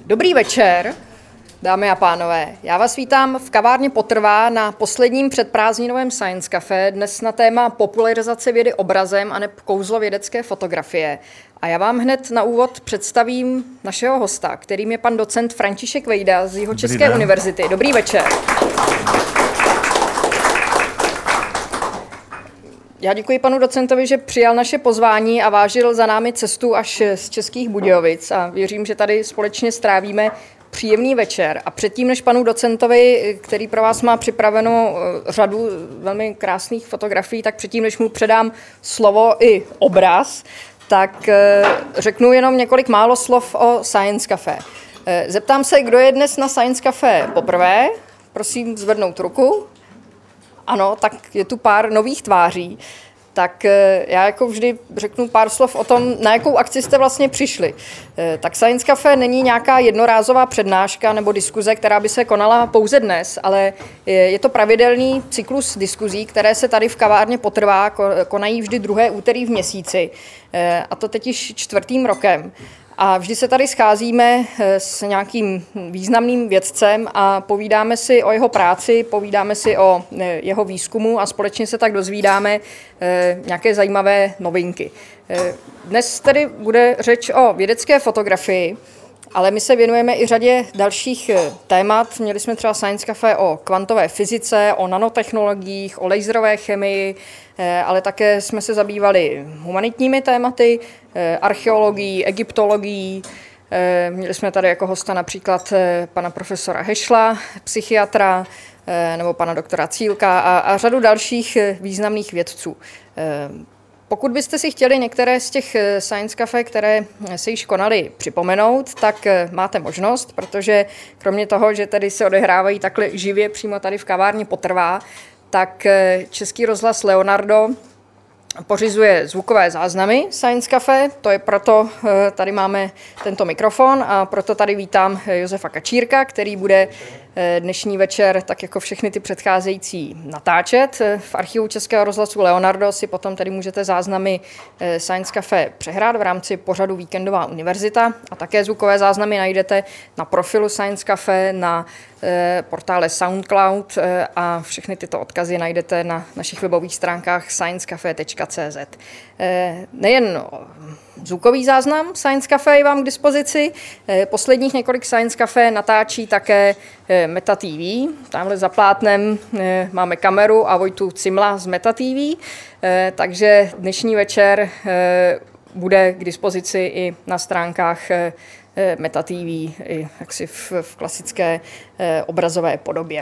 Dobrý večer, dámy a pánové. Já vás vítám v kavárně Potrvá na posledním předprázdninovém Science Café, dnes na téma popularizace vědy obrazem a neb kouzlo vědecké fotografie. A já vám hned na úvod představím našeho hosta, kterým je pan docent František Vejda z Jihočeské univerzity. Dobrý večer. Já děkuji panu docentovi, že přijal naše pozvání a vážil za námi cestu až z Českých Budějovic a věřím, že tady společně strávíme příjemný večer. A předtím, než panu docentovi, který pro vás má připravenou řadu velmi krásných fotografií, tak předtím, než mu předám slovo i obraz, tak řeknu jenom několik málo slov o Science Café. Zeptám se, kdo je dnes na Science Café poprvé? Prosím zvednout ruku. Ano, tak je tu pár nových tváří. Tak já jako vždy řeknu pár slov o tom, na jakou akci jste vlastně přišli. Tak Science Café není nějaká jednorázová přednáška nebo diskuze, která by se konala pouze dnes, ale je to pravidelný cyklus diskuzí, které se tady v kavárně Potrvá konají vždy druhé úterý v měsíci, a to teď již 4. rokem. A vždy se tady scházíme s nějakým významným vědcem a povídáme si o jeho práci, povídáme si o jeho výzkumu a společně se tak dozvídáme nějaké zajímavé novinky. Dnes tedy bude řeč o vědecké fotografii, ale my se věnujeme i řadě dalších témat. Měli jsme třeba Science Café o kvantové fyzice, o nanotechnologiích, o laserové chemii, ale také jsme se zabývali humanitními tématy, archeologií, egyptologií. Měli jsme tady jako hosta například pana profesora Hešla, psychiatra, nebo pana doktora Cílka a řadu dalších významných vědců. Pokud byste si chtěli některé z těch Science Café, které se již konaly, připomenout, tak máte možnost, protože kromě toho, že tady se odehrávají takhle živě přímo tady v kavárně Potrvá, tak Český rozhlas Leonardo pořizuje zvukové záznamy Science Café, to je proto, tady máme tento mikrofon a proto tady vítám Josefa Kačírka, který bude dnešní večer, tak jako všechny ty předcházející, natáčet. V archivu Českého rozhlasu Leonardo si potom tady můžete záznamy Science Café přehrát v rámci pořadu Víkendová univerzita a také zvukové záznamy najdete na profilu Science Café, na portále SoundCloud a všechny tyto odkazy najdete na našich webových stránkách sciencecafe.cz. Nejen zvukový záznam Science Café je vám k dispozici, posledních několik Science Café natáčí také Meta TV. Tamhle za plátnem máme kameru a Vojtu Cimla z Meta TV, takže dnešní večer bude k dispozici i na stránkách Meta TV, i jaksi v klasické obrazové podobě.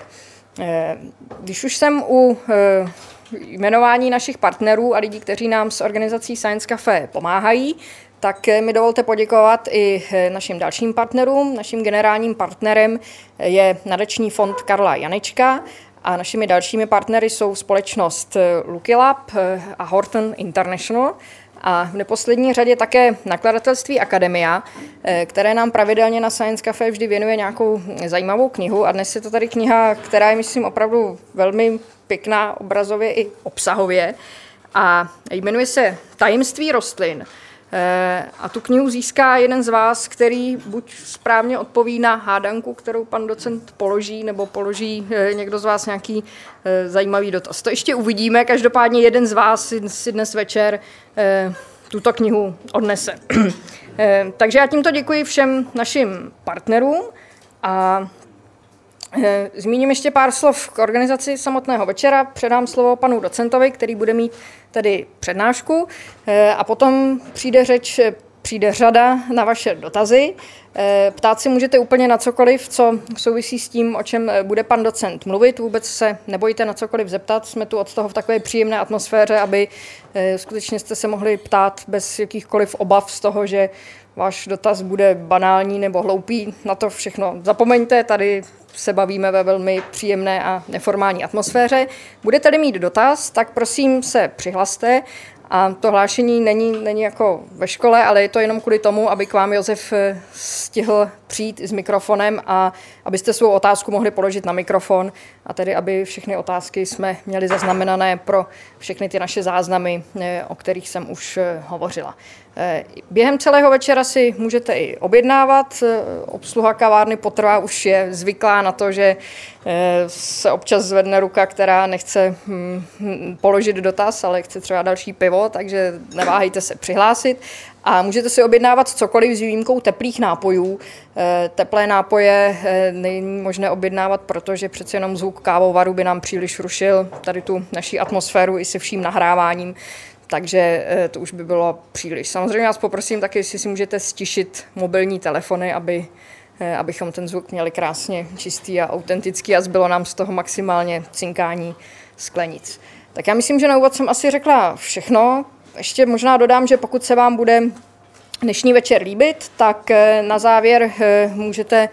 Když už jsem u jmenování našich partnerů a lidí, kteří nám s organizací Science Café pomáhají, tak mi dovolte poděkovat i našim dalším partnerům. Naším generálním partnerem je nadační fond Karla Janečka a našimi dalšími partnery jsou společnost Lucky Lab a Horton International a v neposlední řadě také nakladatelství Akademia, které nám pravidelně na Science Café vždy věnuje nějakou zajímavou knihu a dnes je to tady kniha, která je, myslím, opravdu velmi pěkná obrazově i obsahově a jmenuje se Tajemství rostlin. A tu knihu získá jeden z vás, který buď správně odpoví na hádanku, kterou pan docent položí, nebo položí někdo z vás nějaký zajímavý dotaz. To ještě uvidíme, každopádně jeden z vás si dnes večer tuto knihu odnese. Takže já tímto děkuji všem našim partnerům a zmíním ještě pár slov k organizaci samotného večera. Předám slovo panu docentovi, který bude mít tedy přednášku a potom přijde řada na vaše dotazy. Ptát si můžete úplně na cokoliv, co souvisí s tím, o čem bude pan docent mluvit. Vůbec se nebojte na cokoliv zeptat. Jsme tu od toho v takové příjemné atmosféře, aby skutečně jste se mohli ptát bez jakýchkoliv obav z toho, že váš dotaz bude banální nebo hloupý. Na to všechno zapomeňte, tady se bavíme ve velmi příjemné a neformální atmosféře. Budete-li mít dotaz, tak prosím se přihlaste A to hlášení není jako ve škole, ale je to jenom kvůli tomu, aby k vám Josef stihl přijít s mikrofonem a abyste svou otázku mohli položit na mikrofon a tedy, aby všechny otázky jsme měli zaznamenané pro všechny ty naše záznamy, o kterých jsem už hovořila. Během celého večera si můžete i objednávat. Obsluha kavárny Potrvá už je zvyklá na to, že se občas zvedne ruka, která nechce položit dotaz, ale chce třeba další pivo, takže neváhejte se přihlásit. A můžete si objednávat cokoliv s výjimkou teplých nápojů. Teplé nápoje není možné objednávat, protože přece jenom zvuk kávovaru by nám příliš rušil tady tu naší atmosféru i se vším nahráváním. Takže to už by bylo příliš. Samozřejmě vás poprosím taky, jestli si můžete stišit mobilní telefony, abychom ten zvuk měli krásně čistý a autentický a zbylo nám z toho maximálně cinkání sklenic. Tak já myslím, že na úvod jsem asi řekla všechno. Ještě možná dodám, že pokud se vám bude dnešní večer líbit, tak na závěr můžete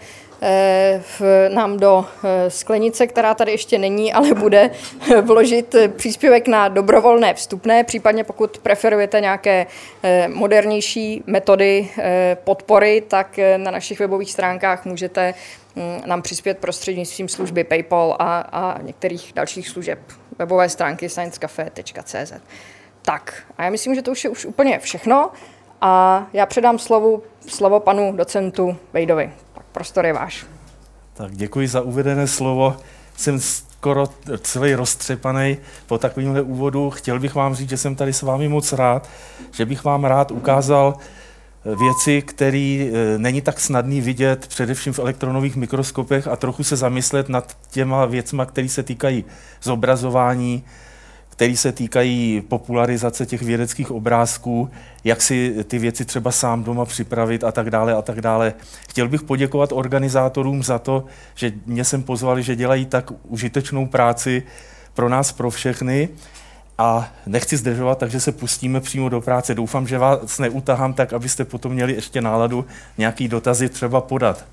nám do sklenice, která tady ještě není, ale bude, vložit příspěvek na dobrovolné vstupné, případně pokud preferujete nějaké modernější metody podpory, tak na našich webových stránkách můžete nám přispět prostřednictvím služby PayPal a některých dalších služeb. Webové stránky sciencecafe.cz. Tak, a já myslím, že to už je úplně všechno a já předám slovo panu docentu Vejdovi. Tak prostor je váš. Tak děkuji za uvedené slovo. Jsem skoro celý roztřepaný po takovémhle úvodu. Chtěl bych vám říct, že jsem tady s vámi moc rád, že bych vám rád ukázal věci, které není tak snadný vidět, především v elektronových mikroskopech a trochu se zamyslet nad těma věcma, které se týkají zobrazování, které se týkají popularizace těch vědeckých obrázků, jak si ty věci třeba sám doma připravit a tak dále a tak dále. Chtěl bych poděkovat organizátorům za to, že mě sem pozvali, že dělají tak užitečnou práci pro nás, pro všechny. A nechci zdržovat, takže se pustíme přímo do práce. Doufám, že vás neutahám tak, abyste potom měli ještě náladu nějaký dotazy třeba podat.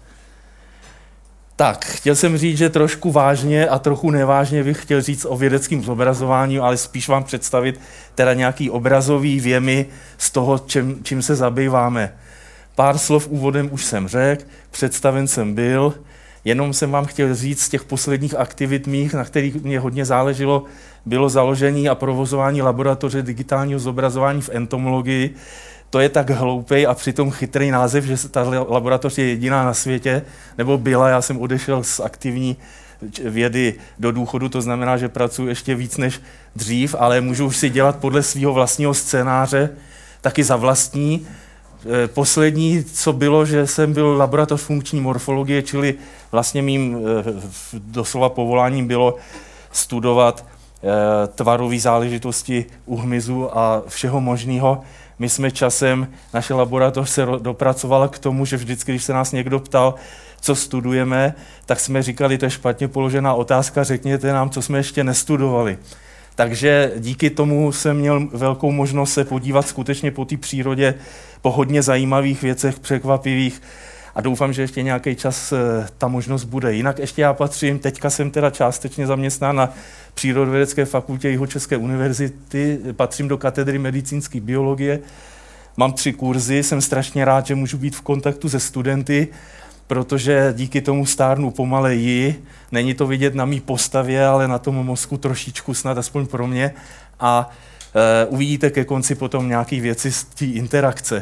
Tak, chtěl jsem říct, že trošku vážně a trochu nevážně bych chtěl říct o vědeckém zobrazování, ale spíš vám představit teda nějaký obrazový věmy z toho, čím se zabýváme. Pár slov úvodem už jsem řekl, představen jsem byl, jenom jsem vám chtěl říct z těch posledních aktivit mých, na kterých mě hodně záleželo, bylo založení a provozování laboratoře digitálního zobrazování v entomologii. To je tak hloupej a přitom chytrý název, že ta laboratoř je jediná na světě, nebo byla, já jsem odešel z aktivní vědy do důchodu, to znamená, že pracuji ještě víc než dřív, ale můžu už si dělat podle svého vlastního scénáře, taky za vlastní. Poslední, co bylo, že jsem byl laboratoř funkční morfologie, čili vlastně mým doslova povoláním bylo studovat tvarové záležitosti u hmyzu a všeho možného. My jsme časem, naše laboratoř se dopracovala k tomu, že vždycky, když se nás někdo ptal, co studujeme, tak jsme říkali, to je špatně položená otázka, řekněte nám, co jsme ještě nestudovali. Takže díky tomu jsem měl velkou možnost se podívat skutečně po té přírodě, po hodně zajímavých věcech, překvapivých a doufám, že ještě nějaký čas ta možnost bude. Jinak ještě já patřím, teďka jsem teda částečně zaměstnán na Přírodovědecké fakultě Jihočeské univerzity, patřím do katedry medicínské biologie, mám 3 kurzy, jsem strašně rád, že můžu být v kontaktu se studenty, protože díky tomu stárnu pomaleji, není to vidět na mý postavě, ale na tom mozku trošičku snad, aspoň pro mě, a uvidíte ke konci potom nějaké věci z té interakce.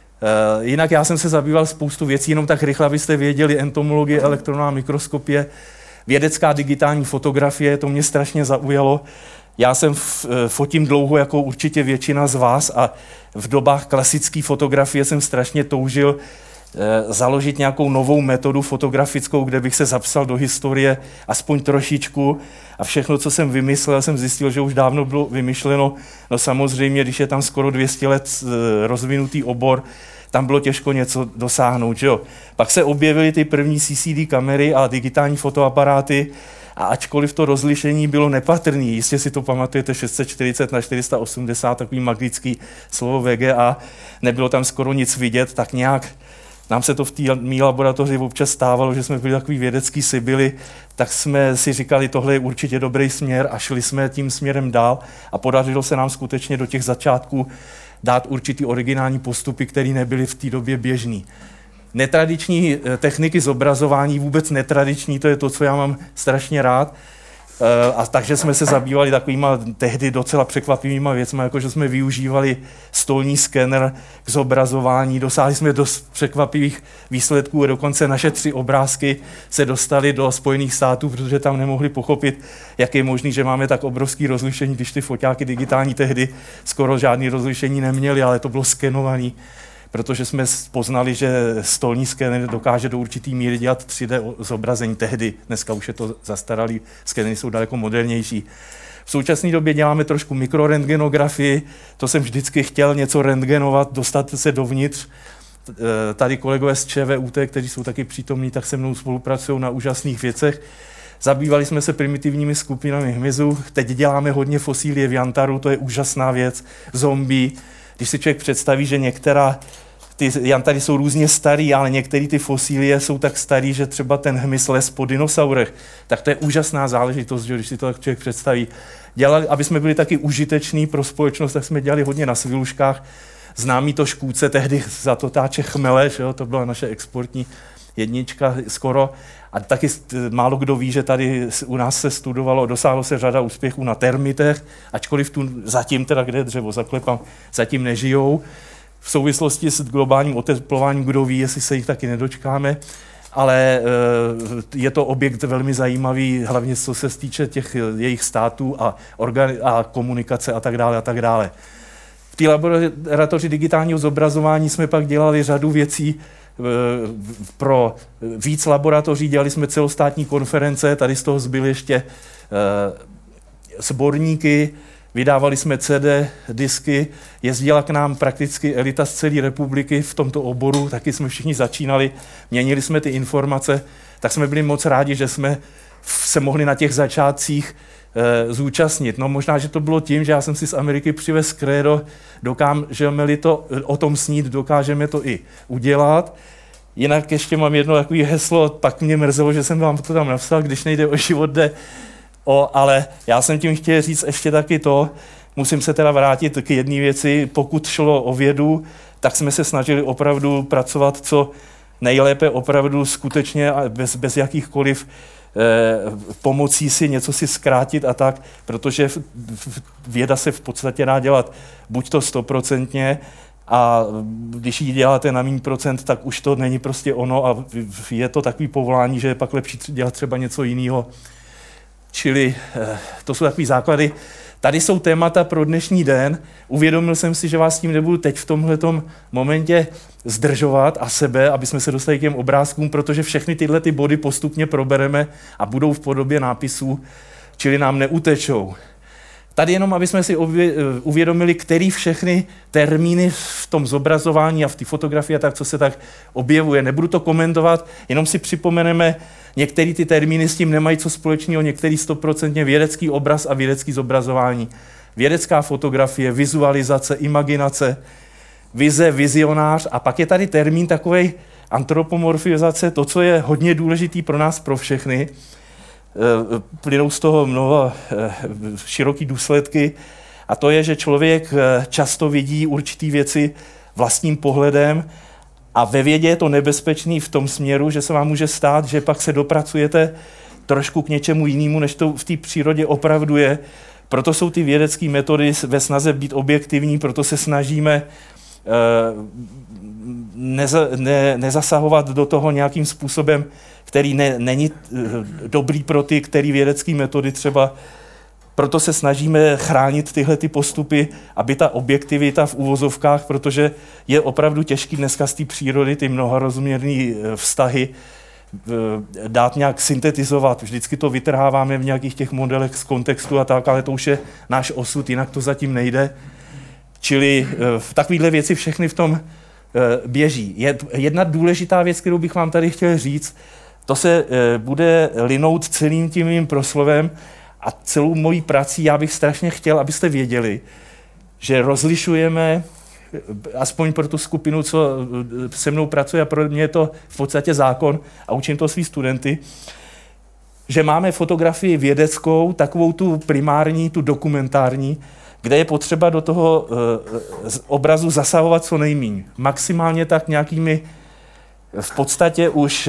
Jinak já jsem se zabýval spoustu věcí, jenom tak rychle, abyste věděli, entomologie, elektronová mikroskopie, vědecká digitální fotografie, to mě strašně zaujalo. Já jsem fotím dlouho, jako určitě většina z vás, a v dobách klasické fotografie jsem strašně toužil založit nějakou novou metodu fotografickou, kde bych se zapsal do historie aspoň trošičku a všechno, co jsem vymyslel, jsem zjistil, že už dávno bylo vymyšleno. No samozřejmě, když je tam skoro 200 let rozvinutý obor, tam bylo těžko něco dosáhnout, že jo. Pak se objevily ty první CCD kamery a digitální fotoaparáty a ačkoliv to rozlišení bylo nepatrné, jistě si to pamatujete, 640 na 480, takový magický slovo VGA, nebylo tam skoro nic vidět, tak nějak nám se to v té mý laboratoři občas stávalo, že jsme byli takový vědecký sibily, tak jsme si říkali, tohle je určitě dobrý směr a šli jsme tím směrem dál a podařilo se nám skutečně do těch začátků dát určitý originální postupy, které nebyly v té době běžný. Netradiční techniky zobrazování, vůbec netradiční, to je to, co já mám strašně rád. A takže jsme se zabývali takovýma tehdy docela překvapivýma věcmi, jako že jsme využívali stolní skener k zobrazování. Dosáhli jsme dost překvapivých výsledků, dokonce naše 3 obrázky se dostaly do Spojených států, protože tam nemohli pochopit, jak je možný, že máme tak obrovský rozlišení, když ty foťáky digitální tehdy skoro žádný rozlišení neměly, ale to bylo skenované. Protože jsme poznali, že stolní skener dokáže do určitý míry dělat 3D zobrazení tehdy. Dneska už je to zastaralý, skenery jsou daleko modernější. V současné době děláme trošku mikrorentgenografii, to jsem vždycky chtěl něco rentgenovat, dostat se dovnitř. Tady kolegové z ČVUT, kteří jsou taky přítomní, tak se mnou spolupracují na úžasných věcech. Zabývali jsme se primitivními skupinami hmyzu, teď děláme hodně fosílie v jantaru, to je úžasná věc, zombie. Když si člověk představí, že některá, ty jantary jsou různě starý, ale některé ty fosílie jsou tak starý, že třeba ten hmyz les po dinosaurech, tak to je úžasná záležitost, že když si to tak člověk představí. Dělali, aby jsme byli taky užiteční pro společnost, tak jsme dělali hodně na sviluškách. Známý to škůdce, tehdy za to táče chmele, že jo, to byla naše exportní jednička skoro. A taky málo kdo ví, že tady u nás se studovalo, dosáhlo se řada úspěchů na termitech, ačkoliv tu zatím teda, kde je dřevo zaklepám, zatím nežijou. V souvislosti s globálním oteplováním, kdo ví, jestli se jich taky nedočkáme, ale je to objekt velmi zajímavý, hlavně co se týče těch jejich států a komunikace a tak dále a tak dále. V té laboratoři digitálního zobrazování jsme pak dělali řadu věcí pro víc laboratoří, dělali jsme celostátní konference, tady z toho zbyly ještě sborníky, vydávali jsme CD, disky, jezdila k nám prakticky elita z celé republiky v tomto oboru, taky jsme všichni začínali, měnili jsme ty informace, tak jsme byli moc rádi, že jsme se mohli na těch začátcích zúčastnit. No možná, že to bylo tím, že já jsem si z Ameriky přivez krédo, dokážeme-li to o tom snít, dokážeme to i udělat. Jinak ještě mám jedno takové heslo, pak mě mrzelo, že jsem vám to tam napsal, když nejde o život, jde ale já jsem tím chtěl říct ještě taky to, musím se teda vrátit k jedné věci, pokud šlo o vědu, tak jsme se snažili opravdu pracovat co nejlépe, opravdu skutečně bez jakýchkoliv pomocí si něco si zkrátit a tak, protože věda se v podstatě dá dělat buď to 100%, a když ji děláte na méně procent, tak už to není prostě ono a je to takový povolání, že je pak lepší dělat třeba něco jiného. Čili to jsou takový základy. Tady jsou témata pro dnešní den. Uvědomil jsem si, že vás tím nebudu teď v tomhletom momentě zdržovat a sebe, aby jsme se dostali k těm obrázkům, protože všechny tyhle ty body postupně probereme a budou v podobě nápisů, čili nám neutečou. Tady jenom, aby jsme si uvědomili, který všechny termíny v tom zobrazování a v té fotografii a tak, co se tak objevuje. Nebudu to komentovat, jenom si připomeneme, některé ty termíny s tím nemají co společného, některý 100% vědecký obraz a vědecký zobrazování. Vědecká fotografie, vizualizace, imaginace, vize, vizionář a pak je tady termín takovej antropomorfizace, to, co je hodně důležitý pro nás, pro všechny. Plynou z toho mnoho široký důsledky a to je, že člověk často vidí určitý věci vlastním pohledem a ve vědě je to nebezpečný v tom směru, že se vám může stát, že pak se dopracujete trošku k něčemu jinému, než to v té přírodě opravdu je. Proto jsou ty vědecké metody ve snaze být objektivní, proto se snažíme nezasahovat do toho nějakým způsobem, který není dobrý pro ty, který vědecké metody třeba. Proto se snažíme chránit tyhle ty postupy, aby ta objektivita v uvozovkách, protože je opravdu těžký dneska z té přírody ty mnoharozměrné vztahy dát nějak syntetizovat. Vždycky to vytrháváme v nějakých těch modelech z kontextu a tak, ale to už je náš osud, jinak to zatím nejde. Čili v takovéhle věci všechny v tom běží. Jedna důležitá věc, kterou bych vám tady chtěl říct, to se bude linout celým tím mým proslovem a celou mojí prací. Já bych strašně chtěl, abyste věděli, že rozlišujeme aspoň pro tu skupinu, co se mnou pracuje, a pro mě je to v podstatě zákon a učím to svý studenty, že máme fotografii vědeckou, takovou tu primární, tu dokumentární, kde je potřeba do toho obrazu zasahovat co nejméně. Maximálně tak nějakými v podstatě už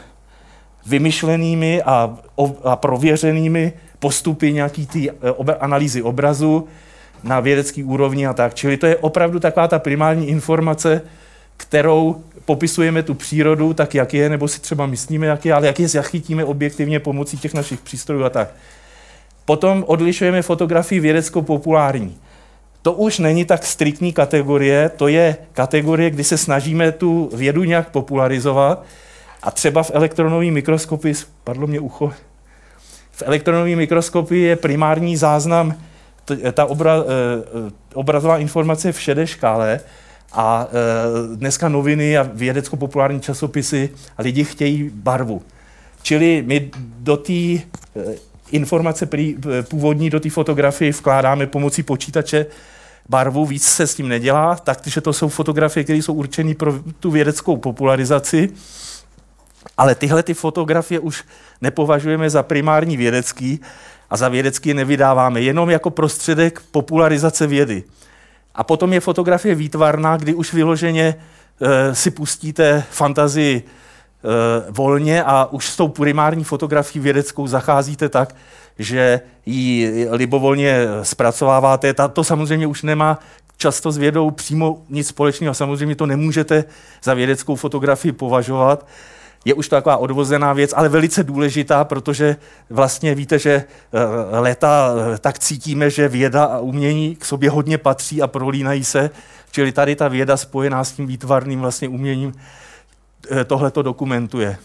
vymyšlenými a prověřenými postupy nějaký ty analýzy obrazu na vědecký úrovni a tak. Čili to je opravdu taková ta primární informace, kterou popisujeme tu přírodu tak, jak je, nebo si třeba myslíme, jak je, ale jak je zachytíme objektivně pomocí těch našich přístrojů a tak. Potom odlišujeme fotografii vědecko-populární. To už není tak striktní kategorie, to je kategorie, kdy se snažíme tu vědu nějak popularizovat a třeba v elektronové mikroskopii, spadlo mě ucho, v elektronové mikroskopii je primární záznam, ta obrazová informace v šedé škále a dneska noviny a vědecko-populární časopisy a lidi chtějí barvu. Čili my do té informace původní, do té fotografie vkládáme pomocí počítače barvu, víc se s tím nedělá, takže to jsou fotografie, které jsou určené pro tu vědeckou popularizaci, ale tyhle ty fotografie už nepovažujeme za primární vědecký a za vědecký nevydáváme, jenom jako prostředek popularizace vědy. A potom je fotografie výtvarná, kdy už vyloženě si pustíte fantazii volně a už s tou primární fotografií vědeckou zacházíte tak, že ji libovolně zpracováváte. To samozřejmě už nemá často s vědou přímo nic společného. Samozřejmě to nemůžete za vědeckou fotografii považovat. Je už to taková odvozená věc, ale velice důležitá, protože vlastně víte, že léta tak cítíme, že věda a umění k sobě hodně patří a prolínají se. Čili tady ta věda spojená s tím výtvarným vlastně uměním tohle to dokumentuje.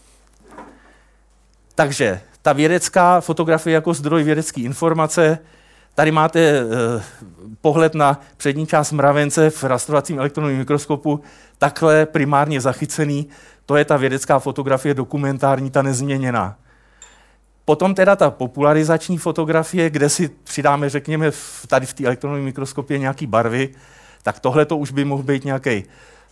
Takže ta vědecká fotografie jako zdroj vědecké informace. Tady máte pohled na přední část mravence v rastrovacím elektronovém mikroskopu, takhle primárně zachycený. To je ta vědecká fotografie dokumentární, ta nezměněná. Potom teda ta popularizační fotografie, kde si přidáme, řekněme, tady v té elektronové mikroskopě nějaký barvy, tak tohle to už by mohl být nějaký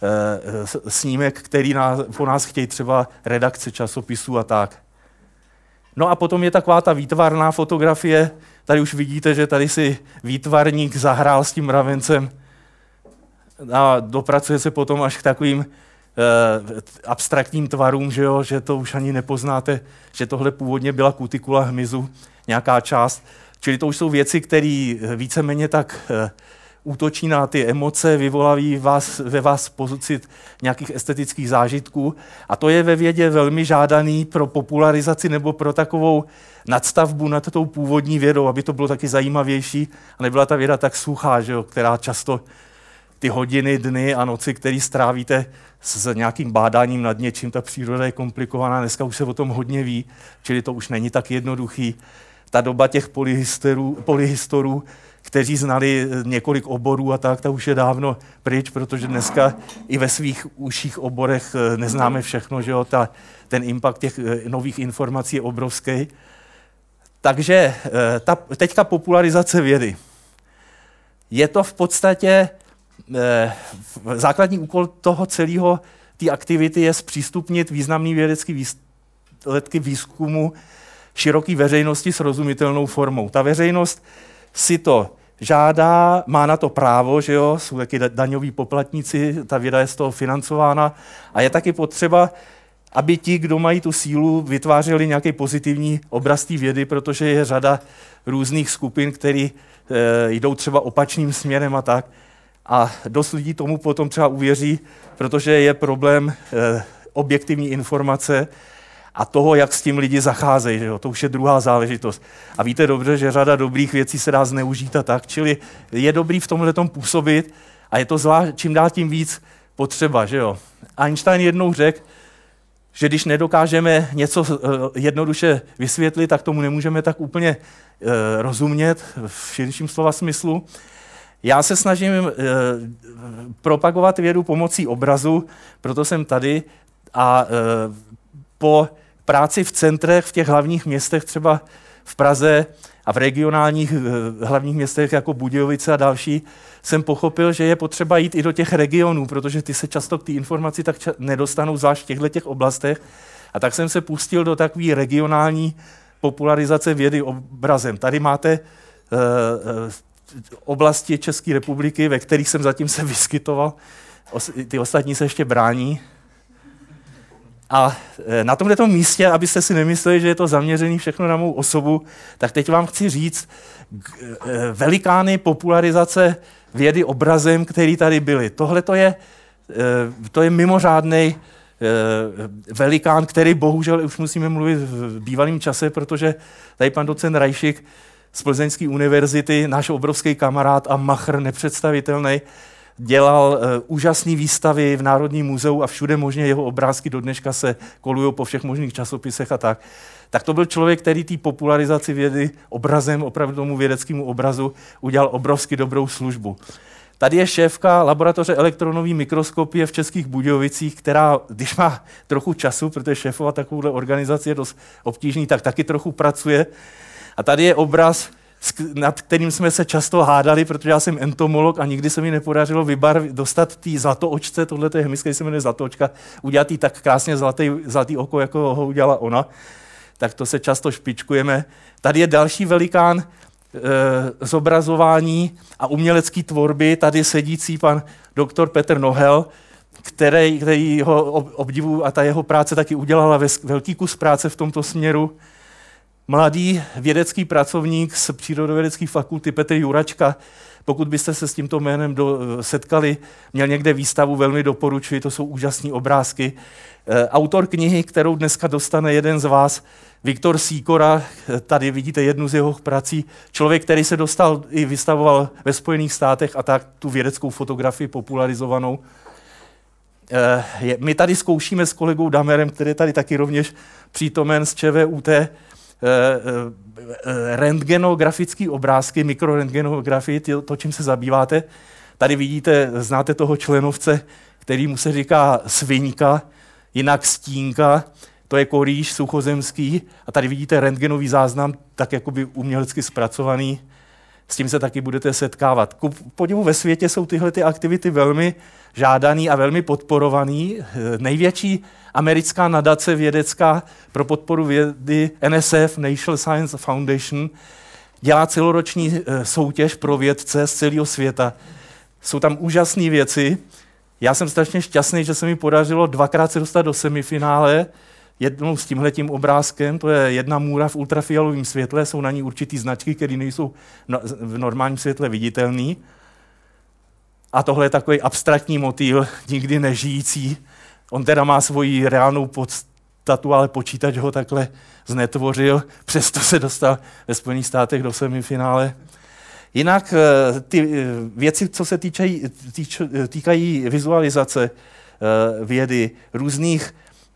snímek, který po nás chtějí třeba redakce časopisů a tak. No a potom je taková ta výtvarná fotografie, tady už vidíte, že tady si výtvarník zahrál s tím mravencem a dopracuje se potom až k takovým abstraktním tvarům, že to už ani nepoznáte, že tohle původně byla kutikula hmyzu, nějaká část. Čili to už jsou věci, které víceméně tak útočí na ty emoce, vyvolaví ve vás pocit nějakých estetických zážitků. A to je ve vědě velmi žádaný pro popularizaci nebo pro takovou nadstavbu nad tou původní vědou, aby to bylo taky zajímavější a nebyla ta věda tak suchá, která často ty hodiny, dny a noci, které strávíte s nějakým bádáním nad něčím, ta příroda je komplikovaná, dneska už se o tom hodně ví, čili to už není tak jednoduchý. Ta doba těch polyhistorů, kteří znali několik oborů a tak, ta už je dávno pryč, protože dneska i ve svých užších oborech neznáme všechno, ten impact těch nových informací je obrovský. Takže teďka popularizace vědy. Je to v podstatě základní úkol toho celého, té aktivity je zpřístupnit významný vědecký výsledky výzkumu široké veřejnosti srozumitelnou formou. Ta veřejnost si to žádá, má na to právo, jsou taky daňoví poplatníci, ta věda je z toho financována a je taky potřeba, aby ti, kdo mají tu sílu, vytvářeli nějaký pozitivní obraz té vědy, protože je řada různých skupin, které jdou třeba opačným směrem a tak. A dost lidí tomu potom třeba uvěří, protože je problém objektivní informace a toho, jak s tím lidi zacházejí. To už je druhá záležitost. A víte dobře, že řada dobrých věcí se dá zneužít a tak. Čili je dobrý v tomhletom působit a je to čím dál tím víc potřeba. Einstein jednou řekl, že když nedokážeme něco jednoduše vysvětlit, tak tomu nemůžeme tak úplně rozumět v širším slova smyslu. Já se snažím propagovat vědu pomocí obrazu, proto jsem tady a po práci v centrech, v těch hlavních městech, třeba v Praze a v regionálních hlavních městech jako Budějovice a další, jsem pochopil, že je potřeba jít i do těch regionů, protože ty se často k té informaci tak nedostanou, zvlášť v těchto oblastech. A tak jsem se pustil do takové regionální popularizace vědy obrazem. Tady máte oblasti České republiky, ve kterých jsem zatím se vyskytoval. Ty ostatní se ještě brání. A na tomto místě, abyste si nemysleli, že je to zaměřené všechno na mou osobu, tak teď vám chci říct velikány popularizace vědy obrazem, který tady byly. Tohle to je mimořádný velikán, který bohužel už musíme mluvit v bývalém čase, protože tady pan docent Rajšik z Plzeňské univerzity, náš obrovský kamarád a machr nepředstavitelný, dělal úžasné výstavy v Národním muzeu a všude možně jeho obrázky do dneška se kolují po všech možných časopisech a tak. Tak to byl člověk, který té popularizaci vědy obrazem, opravdu tomu vědeckému obrazu, udělal obrovsky dobrou službu. Tady je šéfka laboratoře elektronové mikroskopie v Českých Budějovicích, která, když má trochu času, protože šéfovat takovouhle organizaci je dost obtížný, tak taky trochu pracuje. A tady je obraz, nad kterým jsme se často hádali, protože já jsem entomolog a nikdy se mi nepodařilo dostat tý zlatoočce, tohle je hemiska, se jmenuje zlatoočka, udělat jí tak krásně zlatý oko, jako ho udělala ona. Tak to se často špičkujeme. Tady je další velikán zobrazování a umělecké tvorby. Tady sedící pan doktor Petr Nohel, který ho obdivu a ta jeho práce taky udělala velký kus práce v tomto směru. Mladý vědecký pracovník z Přírodovědecké fakulty Petr Juračka, pokud byste se s tímto jménem setkali, měl někde výstavu, velmi doporučuji, to jsou úžasné obrázky. Autor knihy, kterou dneska dostane jeden z vás, Viktor Sýkora, tady vidíte jednu z jeho prací, člověk, který se dostal i vystavoval ve Spojených státech a tak tu vědeckou fotografii popularizovanou. My tady zkoušíme s kolegou Damerem, který je tady taky rovněž přítomen z ČVUT, rentgenografické obrázky, mikrorentgenografii, to, čím se zabýváte. Tady vidíte, znáte toho členovce, kterýmu se říká sviňka, jinak stínka, to je korýš suchozemský a tady vidíte rentgenový záznam, tak jakoby umělecky zpracovaný. S tím se taky budete setkávat. Ku podivu ve světě jsou tyhle ty aktivity velmi žádaný a velmi podporovaný. Největší americká nadace vědecká pro podporu vědy NSF, National Science Foundation, dělá celoroční soutěž pro vědce z celého světa. Jsou tam úžasné věci. Já jsem strašně šťastný, že se mi podařilo dvakrát se dostat do semifinále, jednou s tímhletím obrázkem, to je jedna můra v ultrafialovém světle, jsou na ní určitý značky, které nejsou v normálním světle viditelné. A tohle je takový abstraktní motýl, nikdy nežijící. On teda má svoji reálnou podstatu, ale počítač ho takhle znetvořil, přesto se dostal ve Spojených státech do semifinále. Jinak ty věci, co se týkají vizualizace vědy, různých,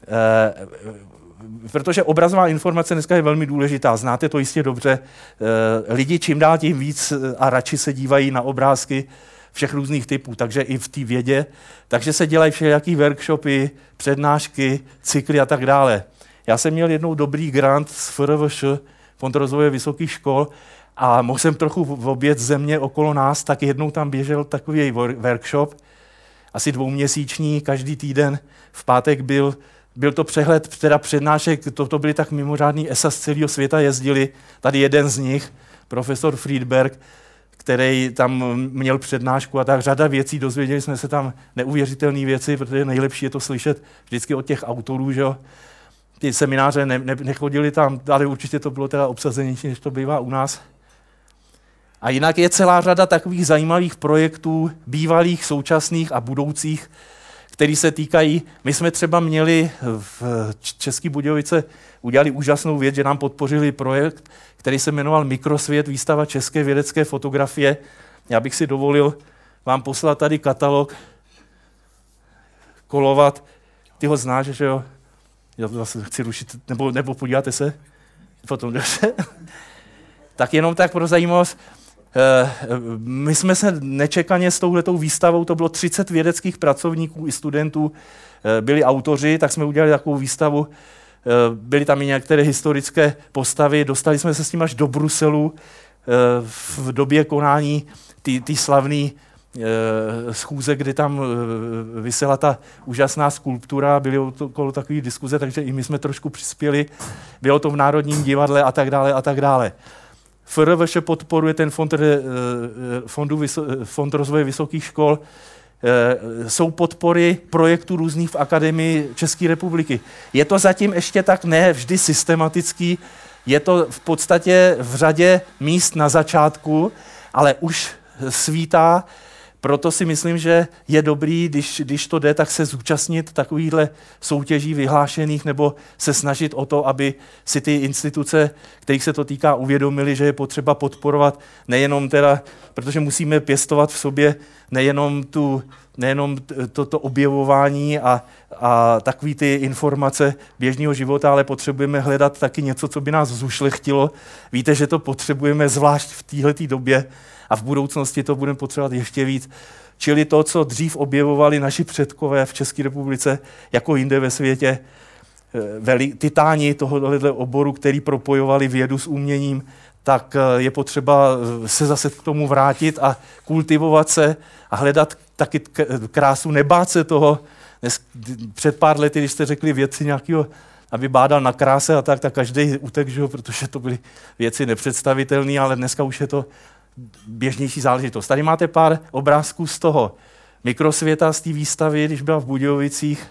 protože obrazová informace dneska je velmi důležitá, znáte to jistě dobře, lidi čím dál tím víc a radši se dívají na obrázky všech různých typů, takže i v té vědě, takže se dělají všelijaký workshopy, přednášky, cykly a tak dále. Já jsem měl jednou dobrý grant z FRVŠ, Fond rozvoje vysokých škol, a mohl jsem trochu objet země okolo nás, tak jednou tam běžel takový workshop, asi 2měsíční, každý týden v pátek byl to přehled teda přednášek, to byly tak mimořádný ESA z celého světa jezdili, tady jeden z nich, profesor Friedberg, který tam měl přednášku a tak řada věcí, dozvěděli jsme se tam neuvěřitelné věci, protože nejlepší je to slyšet vždycky od těch autorů, že jo. Ty semináře nechodili tam, ale určitě to bylo teda obsazenější, než to bývá u nás. A jinak je celá řada takových zajímavých projektů, bývalých, současných a budoucích, který se týkají, my jsme třeba měli v České Budějovice, udělali úžasnou věc, že nám podpořili projekt, který se jmenoval Mikrosvět, výstava české vědecké fotografie. Já bych si dovolil vám poslat tady katalog, kolovat. Ty ho znáš, že jo? Já to zase chci rušit, nebo podíváte se? Potom dobře. Tak jenom tak pro zajímavost. My jsme se nečekaně s touhletou výstavou, to bylo 30 vědeckých pracovníků i studentů, byli autoři, tak jsme udělali takovou výstavu byly tam i některé historické postavy, dostali jsme se s tím až do Bruselu v době konání ty slavné schůze, kdy tam visela ta úžasná skulptura, byly okolo takové diskuze, takže i my jsme trošku přispěli, bylo to v Národním divadle a tak dále a tak dále. FRVŠ podporuje ten fond rozvoje vysokých škol, jsou podpory projektů různých v Akademii České republiky. Je to zatím ještě tak ne vždy systematický, je to v podstatě v řadě míst na začátku, ale už svítá, proto si myslím, že je dobrý, když to jde, tak se zúčastnit takovýchhle soutěží vyhlášených nebo se snažit o to, aby si ty instituce, kterých se to týká, uvědomili, že je potřeba podporovat nejenom teda, protože musíme pěstovat v sobě nejenom toto objevování a takový ty informace běžného života, ale potřebujeme hledat taky něco, co by nás zušlechtilo. Víte, že to potřebujeme zvlášť v téhleté době a v budoucnosti to budeme potřebovat ještě víc. Čili to, co dřív objevovali naši předkové v České republice, jako jinde ve světě, titáni tohoto oboru, který propojovali vědu s uměním, tak je potřeba se zase k tomu vrátit a kultivovat se a hledat taky krásu, nebát se toho. Před pár lety, když jste řekli věci nějakého, aby bádal na kráse a tak každý utek, že jo, protože to byly věci nepředstavitelné, ale dneska už je to běžnější záležitost. Tady máte pár obrázků z toho mikrosvěta, z té výstavy, když byla v Budějovicích.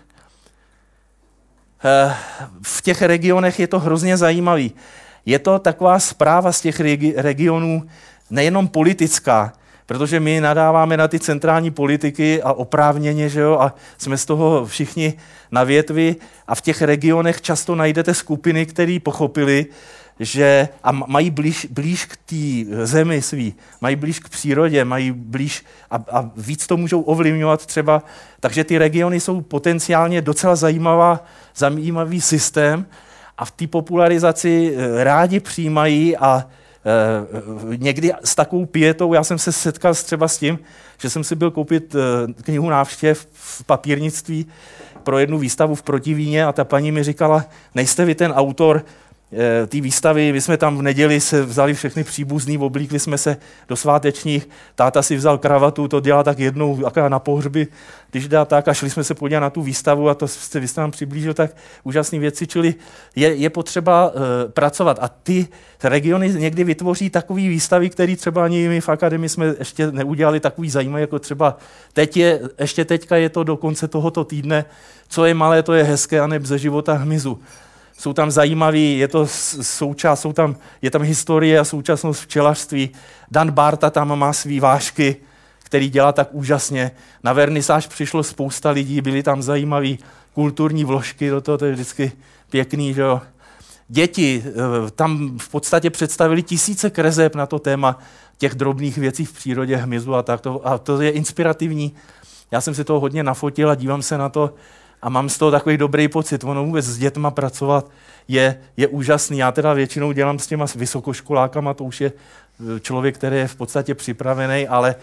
V těch regionech je to hrozně zajímavý. Je to taková zpráva z těch regionů nejenom politická, protože my nadáváme na ty centrální politiky a oprávněně, že jo, a jsme z toho všichni na větvi a v těch regionech často najdete skupiny, které pochopili, že a mají blíž k té zemi svý, mají blíž k přírodě, mají blíž a víc to můžou ovlivňovat třeba. Takže ty regiony jsou potenciálně docela zajímavý systém a v té popularizaci rádi přijímají a někdy s takovou pietou, já jsem se setkal třeba s tím, že jsem si byl koupit knihu návštěv v papírnictví pro jednu výstavu v Protivíně a ta paní mi říkala, nejste vy ten autor té výstavy, my jsme tam v neděli se vzali všechny příbuzný, oblíkli jsme se do svátečních, táta si vzal kravatu, to dělá tak jednou na pohřby, když dá tak a šli jsme se podívat na tu výstavu a to vy jste nám přiblížil tak úžasné věci, čili je potřeba pracovat a ty regiony někdy vytvoří takové výstavy, které třeba ani my v Akademii jsme ještě neudělali takový zajímavý, jako třeba teďka je to do konce tohoto týdne, co je malé, to je hezké a neb ze života hmyzu. Jsou tam zajímavý, je to součást, je tam historie a současnost včelařství. Dan Barta tam má svý vážky, který dělá tak úžasně. Na vernisáž přišlo spousta lidí, byly tam zajímavý kulturní vložky, to je vždycky pěkný, že jo. Děti tam v podstatě představili tisíce kreseb na to téma těch drobných věcí v přírodě, hmyzu a tak. A to je inspirativní. Já jsem si toho hodně nafotil a dívám se na to, a mám z toho takový dobrý pocit. Ono vůbec s dětma pracovat je úžasný. Já teda většinou dělám s těma vysokoškolákama, to už je člověk, který je v podstatě připravený, ale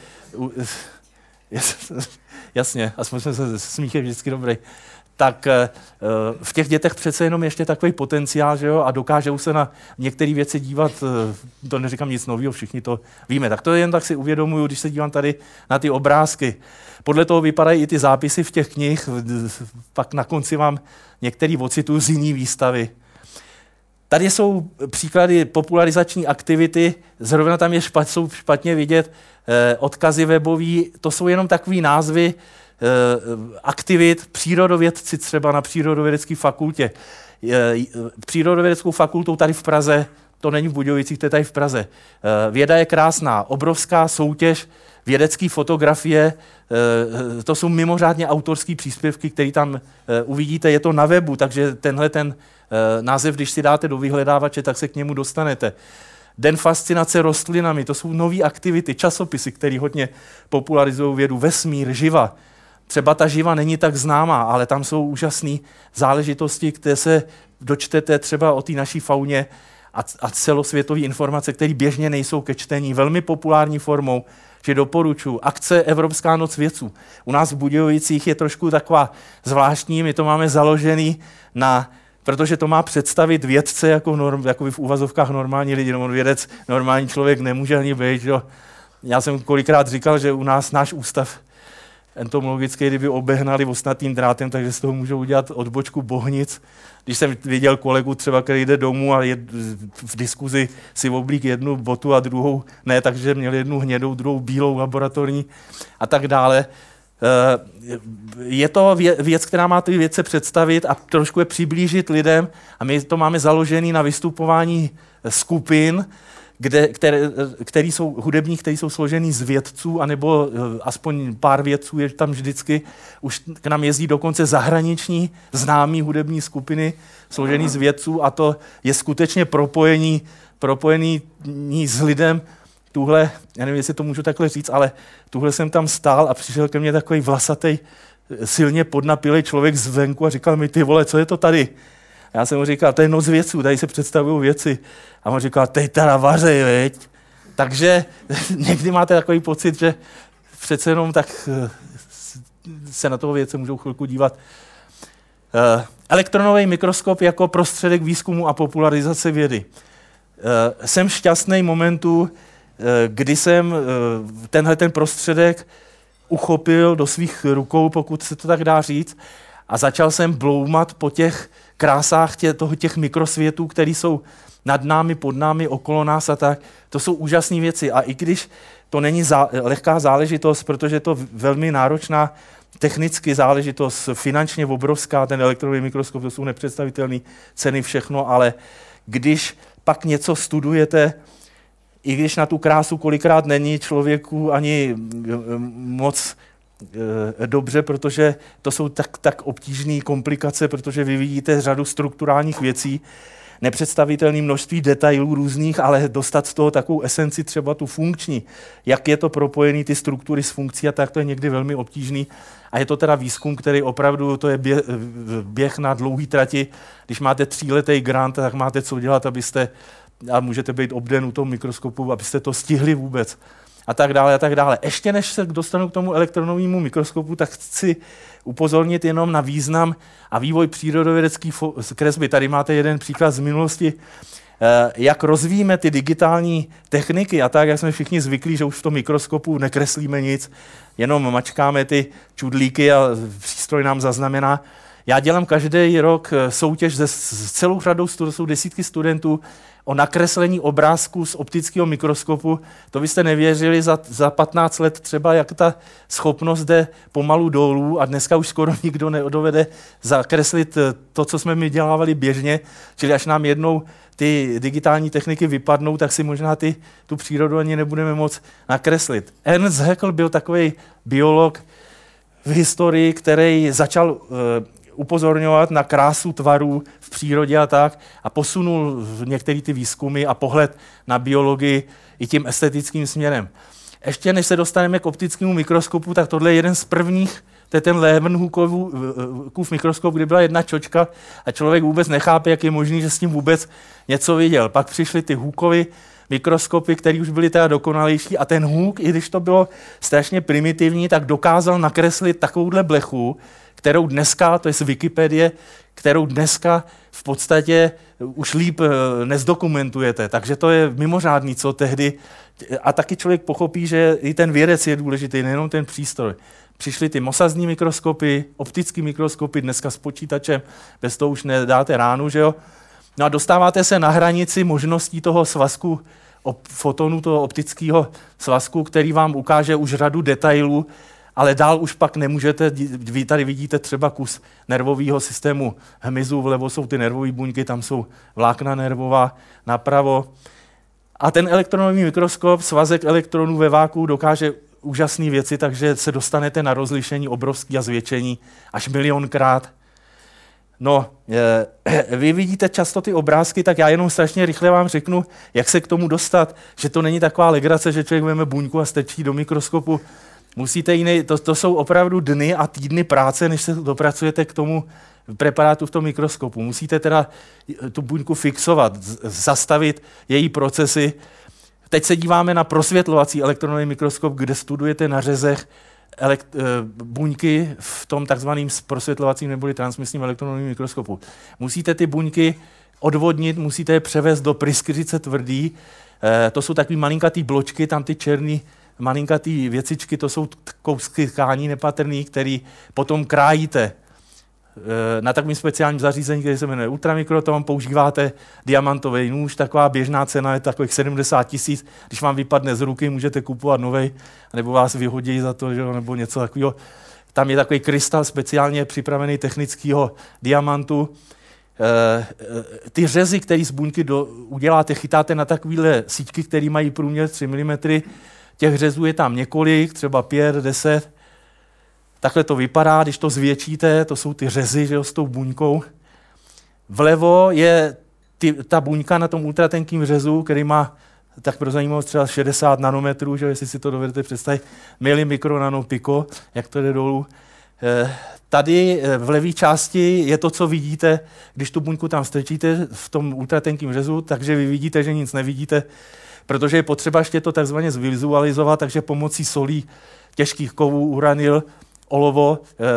jasně, aspoň jsme se smíchem vždycky dobrý. Tak v těch dětech přece jenom ještě takový potenciál, že jo, a dokážou se na některé věci dívat, to neříkám nic nového, všichni to víme. Tak to jen tak si uvědomuju, když se dívám tady na ty obrázky. Podle toho vypadají i ty zápisy v těch knih, pak na konci vám některý ocituju z jiný výstavy. Tady jsou příklady popularizační aktivity, zrovna tam jsou špatně vidět odkazy webový, to jsou jenom takový názvy aktivit, přírodovědci třeba na Přírodovědecké fakultě. Přírodovědeckou fakultou tady v Praze, to není v Budějovicích, to je tady v Praze. Věda je krásná, obrovská soutěž, vědecké fotografie, to jsou mimořádně autorské příspěvky, které tam uvidíte, je to na webu, takže tenhle ten název, když si dáte do vyhledávače, tak se k němu dostanete. Den fascinace rostlinami, to jsou nové aktivity, časopisy, které hodně popularizují vědu, vesmír, živa. Třeba ta živa není tak známá, ale tam jsou úžasné záležitosti, které se dočtete třeba o té naší fauně a celosvětové informace, které běžně nejsou ke čtení, velmi populární formou, že doporučuji. Akce Evropská noc vědců. U nás v Budějovicích je trošku taková zvláštní, my to máme založený na protože to má představit vědce jako v úvazovkách normální lidi, no vědec, normální člověk nemůže ani být, jo. Já jsem kolikrát říkal, že u nás náš ústav entomologický, kdyby obehnali ostnatým drátem, takže z toho můžou udělat odbočku bohnic. Když jsem viděl kolegu třeba, který jde domů a je v diskuzi si oblík jednu botu a druhou ne, takže měl jednu hnědou, druhou bílou laboratorní a tak dále. Je to věc, která má ty věci představit a trošku je přiblížit lidem a my to máme založený na vystupování skupin, který jsou hudební, který jsou složený z vědců, anebo aspoň pár vědců je tam vždycky. Už k nám jezdí dokonce zahraniční známí hudební skupiny složený z vědců a to je skutečně propojení s lidem. Tuhle, já nevím, jestli to můžu takhle říct, ale tuhle jsem tam stál a přišel ke mně takový vlasatý, silně podnapilý člověk zvenku a říkal mi, ty vole, co je to tady? A já jsem mu říkal, to je noc vědců, tady se představují věci. A on říkal, tej teda vařej, veď. Takže někdy máte takový pocit, že přece jenom tak se na toho věce můžou chvilku dívat. Elektronový mikroskop jako prostředek výzkumu a popularizace vědy. Jsem šťastný momentu, kdy jsem tenhle prostředek uchopil do svých rukou, pokud se to tak dá říct, a začal jsem bloumat po těch krásách těch mikrosvětů, které jsou nad námi, pod námi, okolo nás a tak. To jsou úžasné věci. A i když to není lehká záležitost, protože je to velmi náročná technicky záležitost, finančně obrovská, ten elektronový mikroskop, to jsou nepředstavitelné ceny, všechno, ale když pak něco studujete, i když na tu krásu kolikrát není člověku ani moc dobře, protože to jsou tak obtížné komplikace, protože vy vidíte řadu strukturálních věcí, nepředstavitelné množství detailů různých, ale dostat z toho takovou esenci, třeba tu funkční, jak je to propojený ty struktury s funkcí a tak, to je někdy velmi obtížný. A je to teda výzkum, který opravdu, to je běh na dlouhý trati. Když máte 3letý grant, tak máte co dělat, abyste, a můžete být obden u toho mikroskopu, abyste to stihli vůbec. A tak dále, a tak dále. Ještě než se dostanu k tomu elektronovému mikroskopu, tak chci upozornit jenom na význam a vývoj přírodovědecké kresby. Tady máte jeden příklad z minulosti, jak rozvíjíme ty digitální techniky a tak, jak jsme všichni zvyklí, že už v tom mikroskopu nekreslíme nic, jenom mačkáme ty čudlíky a přístroj nám zaznamená. Já dělám každý rok soutěž s celou řadou studentů, jsou desítky studentů, o nakreslení obrázků z optického mikroskopu. To byste nevěřili za 15 let třeba, jak ta schopnost jde pomalu dolů a dneska už skoro nikdo nedovede zakreslit to, co jsme my dělávali běžně, čili až nám jednou ty digitální techniky vypadnou, tak si možná tu přírodu ani nebudeme moc nakreslit. Ernst Haeckel byl takový biolog v historii, který začal upozorňovat na krásu tvarů v přírodě a tak a posunul některé ty výzkumy a pohled na biologii i tím estetickým směrem. Ještě než se dostaneme k optickému mikroskopu, tak tohle je jeden z prvních, to je ten Leeuwenhoekův mikroskop, kde byla jedna čočka a člověk vůbec nechápe, jak je možný, že s tím vůbec něco viděl. Pak přišly ty Hookovy mikroskopy, které už byly teda dokonalejší a ten Hooke, i když to bylo strašně primitivní, tak dokázal nakreslit takovouhle blechu, kterou dneska, to je z Wikipedie, kterou dneska v podstatě už líp nezdokumentujete. Takže to je mimořádný, co tehdy. A taky člověk pochopí, že i ten vědec je důležitý, nejenom ten přístroj. Přišly ty mosazní mikroskopy, optický mikroskopy, dneska s počítačem, bez toho už nedáte ránu, že jo? No a dostáváte se na hranici možností toho svazku, fotonu toho optického svazku, který vám ukáže už řadu detailů, ale dál už pak nemůžete, vy tady vidíte třeba kus nervového systému hmyzu, vlevo jsou ty nervové buňky, tam jsou vlákna nervová, napravo. A ten elektronový mikroskop, svazek elektronů ve váku dokáže úžasné věci, takže se dostanete na rozlišení obrovský a zvětšení až milionkrát. No, vy vidíte často ty obrázky, tak já jenom strašně rychle vám řeknu, jak se k tomu dostat, že to není taková legrace, že člověk vezme buňku a strčí do mikroskopu. Musíte to jsou opravdu dny a týdny práce, než se dopracujete k tomu preparátu v tom mikroskopu. Musíte teda tu buňku fixovat, zastavit její procesy. Teď se díváme na prosvětlovací elektronový mikroskop, kde studujete na řezech buňky v tom takzvaném prosvětlovacím neboli transmisním elektronovém mikroskopu. Musíte ty buňky odvodnit, musíte je převést do pryskyřice tvrdý. To jsou takový malinkatý bločky, tam ty černý malinkatý věcičky, to jsou kousky tkání nepatrný, který potom krájíte na takovým speciálním zařízení, které se jmenuje ultramikrotom, používáte diamantový nůž, taková běžná cena je takových 70 000, když vám vypadne z ruky, můžete kupovat novej, nebo vás vyhodí za to, že, nebo něco takového. Tam je takový krystal speciálně připravený technického diamantu. Ty řezy, které z buňky uděláte, chytáte na takovéhle síťky, které mají průměr 3 mm, těch řezů je tam několik, třeba 5, 10. Takhle to vypadá, když to zvětšíte, to jsou ty řezy, že jo, s tou buňkou. Vlevo je ta buňka na tom ultratenkým řezu, který má, tak pro zajímavost, třeba 60 nanometrů, že, jestli si to dovedete představit, mili, mikro, nano, piko, jak to jde dolů. Tady v levé části je to, co vidíte, když tu buňku tam strčíte v tom ultratenkým řezu, takže vy vidíte, že nic nevidíte, protože je potřeba ještě to takzvaně zvizualizovat, takže pomocí solí, těžkých kovů, uranil, olovo,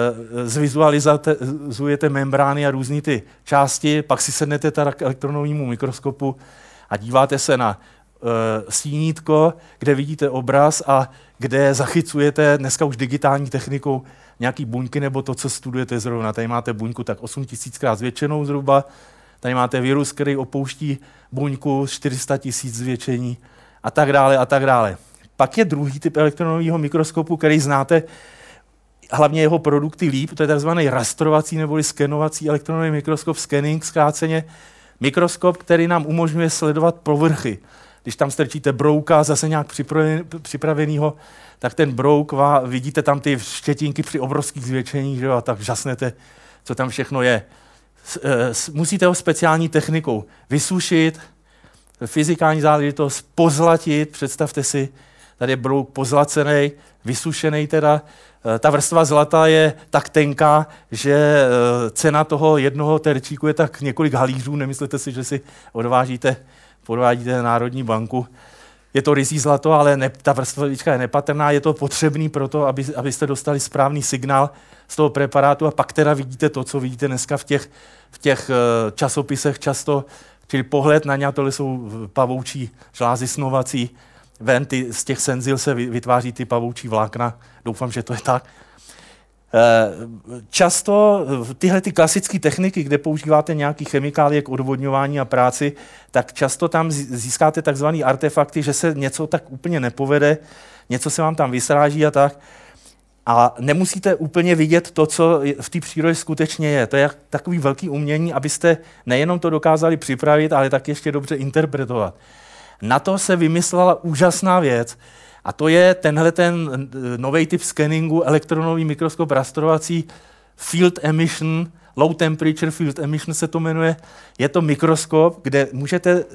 zvizualizujete membrány a různé ty části, pak si sednete teda k elektronovému mikroskopu a díváte se na stínítko, kde vidíte obraz a kde zachycujete dneska už digitální technikou nějaký buňky nebo to, co studujete zrovna. Tady máte buňku tak 8000krát zvětšenou zhruba, tady máte virus, který opouští buňku 400 000 zvětšení a tak dále a tak dále. Pak je druhý typ elektronového mikroskopu, který znáte, hlavně jeho produkty líp, to je takzvaný rastrovací neboli skenovací elektronový mikroskop, scanning zkráceně, mikroskop, který nám umožňuje sledovat povrchy. Když tam strčíte brouka, zase nějak připravenýho, tak ten brouk, vidíte tam ty štětinky při obrovských zvětšeních, že jo, a tak žasnete, co tam všechno je. Musíte ho speciální technikou vysušit, fyzikální záležitost, pozlatit, představte si, tady je brouk pozlacený, vysušený teda. Ta vrstva zlata je tak tenká, že cena toho jednoho terčíku je tak několik halířů, nemyslete si, že si podvádíte Národní banku. Je to ryzí zlato, ale ta vrstvička je nepatrná, je to potřebný pro to, abyste dostali správný signál z toho preparátu a pak teda vidíte to, co vidíte dneska v těch časopisech často, čili pohled na ně, tohle jsou pavoučí žlázy snovací, ven z těch senzil se vytváří ty pavoučí vlákna, doufám, že to je tak. Často tyhle ty klasické techniky, kde používáte nějaké chemikálie k odvodňování a práci, tak často tam získáte takzvané artefakty, že se něco tak úplně nepovede, něco se vám tam vysráží a tak. A nemusíte úplně vidět to, co v té přírodě skutečně je. To je takový velký umění, abyste nejenom to dokázali připravit, ale tak ještě dobře interpretovat. Na to se vymyslela úžasná věc, a to je tenhle ten nový typ scanningu, elektronový mikroskop rastrovací field emission, low temperature field emission se to jmenuje. Je to mikroskop, kde můžete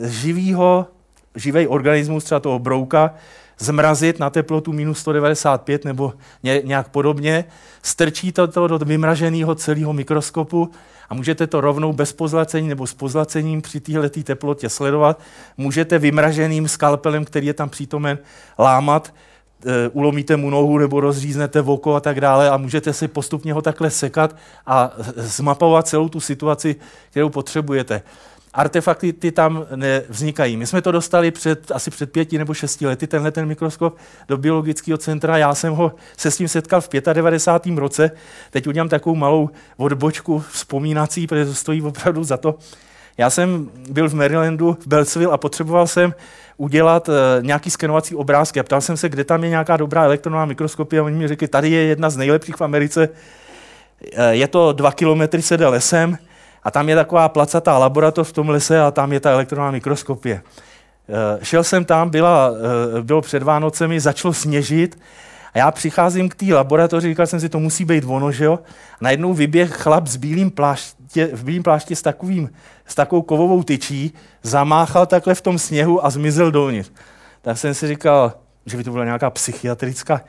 živý organismus, třeba toho brouka, zmrazit na teplotu minus 195 nebo nějak podobně, strčíte to do vymraženého celého mikroskopu a můžete to rovnou bez pozlacení nebo s pozlacením při téhletý teplotě sledovat. Můžete vymraženým skalpelem, který je tam přítomen, lámat, ulomíte mu nohu nebo rozříznete oko a tak dále a můžete si postupně ho takhle sekat a zmapovat celou tu situaci, kterou potřebujete. Artefakty ty tam nevznikají. My jsme to dostali asi před 5 nebo 6 lety, ten mikroskop do biologického centra. Já jsem se s tím setkal v 95. roce. Teď udělám takovou malou odbočku vzpomínací, protože to stojí opravdu za to. Já jsem byl v Marylandu, v Beltsville a potřeboval jsem udělat nějaký skenovací obrázky. A ptal jsem se, kde tam je nějaká dobrá elektronová mikroskopie a oni mi řekli, tady je jedna z nejlepších v Americe. Je to 2 kilometry, se jde lesem. A tam je taková placatá laboratoř v tom lese a tam je ta elektronová mikroskopie. Šel jsem tam, bylo před Vánocemi, začalo sněžit a já přicházím k té laboratoři, říkal jsem si, to musí být ono, že jo? Najednou vyběh chlap v bílém plášti s takovou kovovou tyčí, zamáchal takhle v tom sněhu a zmizel dovnitř. Tak jsem si říkal, že by to byla nějaká psychiatrická.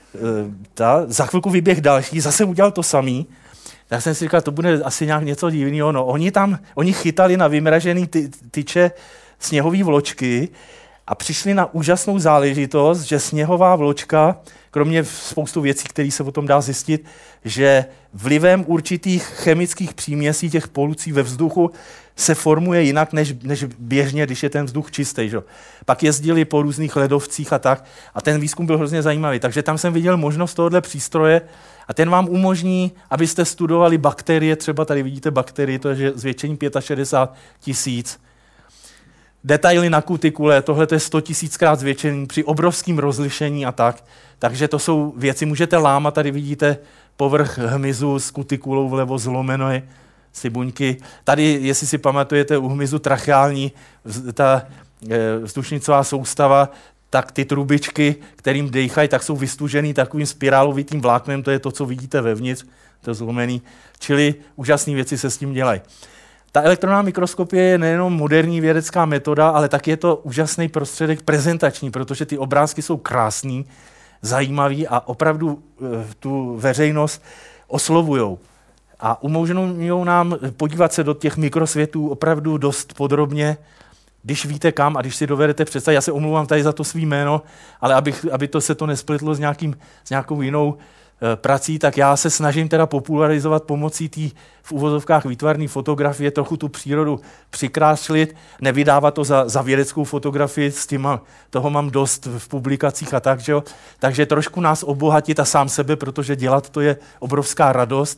Za chvilku vyběh další, zase udělal to samý. Tak jsem si říkal, to bude asi nějak něco divného. No, oni chytali na vymražený tyče sněhové vločky a přišli na úžasnou záležitost, že sněhová vločka, kromě spoustu věcí, které se o tom dá zjistit, že vlivem určitých chemických příměsí těch polucí ve vzduchu se formuje jinak, než běžně, když je ten vzduch čistý. Že? Pak jezdili po různých ledovcích a tak a ten výzkum byl hrozně zajímavý. Takže tam jsem viděl možnost tohohle přístroje a ten vám umožní, abyste studovali bakterie, třeba tady vidíte bakterie, to je zvětšení 65 000. Detaily na kutikule, tohle je 100 000krát zvětšení při obrovském rozlišení a tak. Takže to jsou věci, můžete lámat, tady vidíte povrch hmyzu s kutikulou vlevo zlomené si buňky. Tady, jestli si pamatujete, u hmyzu tracheální, ta vzdušnicová soustava, tak ty trubičky, kterým dejchají, tak jsou vystužený takovým spirálovitým vláknem, to je to, co vidíte vevnitř, to je zlomený. Čili úžasné věci se s tím dělají. Ta elektronová mikroskopie je nejenom moderní vědecká metoda, ale taky je to úžasný prostředek prezentační, protože ty obrázky jsou krásný, zajímavý a opravdu tu veřejnost oslovujou. A umožňují nám podívat se do těch mikrosvětů opravdu dost podrobně, když víte kam a když si dovedete představit. Já se omlouvám tady za to svý jméno, ale aby to se to nespletlo s nějakou jinou prací, tak já se snažím teda popularizovat pomocí té v uvozovkách výtvarné fotografie, trochu tu přírodu přikrášlit, nevydávat to za vědeckou fotografii, toho mám dost v publikacích a tak, že jo? Takže trošku nás obohatit a sám sebe, protože dělat to je obrovská radost.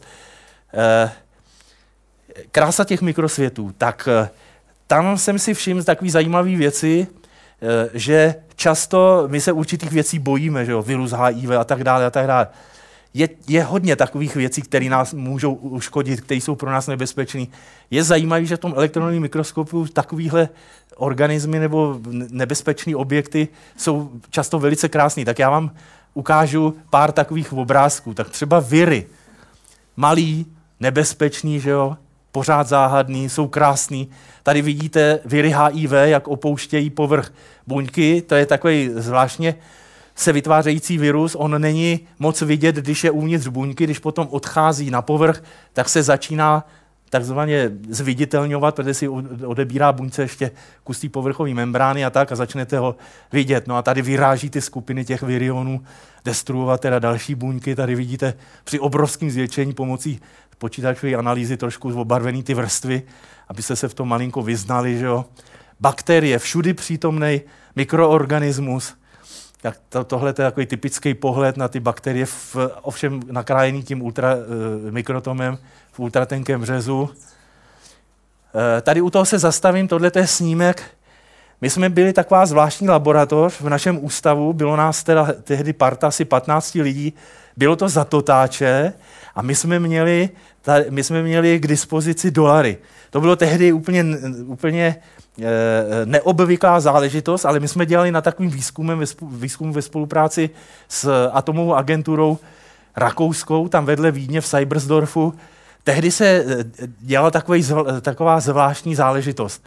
Krása těch mikrosvětů, tak tam jsem si všiml takové zajímavé věci, že často my se určitých věcí bojíme, že jo? Virus HIV a tak dále a tak dále. Je hodně takových věcí, které nás můžou uškodit, které jsou pro nás nebezpečné. Je zajímavé, že v tom elektronovém mikroskopu takovéhle organismy nebo nebezpečné objekty jsou často velice krásné. Tak já vám ukážu pár takových obrázků. Tak třeba viry. Malý, nebezpečný, že jo? Pořád záhadný, jsou krásný. Tady vidíte viry HIV, jak opouštějí povrch buňky. To je takový zvláštně se vytvářející virus, on není moc vidět, když je uvnitř buňky, když potom odchází na povrch, tak se začíná takzvaně zviditelňovat, protože si odebírá buňce ještě kus té povrchové membrány a tak a začnete ho vidět. No a tady vyráží ty skupiny těch virionů, destruovat teda další buňky. Tady vidíte při obrovském zvětšení pomocí počítačové analýzy trošku obarvený ty vrstvy, abyste se v tom malinko vyznali, že jo. Bakterie, všudy přítomný mikroorganismus. Tak tohle je takový typický pohled na ty bakterie, ovšem nakrájený tím mikrotomem v ultratenkém řezu. Tady u toho se zastavím, tohle je snímek. My jsme byli taková zvláštní laboratoř v našem ústavu, bylo nás teda tehdy parta asi 15 lidí, bylo to za totáče a my jsme měli k dispozici dolary. To bylo tehdy úplně neobvyklá záležitost, ale my jsme dělali na takovým výzkumu ve spolupráci s atomovou agenturou rakouskou, tam vedle Vídně v Seibersdorfu. Tehdy se dělala taková zvláštní záležitost.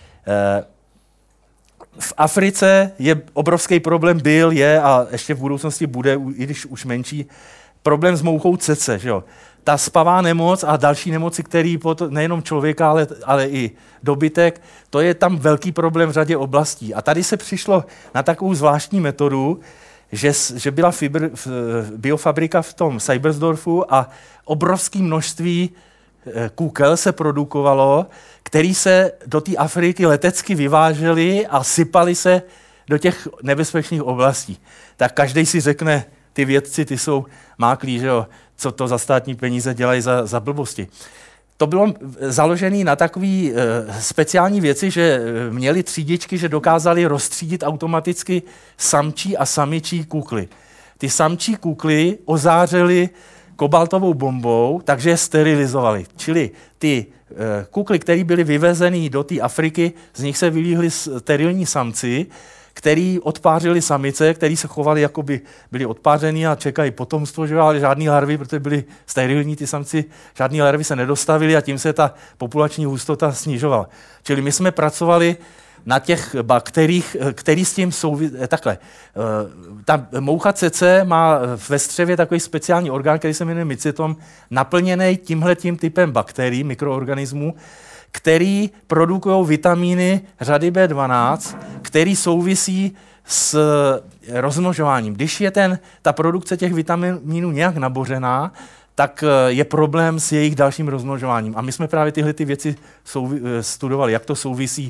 V Africe je obrovský problém, je a ještě v budoucnosti bude, i když už menší, problém s mouchou cece, že jo. Ta spavá nemoc a další nemoci, které nejenom člověka, ale i dobytek, to je tam velký problém v řadě oblastí. A tady se přišlo na takovou zvláštní metodu, že byla biofabrika v tom Seibersdorfu a obrovské množství kůkel se produkovalo, který se do té Afriky letecky vyvážely a sypaly se do těch nebezpečných oblastí. Tak každý si řekne, ty vědci, ty jsou máklí, že jo, co to za státní peníze dělají za blbosti. To bylo založené na takové speciální věci, že měli třídičky, že dokázali rozstřídit automaticky samčí a samičí kukly. Ty samčí kukly ozářily kobaltovou bombou, takže je sterilizovali. Čili ty kukly, které byly vyvezeny do té Afriky, z nich se vylíhli sterilní samci, který odpářili samice, který se chovali, jako by byli odpáření a čekají potomstvo, že? Ale žádný larvy, protože byli sterilní ty samci, žádný larvy se nedostavily a tím se ta populační hustota snižovala. Čili my jsme pracovali na těch bakteriích, který s tím takhle. Ta moucha cece má ve střevě takový speciální orgán, který se jmenuje mycetom, naplněný tímhletím typem bakterií, mikroorganismů, který produkují vitamíny řady B12, který souvisí s rozmnožováním. Když je ta produkce těch vitaminů nějak nabořená, tak je problém s jejich dalším rozmnožováním. A my jsme právě tyhle ty věci studovali, jak to souvisí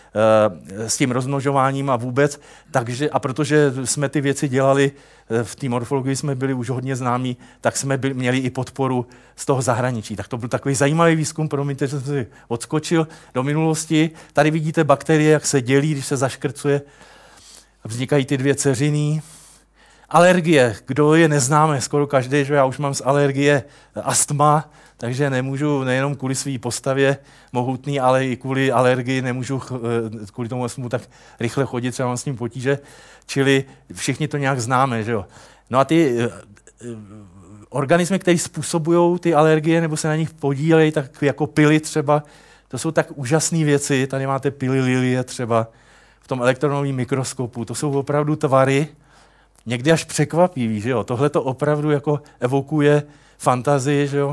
s tím rozmnožováním a vůbec. A protože jsme ty věci dělali, v té morfologii jsme byli už hodně známí, tak jsme měli i podporu z toho zahraničí. Tak to byl takový zajímavý výzkum, promiňte, že jsem si odskočil do minulosti. Tady vidíte bakterie, jak se dělí, když se zaškrcuje. Vznikají ty dvě dceřiny. Alergie, kdo je neznáme, skoro každý, že já už mám z alergie astma, takže nemůžu nejenom kvůli své postavě mohutný, ale i kvůli alergii nemůžu kvůli tomu astmu tak rychle chodit, třeba mám s tím potíže, čili všichni to nějak známe, že jo. No a ty organismy, které způsobují ty alergie nebo se na nich podílejí, tak jako pily třeba, to jsou tak úžasné věci, tady máte pily lilie třeba v tom elektronovém mikroskopu, to jsou opravdu tvary, někdy až překvapivý, že jo. Tohle to opravdu jako evokuje fantazii, že jo.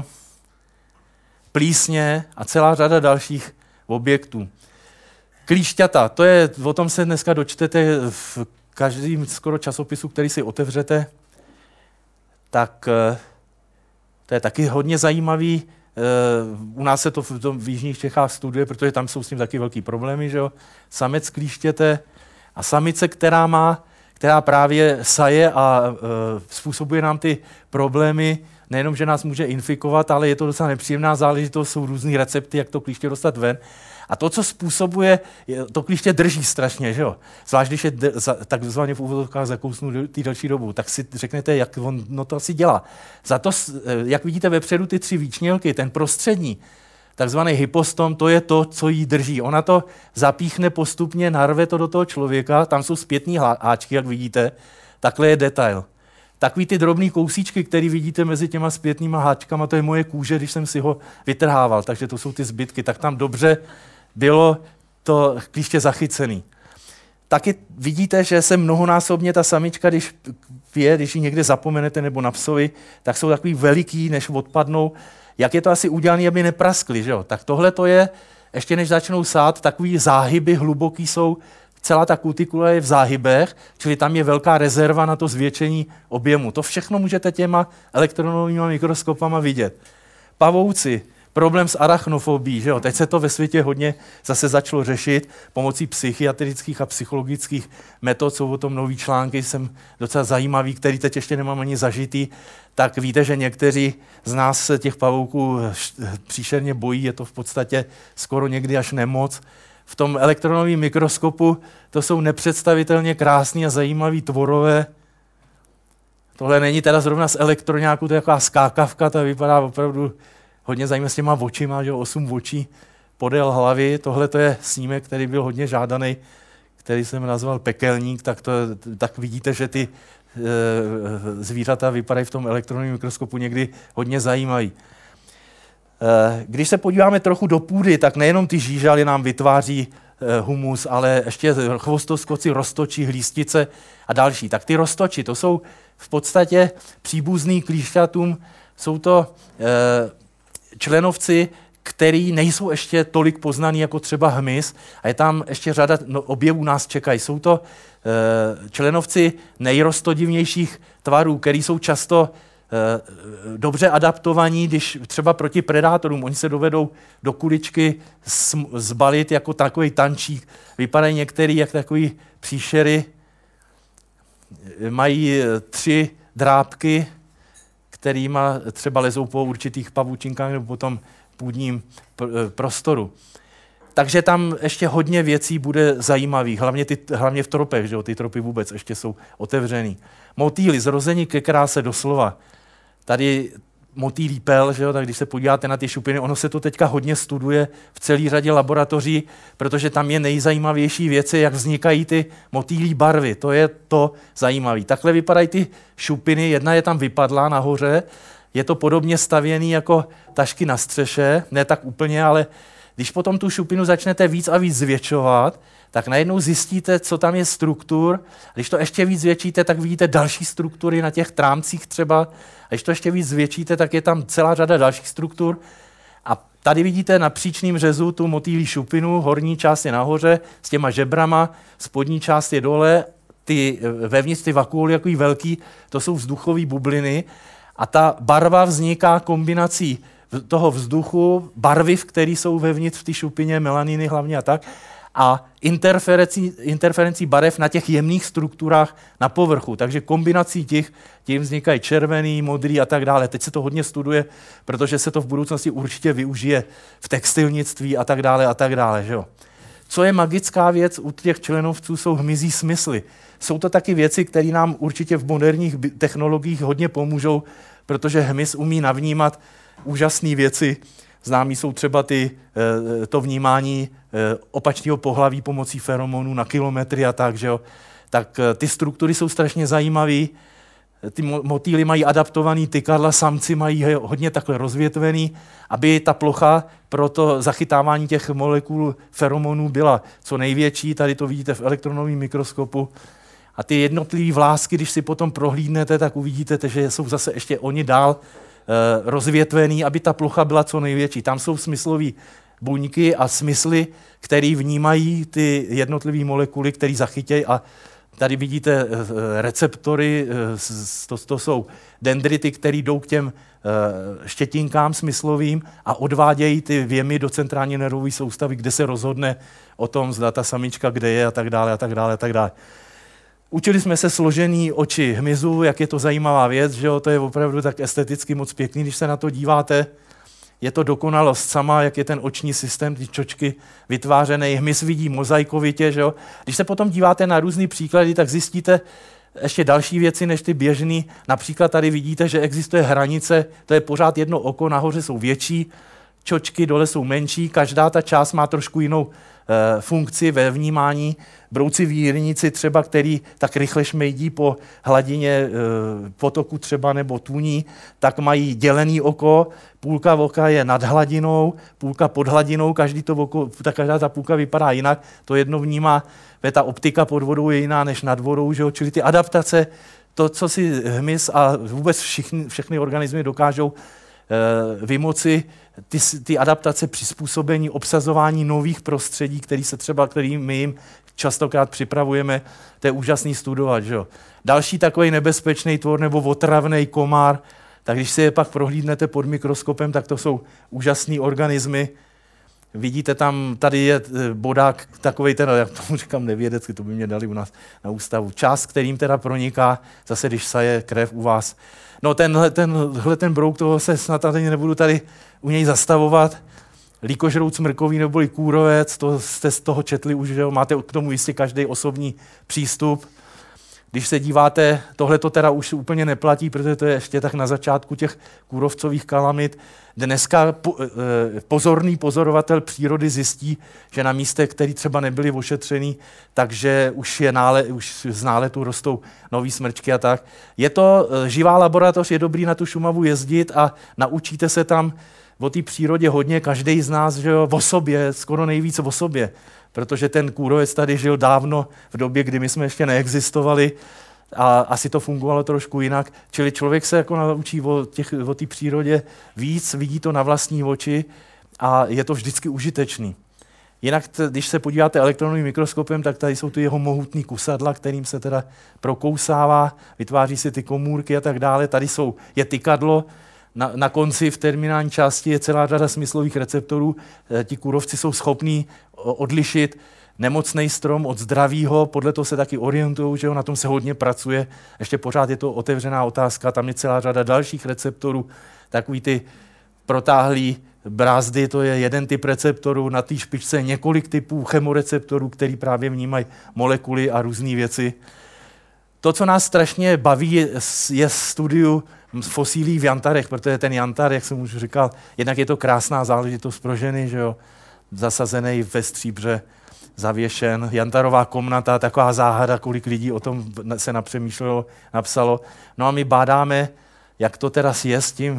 Plísně a celá řada dalších objektů. Klíšťata, o tom se dneska dočtete v každém skoro časopisu, který si otevřete, tak to je taky hodně zajímavý. U nás se to v jižních Čechách studuje, protože tam jsou s tím taky velký problémy, že jo. Samec klíštěte a samice, která právě saje a způsobuje nám ty problémy, nejenom, že nás může infikovat, ale je to docela nepříjemná záležitost, jsou různý recepty, jak to klíště dostat ven. A to, co způsobuje, to klíště drží strašně, že jo? Zvlášť, když je takzvaně v úvodovkách zakousnu ty další dobu, tak si řeknete, jak on to asi dělá. Za to, jak vidíte vepředu ty 3 výčnělky, ten prostřední, takzvaný hypostom, to je to, co jí drží. Ona to zapíchne postupně, narve to do toho člověka, tam jsou zpětní háčky, jak vidíte, takhle je detail. Takový ty drobný kousíčky, který vidíte mezi těma zpětnýma háčkama, to je moje kůže, když jsem si ho vytrhával, takže to jsou ty zbytky, tak tam dobře bylo to klíště zachycený. Taky vidíte, že se mnohonásobně ta samička, když ji někde zapomenete nebo na psovi, tak jsou takový veliký, než odpadnou. Jak je to asi udělané, aby nepraskly, že jo? Tak tohle to je, ještě než začnou sát, takový záhyby hluboký jsou, celá ta kutikula je v záhybech, čili tam je velká rezerva na to zvětšení objemu. To všechno můžete těma elektronovými mikroskopama vidět. Pavouci, problém s arachnofobií, že jo? Teď se to ve světě hodně zase začalo řešit pomocí psychiatrických a psychologických metod, jsou o tom nový články, jsem docela zajímavý, který teď ještě nemám ani zažitý, tak víte, že někteří z nás se těch pavouků příšerně bojí, je to v podstatě skoro někdy až nemoc. V tom elektronovém mikroskopu to jsou nepředstavitelně krásný a zajímavý tvorové. Tohle není teda zrovna z elektroňáku, to je taková skákavka, to vypadá opravdu hodně zajímavé s těma očima, že 8 očí podél hlavy. Tohle to je snímek, který byl hodně žádaný, který jsem nazval pekelník, tak vidíte, že ty zvířata vypadají v tom elektronovém mikroskopu někdy hodně zajímavý. Když se podíváme trochu do půdy, tak nejenom ty žížaly nám vytváří humus, ale ještě chvostoskoci, roztoči, hlístice a další. Tak ty roztoči, to jsou v podstatě příbuzný klíšťatům, jsou to členovci, který nejsou ještě tolik poznaný jako třeba hmyz a je tam ještě řada objevů nás čekají. Jsou to členovci nejrostodivnějších tvarů, který jsou často dobře adaptovaní, když třeba proti predátorům, oni se dovedou do kuličky zbalit jako takový tančík. Vypadají některý jak takový příšery, mají 3 drápky, kterýma třeba lezou po určitých pavučinkách nebo po tom půdním prostoru. Takže tam ještě hodně věcí bude zajímavých, hlavně v tropech, že jo? Ty tropy vůbec ještě jsou otevřený. Motýly, zrození ke kráse doslova. Tady motýlí pel, že jo? Tak když se podíváte na ty šupiny, ono se to teďka hodně studuje v celé řadě laboratoří, protože tam je nejzajímavější věci, jak vznikají ty motýlí barvy. To je to zajímavé. Takhle vypadají ty šupiny, jedna je tam vypadlá nahoře, je to podobně stavěný jako tašky na střeše, ne tak úplně, ale když potom tu šupinu začnete víc a víc zvětšovat, tak najednou zjistíte, co tam je struktur. Když to ještě víc zvětšíte, tak vidíte další struktury na těch trámcích třeba. A když to ještě víc zvětšíte, tak je tam celá řada dalších struktur. A Tady vidíte na příčném řezu tu motýlí šupinu, horní část je nahoře s těma žebrama, spodní část je dole, vevnitř ty vakuoly, jako velký, to jsou vzduchové bubliny a ta barva vzniká kombinací toho vzduchu, barviv, které jsou vevnitř v té šupině, melaniny hlavně a tak, a interferencí barev na těch jemných strukturách na povrchu. Takže kombinací tím vznikají červený, modrý a tak dále. Teď se to hodně studuje, protože se to v budoucnosti určitě využije v textilnictví a tak dále. Že jo? Co je magická věc u těch členovců, jsou hmyzí smysly. Jsou to taky věci, které nám určitě v moderních technologiích hodně pomůžou, protože hmyz umí navnímat úžasné věci. Známí jsou třeba to vnímání opačného pohlaví pomocí feromonů na kilometry a tak, že jo. Tak ty struktury jsou strašně zajímavé. Ty motýly mají adaptovaný tykadla, samci mají hodně takhle rozvětvený, aby ta plocha pro to zachytávání těch molekul feromonů byla co největší. Tady to vidíte v elektronovém mikroskopu. A ty jednotlivé vlásky, když si potom prohlídnete, tak uvidíte, že jsou zase ještě oni dál rozvětvený, aby ta plocha byla co největší. Tam jsou smyslové buňky a smysly, které vnímají ty jednotlivé molekuly, které zachytějí, a tady vidíte receptory, to jsou dendrity, které jdou k těm štětinkám smyslovým a odvádějí ty věmy do centrální nervové soustavy, kde se rozhodne o tom, zda ta samička kde je a tak dále. Učili jsme se složený oči hmyzu, jak je to zajímavá věc, že jo? To je opravdu tak esteticky moc pěkný, když se na to díváte. Je to dokonalost sama, jak je ten oční systém, ty čočky vytvářený. Hmyz vidí mozaikovitě, že jo? Když se potom díváte na různý příklady, tak zjistíte ještě další věci než ty běžný. Například tady vidíte, že existuje hranice, to je pořád jedno oko, nahoře jsou větší čočky, dole jsou menší, každá ta část má trošku jinou funkci ve vnímání. Brouci vírnici třeba, který tak rychle šmejdí po hladině potoku třeba nebo tůní, tak mají dělený oko, půlka oka je nad hladinou, půlka pod hladinou, každá ta půlka vypadá jinak, to jedno vnímá, ta optika pod vodou je jiná než nad vodou, že jo? Čili ty adaptace, to, co si hmyz a vůbec všechny organismy dokážou vymoci, ty adaptace, přizpůsobení, obsazování nových prostředí, který my jim častokrát připravujeme, to je úžasný studovat. Že? Další takový nebezpečný tvor nebo otravný komár, tak když si je pak prohlídnete pod mikroskopem, tak to jsou úžasný organismy. Vidíte tam, tady je bodák takovej, jak tomu říkám nevědecky, to by mě dali u nás na ústavu. Čas, kterým teda proniká, zase když saje krev u vás. No ten brouk, toho se snad tady nebudu tady u něj zastavovat. Líkožrout smrkový neboli kůrovec, to jste z toho četli už, že jo? Máte k tomu jistě každý osobní přístup. Když se díváte, tohle to teda už úplně neplatí, protože to je ještě tak na začátku těch kůrovcových kalamit. Dneska pozorný pozorovatel přírody zjistí, že na místech, které třeba nebyly ošetřený, takže už z náletu rostou nový smrčky a tak. Je to živá laboratoř, je dobrý na tu Šumavu jezdit a naučíte se tam o té přírodě hodně, každý z nás, že jo, o sobě, skoro nejvíc o sobě, protože ten kůrovec tady žil dávno v době, kdy my jsme ještě neexistovali a asi to fungovalo trošku jinak. Čili člověk se jako naučí o té přírodě víc, vidí to na vlastní oči a je to vždycky užitečný. Jinak, když se podíváte elektronovým mikroskopem, tak tady jsou tu jeho mohutný kusadla, kterým se teda prokousává, vytváří si ty komůrky a tak dále. Tady je tykadlo, na konci v terminální části je celá řada smyslových receptorů. Ti kůrovci jsou schopní odlišit nemocný strom od zdravýho, podle toho se taky orientují, že jo, na tom se hodně pracuje. Ještě pořád je to otevřená otázka, tam je celá řada dalších receptorů, takový ty protáhlý brázdy, to je jeden typ receptorů, na té špičce několik typů chemoreceptorů, který právě vnímají molekuly a různé věci. To, co nás strašně baví, je studiu fosílí v jantarech, protože ten jantar, jak jsem už říkal, jednak je to krásná záležitost pro ženy, že jo, zasazený ve stříbře, zavěšen. Jantarová komnata, taková záhada, kolik lidí o tom se napsalo. No a my bádáme, jak to teda je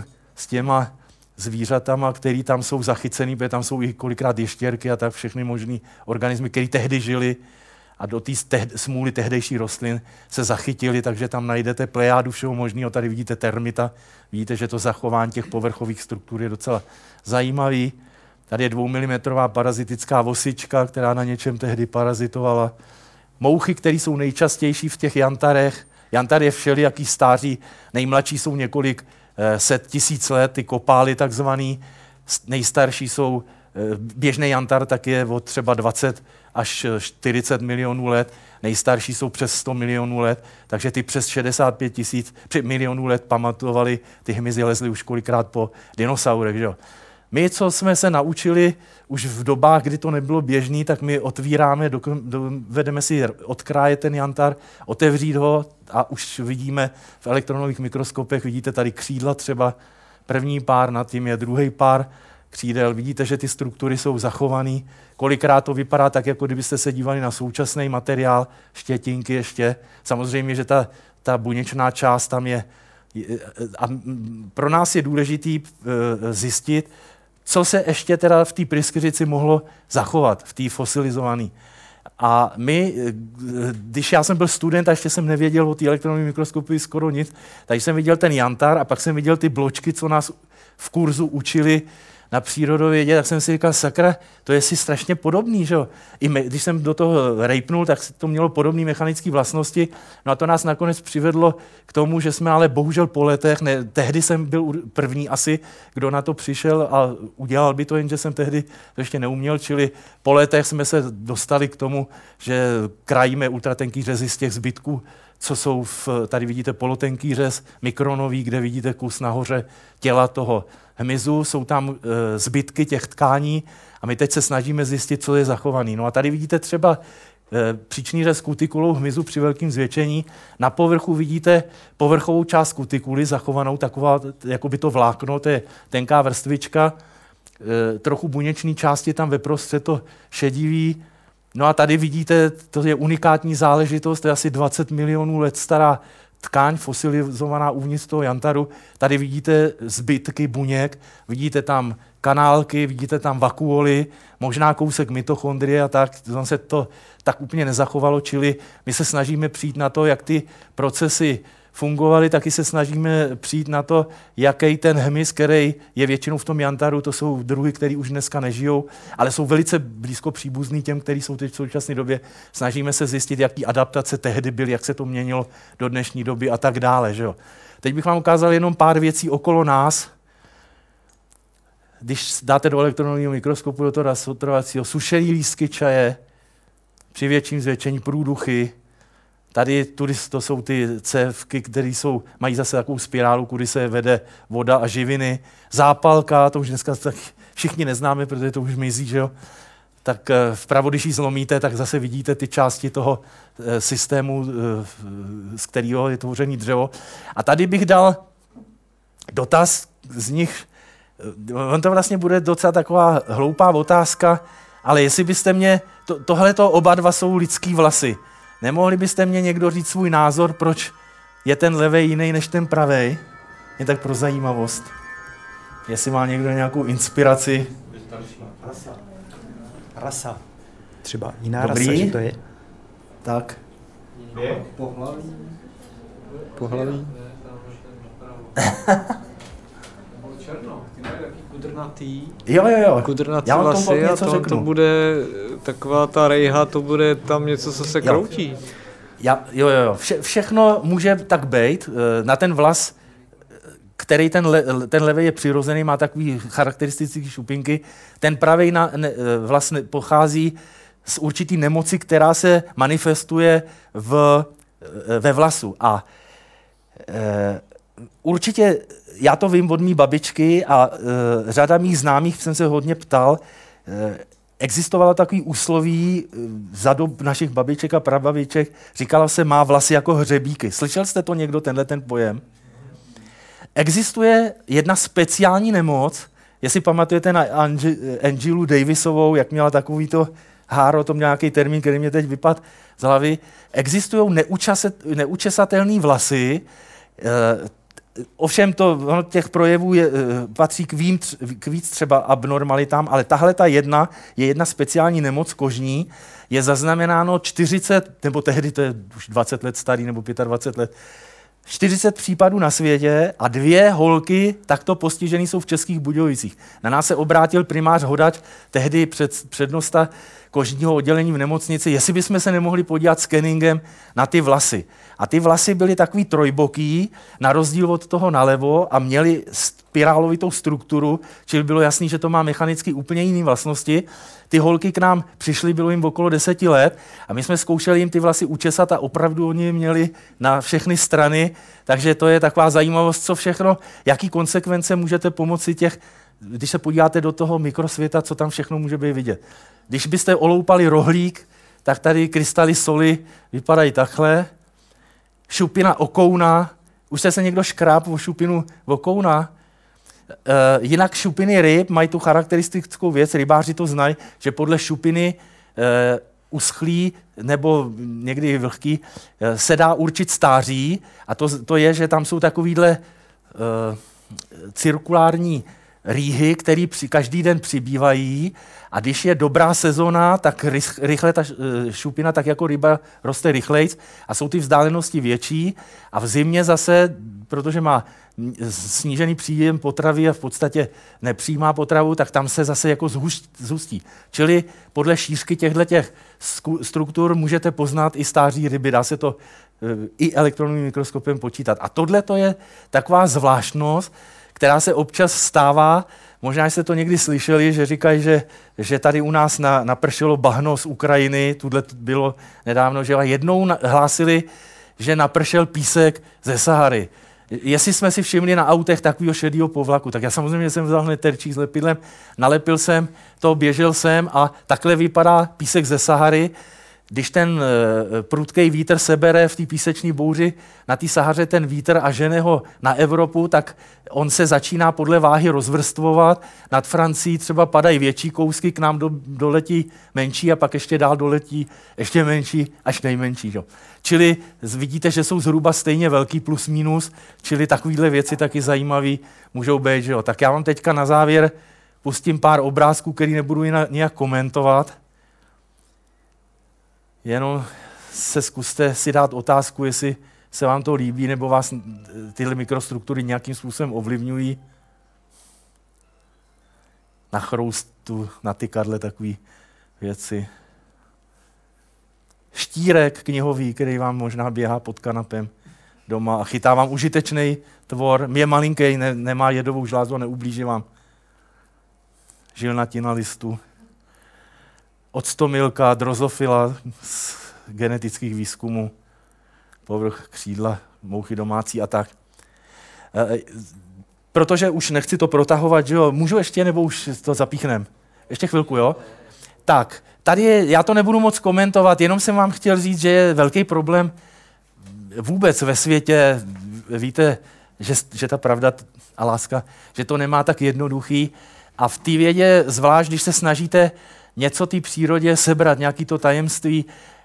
s těma zvířatama, který tam jsou zachycený, protože tam jsou i kolikrát ještěrky a tak všechny možný organismy, které tehdy žili a do té smůly tehdejší rostlin se zachytili, takže tam najdete plejádu všeho možného. Tady vidíte termita, vidíte, že to zachování těch povrchových struktur je docela zajímavý. Tady je 2 mm parazitická vosička, která na něčem tehdy parazitovala. Mouchy, které jsou nejčastější v těch jantarech. Jantar je všelijaký stáří, nejmladší jsou několik set tisíc let, ty kopály takzvaný. Nejstarší jsou, běžný jantar tak je od třeba 20 až 40 milionů let, nejstarší jsou přes 100 milionů let, takže ty přes 65 milionů let pamatovali, ty hmyzy lezly už kolikrát po dinosaurech. Že? My, co jsme se naučili už v dobách, kdy to nebylo běžný, tak my otvíráme, vedeme si odkrájet ten jantar, otevřít ho a už vidíme v elektronových mikroskopech, vidíte tady křídla třeba, první pár, nad tím je druhý pár křídel. Vidíte, že ty struktury jsou zachované. Kolikrát to vypadá tak, jako kdybyste se dívali na současný materiál, štětinky ještě. Samozřejmě, že ta buněčná část tam je. A pro nás je důležitý zjistit, co se ještě teda v té pryskyřici mohlo zachovat, v té fosilizované. A my, když já jsem byl student a ještě jsem nevěděl o té elektronové mikroskopii skoro nic, takže jsem viděl ten jantar a pak jsem viděl ty bločky, co nás v kurzu učili na přírodovědě, tak jsem si říkal, sakra, to je si strašně podobný, že jo. Když jsem do toho rejpnul, tak to mělo podobné mechanické vlastnosti, no a to nás nakonec přivedlo k tomu, že jsme ale bohužel po letech, tehdy jsem byl první asi, kdo na to přišel a udělal by to, jenže jsem tehdy to ještě neuměl, čili po letech jsme se dostali k tomu, že krajíme ultratenký řezy z těch zbytků, co jsou tady vidíte polotenký řez, mikronový, kde vidíte kus nahoře těla toho hmyzu, jsou tam zbytky těch tkání a my teď se snažíme zjistit, co je zachovaný. No a tady vidíte třeba příčný řez kutikulou hmyzu při velkém zvětšení. Na povrchu vidíte povrchovou část kutikuly zachovanou, taková, jako by to vlákno, to je tenká vrstvička, trochu buněčné části tam veprostřed to šedivý. No a tady vidíte, to je unikátní záležitost, to je asi 20 milionů let stará tkáň fosilizovaná uvnitř toho jantaru. Tady vidíte zbytky buněk, vidíte tam kanálky, vidíte tam vakuoly, možná kousek mitochondrie a tak. Tam se to tak úplně nezachovalo, čili my se snažíme přijít na to, jak ty procesy fungovaly, taky se snažíme přijít na to, jaký ten hmyz, který je většinou v tom jantaru, to jsou druhy, které už dneska nežijou, ale jsou velice blízko příbuzný těm, kteří jsou teď v současné době. Snažíme se zjistit, jaký adaptace tehdy byly, jak se to měnilo do dnešní doby a tak dále. Že jo? Teď bych vám ukázal jenom pár věcí okolo nás. Když dáte do elektronového mikroskopu, do toho rasotrovacího, sušený lístky čaje, při větším zvětšení průduchy. Tady to jsou ty cévky, které mají zase takovou spirálu, kudy se vede voda a živiny. Zápalka, to už dneska tak všichni neznáme, protože to už mizí, že jo? Tak vpravo, když ji zlomíte, tak zase vidíte ty části toho systému, z kterého je tvořený dřevo. A tady bych dal dotaz z nich, on to vlastně bude docela taková hloupá otázka, ale jestli byste mě, tohleto oba dva jsou lidský vlasy. Nemohli byste mě někdo říct svůj názor, proč je ten levej jiný než ten pravej? Je tak pro zajímavost. Jestli má někdo nějakou inspiraci. Rasa. Třeba jiná Dobrý. rasa, že to je? Tak. Pohlaví. Černo, ty mají taky kudrnatý. Jo. Kudrnatý Já vám tomu vlasy a něco to řeknu. bude taková ta rejha, to bude tam něco, co se kroutí. Jo. Všechno může tak být. Na ten vlas, který ten levej je přirozený, má takový charakteristický šupinky. Ten pravej vlas pochází z určitý nemoci, která se manifestuje ve vlasu. A určitě já to vím od mý babičky a řada mých známých jsem se hodně ptal. Existovalo takový úsloví za dob našich babiček a prababiček, říkalo se má vlasy jako hřebíky. Slyšel jste to někdo, ten pojem? Existuje jedna speciální nemoc, jestli pamatujete na Angelu Davisovou, jak měla takovýto háro, to měl nějaký termín, který mě teď vypadl z hlavy. Existují neučesatelné vlasy, ovšem těch projevů patří k víc třeba abnormalitám, ale tahle ta jedna je jedna speciální nemoc kožní, je zaznamenáno 40, nebo tehdy to je už 20 let starý, nebo 25 let, 40 případů na světě a 2 holky takto postižený jsou v Českých Budějovicích. Na nás se obrátil primář Hodač, tehdy přednosta kožního oddělení v nemocnici, jestli bychom se nemohli podívat skeningem na ty vlasy. A ty vlasy byly takový trojboký, na rozdíl od toho nalevo a měly spirálovitou strukturu, čili bylo jasný, že to má mechanicky úplně jiné vlastnosti. Ty holky k nám přišly, bylo jim okolo 10 let a my jsme zkoušeli jim ty vlasy učesat a opravdu oni měli na všechny strany, takže to je taková zajímavost, co všechno, jaký konsekvence můžete pomoci těch, když se podíváte do toho mikrosvěta, co tam všechno může být vidět. Když byste oloupali rohlík, tak tady krystaly soli vypadají takhle. Šupina okouna, už jste se někdo škráb o šupinu okouna? Jinak šupiny ryb mají tu charakteristickou věc, rybáři to znají, že podle šupiny uschlý nebo někdy vlhký se dá určit stáří a to je, že tam jsou takovýhle cirkulární rýhy, které každý den přibývají a když je dobrá sezona, tak rychle ta šupina, tak jako ryba, roste rychlejc a jsou ty vzdálenosti větší a v zimě zase, protože má snížený příjem potravy a v podstatě nepřijímá potravu, tak tam se zase jako zhustí. Čili podle šířky těchto struktur můžete poznat i stáří ryby, dá se to i elektronovým mikroskopem počítat. A tohle to je taková zvláštnost, která se občas stává, možná jste to někdy slyšeli, že říkají, že tady u nás napršelo bahno z Ukrajiny, tuhle bylo nedávno, že jednou hlásili, že napršel písek ze Sahary. Jestli jsme si všimli na autech takového šedého povlaku, tak já samozřejmě jsem vzal hned terčík s lepidlem, nalepil jsem to, běžel jsem a takhle vypadá písek ze Sahary. Když ten prudký vítr sebere v té písečné bouři na té Sahaře ten vítr a žene ho na Evropu, tak on se začíná podle váhy rozvrstvovat. Nad Francií třeba padají větší kousky, k nám doletí menší a pak ještě dál doletí ještě menší až nejmenší. Jo. Čili vidíte, že jsou zhruba stejně velký plus minus, čili takovéhle věci taky zajímavé můžou být. Že jo. Tak já vám teďka na závěr pustím pár obrázků, který nebudu nějak komentovat. Jenom se zkuste si dát otázku, jestli se vám to líbí, nebo vás tyhle mikrostruktury nějakým způsobem ovlivňují. Na chroustu, na tykadle, takové věci. Štírek knihový, který vám možná běhá pod kanapem doma a chytá vám užitečný tvor. Je malinký, nemá jedovou žlázu a neublíží vám. Žilnatina listu. Octomilka, drozofila z genetických výzkumů, povrch křídla, mouchy domácí a tak. Protože už nechci to protahovat, že jo, můžu ještě, nebo už to zapíchnem? Ještě chvilku, jo? Tak, tady já to nebudu moc komentovat, jenom jsem vám chtěl říct, že je velký problém vůbec ve světě. Víte, že ta pravda a láska, že to nemá tak jednoduchý a v té vědě, zvlášť když se snažíte něco té přírodě sebrat, nějaký to tajemství,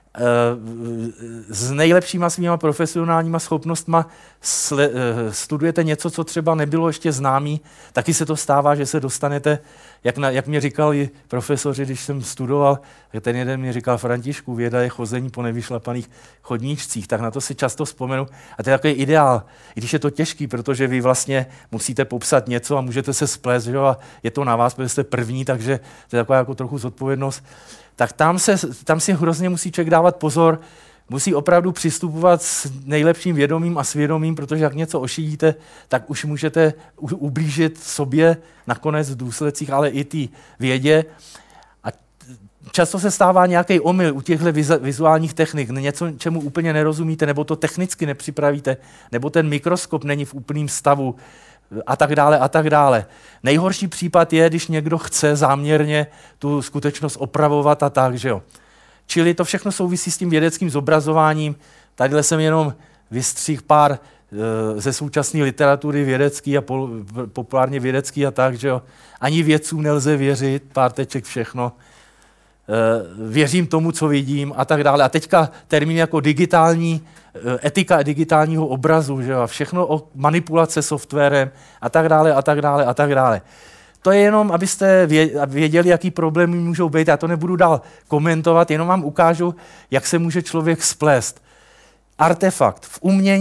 s nejlepšíma svýma profesionálníma schopnostma studujete něco, co třeba nebylo ještě známý, taky se to stává, že se dostanete, jak mě říkali profesoři, když jsem studoval, ten jeden mě říkal, Františku, věda je chození po nevyšlapaných chodníčcích, tak na to si často vzpomenu. A to je takový ideál, i když je to těžký, protože vy vlastně musíte popsat něco a můžete se splést, že? A je to na vás, protože jste první, takže to je taková jako trochu zodpovědnost. Tak tam si hrozně musí člověk dávat pozor, musí opravdu přistupovat s nejlepším vědomím a svědomím, protože jak něco ošidíte, tak už můžete ublížit sobě nakonec v důsledcích, ale i té vědě. A často se stává nějaký omyl u těchto vizuálních technik, něco, čemu úplně nerozumíte, nebo to technicky nepřipravíte, nebo ten mikroskop není v úplném stavu, a tak dále, a tak dále. Nejhorší případ je, když někdo chce záměrně tu skutečnost opravovat a tak, že jo. Čili to všechno souvisí s tím vědeckým zobrazováním. Tadyhle jsem jenom vystřihl pár ze současné literatury vědecký a populárně vědecký a tak, že jo. Ani vědcům nelze věřit, pár teček všechno. Věřím tomu, co vidím a tak dále. A teďka termín jako digitální, etika digitálního obrazu, že jo, všechno o manipulace softwarem a tak dále, a tak dále, a tak dále. To je jenom, abyste věděli, jaký problémy můžou být. Já to nebudu dál komentovat, jenom vám ukážu, jak se může člověk splést. Artefakt v umění,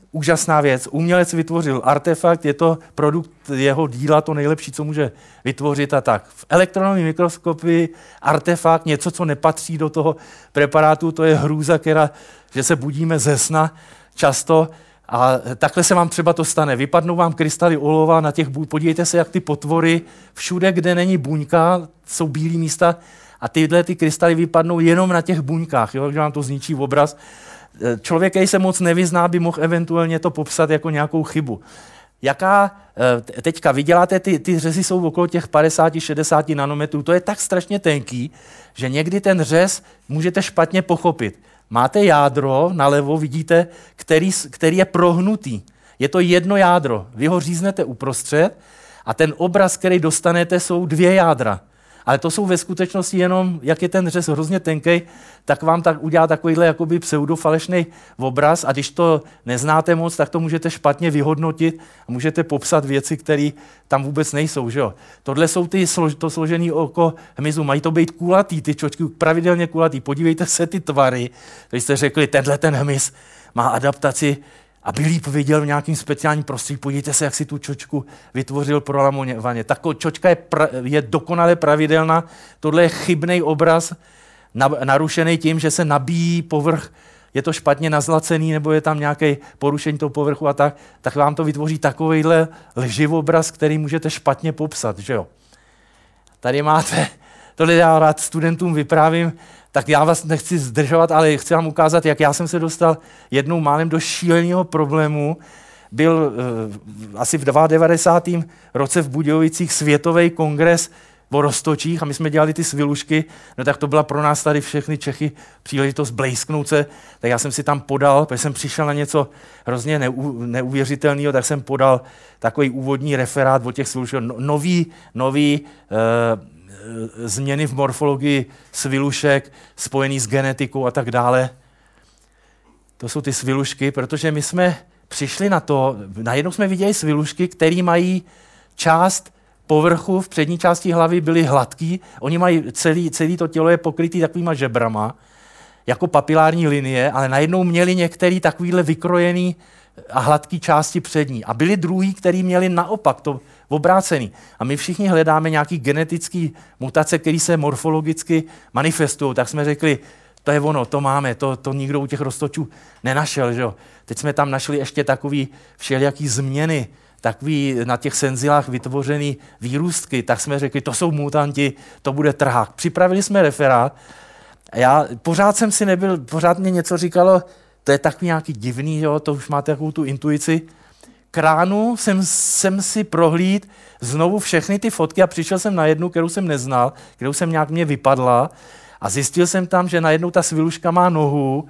úžasná věc. Umělec vytvořil artefakt, je to produkt jeho díla, to nejlepší, co může vytvořit a tak. V elektronové mikroskopii artefakt, něco, co nepatří do toho preparátu, to je hrůza, že se budíme ze sna často a takhle se vám třeba to stane. Vypadnou vám krystaly olova na těch podívejte se, jak ty potvory, všude, kde není buňka, jsou bílý místa a tyhle ty krystaly vypadnou jenom na těch buňkách, jo, že vám to zničí obraz. Člověk, který se moc nevyzná, by mohl eventuálně to popsat jako nějakou chybu. Teďka vy děláte, ty řezy jsou okolo těch 50-60 nanometrů, to je tak strašně tenký, že někdy ten řez můžete špatně pochopit. Máte jádro nalevo, vidíte, který je prohnutý. Je to jedno jádro, vy ho říznete uprostřed a ten obraz, který dostanete, jsou 2 jádra. Ale to jsou ve skutečnosti jenom, jak je ten řez hrozně tenkej, tak vám tak udělá takovýhle jakoby pseudofalešný obraz a když to neznáte moc, tak to můžete špatně vyhodnotit a můžete popsat věci, které tam vůbec nejsou. Že jo? Tohle jsou to složené oko hmyzu. Mají to být kulatý, ty čočky pravidelně kulatý. Podívejte se ty tvary. Když jste řekli, tenhle ten hmyz má adaptaci, aby líp viděl v nějakým speciálním prostředí. Podívejte se, jak si tu čočku vytvořil pro lamovaně. Ta čočka je dokonale pravidelná. Tohle je chybný obraz, narušený tím, že se nabíjí povrch, je to špatně nazlacený, nebo je tam nějaké porušení toho povrchu a tak vám to vytvoří takovejhle lživobraz, který můžete špatně popsat. Že jo? Tady máte, tohle já rád studentům vyprávím, tak já vás nechci zdržovat, ale chci vám ukázat, jak já jsem se dostal jednou málem do šíleného problému. Byl asi v 92. roce v Budějovicích světový kongres o roztočích a my jsme dělali ty svilušky, no tak to byla pro nás tady všechny Čechy příležitost blejsknout se, tak já jsem si tam podal, protože jsem přišel na něco hrozně neuvěřitelného, tak jsem podal takový úvodní referát o těch sviluškách, nový změny v morfologii svilušek spojený s genetikou a tak dále. To jsou ty svilušky, protože my jsme přišli na to, najednou jsme viděli svilušky, které mají část povrchu v přední části hlavy byly hladký, oni mají celý to tělo je pokrytý takovýma žebrama, jako papilární linie, ale najednou měli některý takovýhle vykrojený a hladký části přední. A byli druhý, který měli naopak to obrácený. A my všichni hledáme nějaký genetický mutace, které se morfologicky manifestují. Tak jsme řekli, to je ono, to máme, to nikdo u těch roztočů nenašel. Že jo? Teď jsme tam našli ještě takový všelijaký změny, takový na těch senzilách vytvořený výrůstky, tak jsme řekli, to jsou mutanti, to bude trhák. Připravili jsme referát. Pořád mě něco říkalo, to je takový nějaký divný, jo, to už máte takovou tu intuici. Kránu jsem si prohlíd znovu všechny ty fotky a přišel jsem na jednu, kterou jsem neznal, kterou jsem nějak mě vypadla a zjistil jsem tam, že najednou ta sviluška má nohu,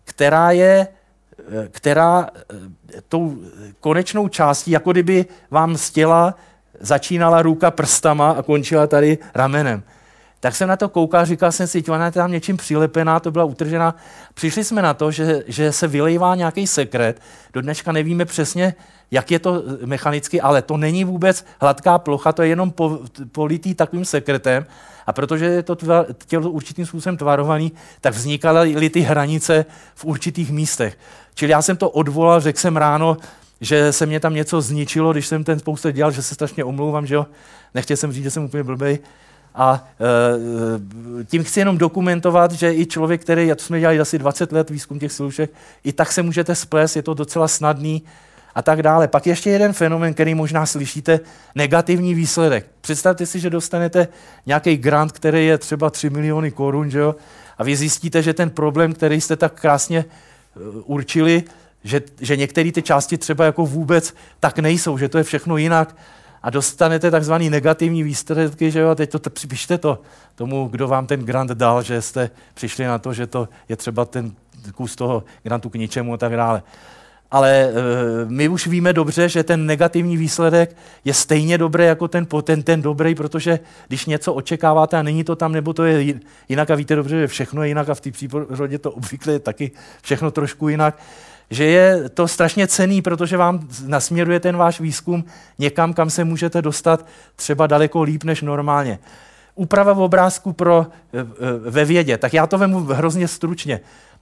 která tou konečnou částí, jako kdyby vám z těla začínala ruka prstama a končila tady ramenem. Tak jsem na to koukal, říkal jsem si, ona je tam něčím přilepená, to byla utržená. Přišli jsme na to, že se vylejvá nějaký sekret. Do dneška nevíme přesně, jak je to mechanicky, ale to není vůbec hladká plocha, to je jenom politý takovým sekretem. A protože je to tělo určitým způsobem tvarovaný, tak vznikaly ty hranice v určitých místech. Čili já jsem to odvolal, řekl jsem ráno, že se mě tam něco zničilo, když jsem ten spoustu dělal, že se strašně omlouvám, že jo. Nechtěl jsem říct, že jsem úplně blbej. A tím chci jenom dokumentovat, že i člověk, který, to jsme dělali asi 20 let výzkum těch svilušek, i tak se můžete splést, je to docela snadný a tak dále. Pak ještě jeden fenomén, který možná slyšíte, negativní výsledek. Představte si, že dostanete nějaký grant, který je třeba 3 miliony korun, že jo? A vy zjistíte, že ten problém, který jste tak krásně určili, že některé ty části třeba jako vůbec tak nejsou, že to je všechno jinak, a dostanete takzvaný negativní výsledky, že jo, a teď to připište to tomu, kdo vám ten grant dal, že jste přišli na to, že to je třeba ten kus toho grantu k ničemu a tak dále. Ale my už víme dobře, že ten negativní výsledek je stejně dobrý jako ten dobrý, protože když něco očekáváte a není to tam, nebo to je jinak a víte dobře, že všechno je jinak a v té přírodě to obvykle je taky všechno trošku jinak, že je to strašně cenný, protože vám nasměruje ten váš výzkum někam, kam se můžete dostat třeba daleko líp než normálně. Úprava v obrázku ve vědě, tak já to vemu hrozně stručně.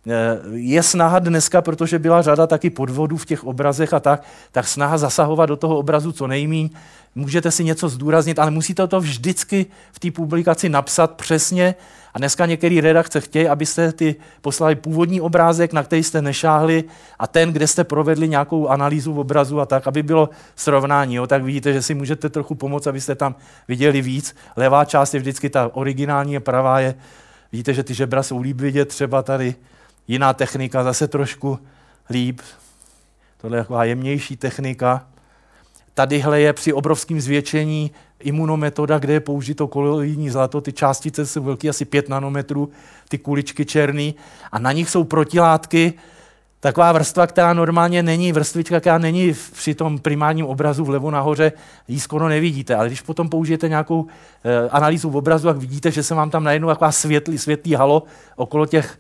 Je snaha dneska, protože byla řada taky podvodů v těch obrazech a tak snaha zasahovat do toho obrazu co nejmíň. Můžete si něco zdůraznit, ale musíte to vždycky v té publikaci napsat přesně. A dneska některé redakce chtějí, abyste poslali původní obrázek, na který jste nešáhli, a ten, kde jste provedli nějakou analýzu obrazu a tak, aby bylo srovnání. Jo? Tak vidíte, že si můžete trochu pomoct, abyste tam viděli víc. Levá část je vždycky ta originální, pravá je, vidíte, že ty žebra jsou líp vidět, třeba tady jiná technika, zase trošku líp. Tohle je taková jemnější technika. Tadyhle je při obrovském zvětšení imunometoda, kde je použito koloidní zlato, ty částice jsou velké, asi 5 nanometrů, ty kuličky černý, a na nich jsou protilátky, taková vrstva, která normálně není, vrstvička, která není při tom primárním obrazu vlevo nahoře, ji skoro nevidíte, ale když potom použijete nějakou analýzu v obrazu, tak vidíte, že se vám tam najednou taková světlý halo okolo těch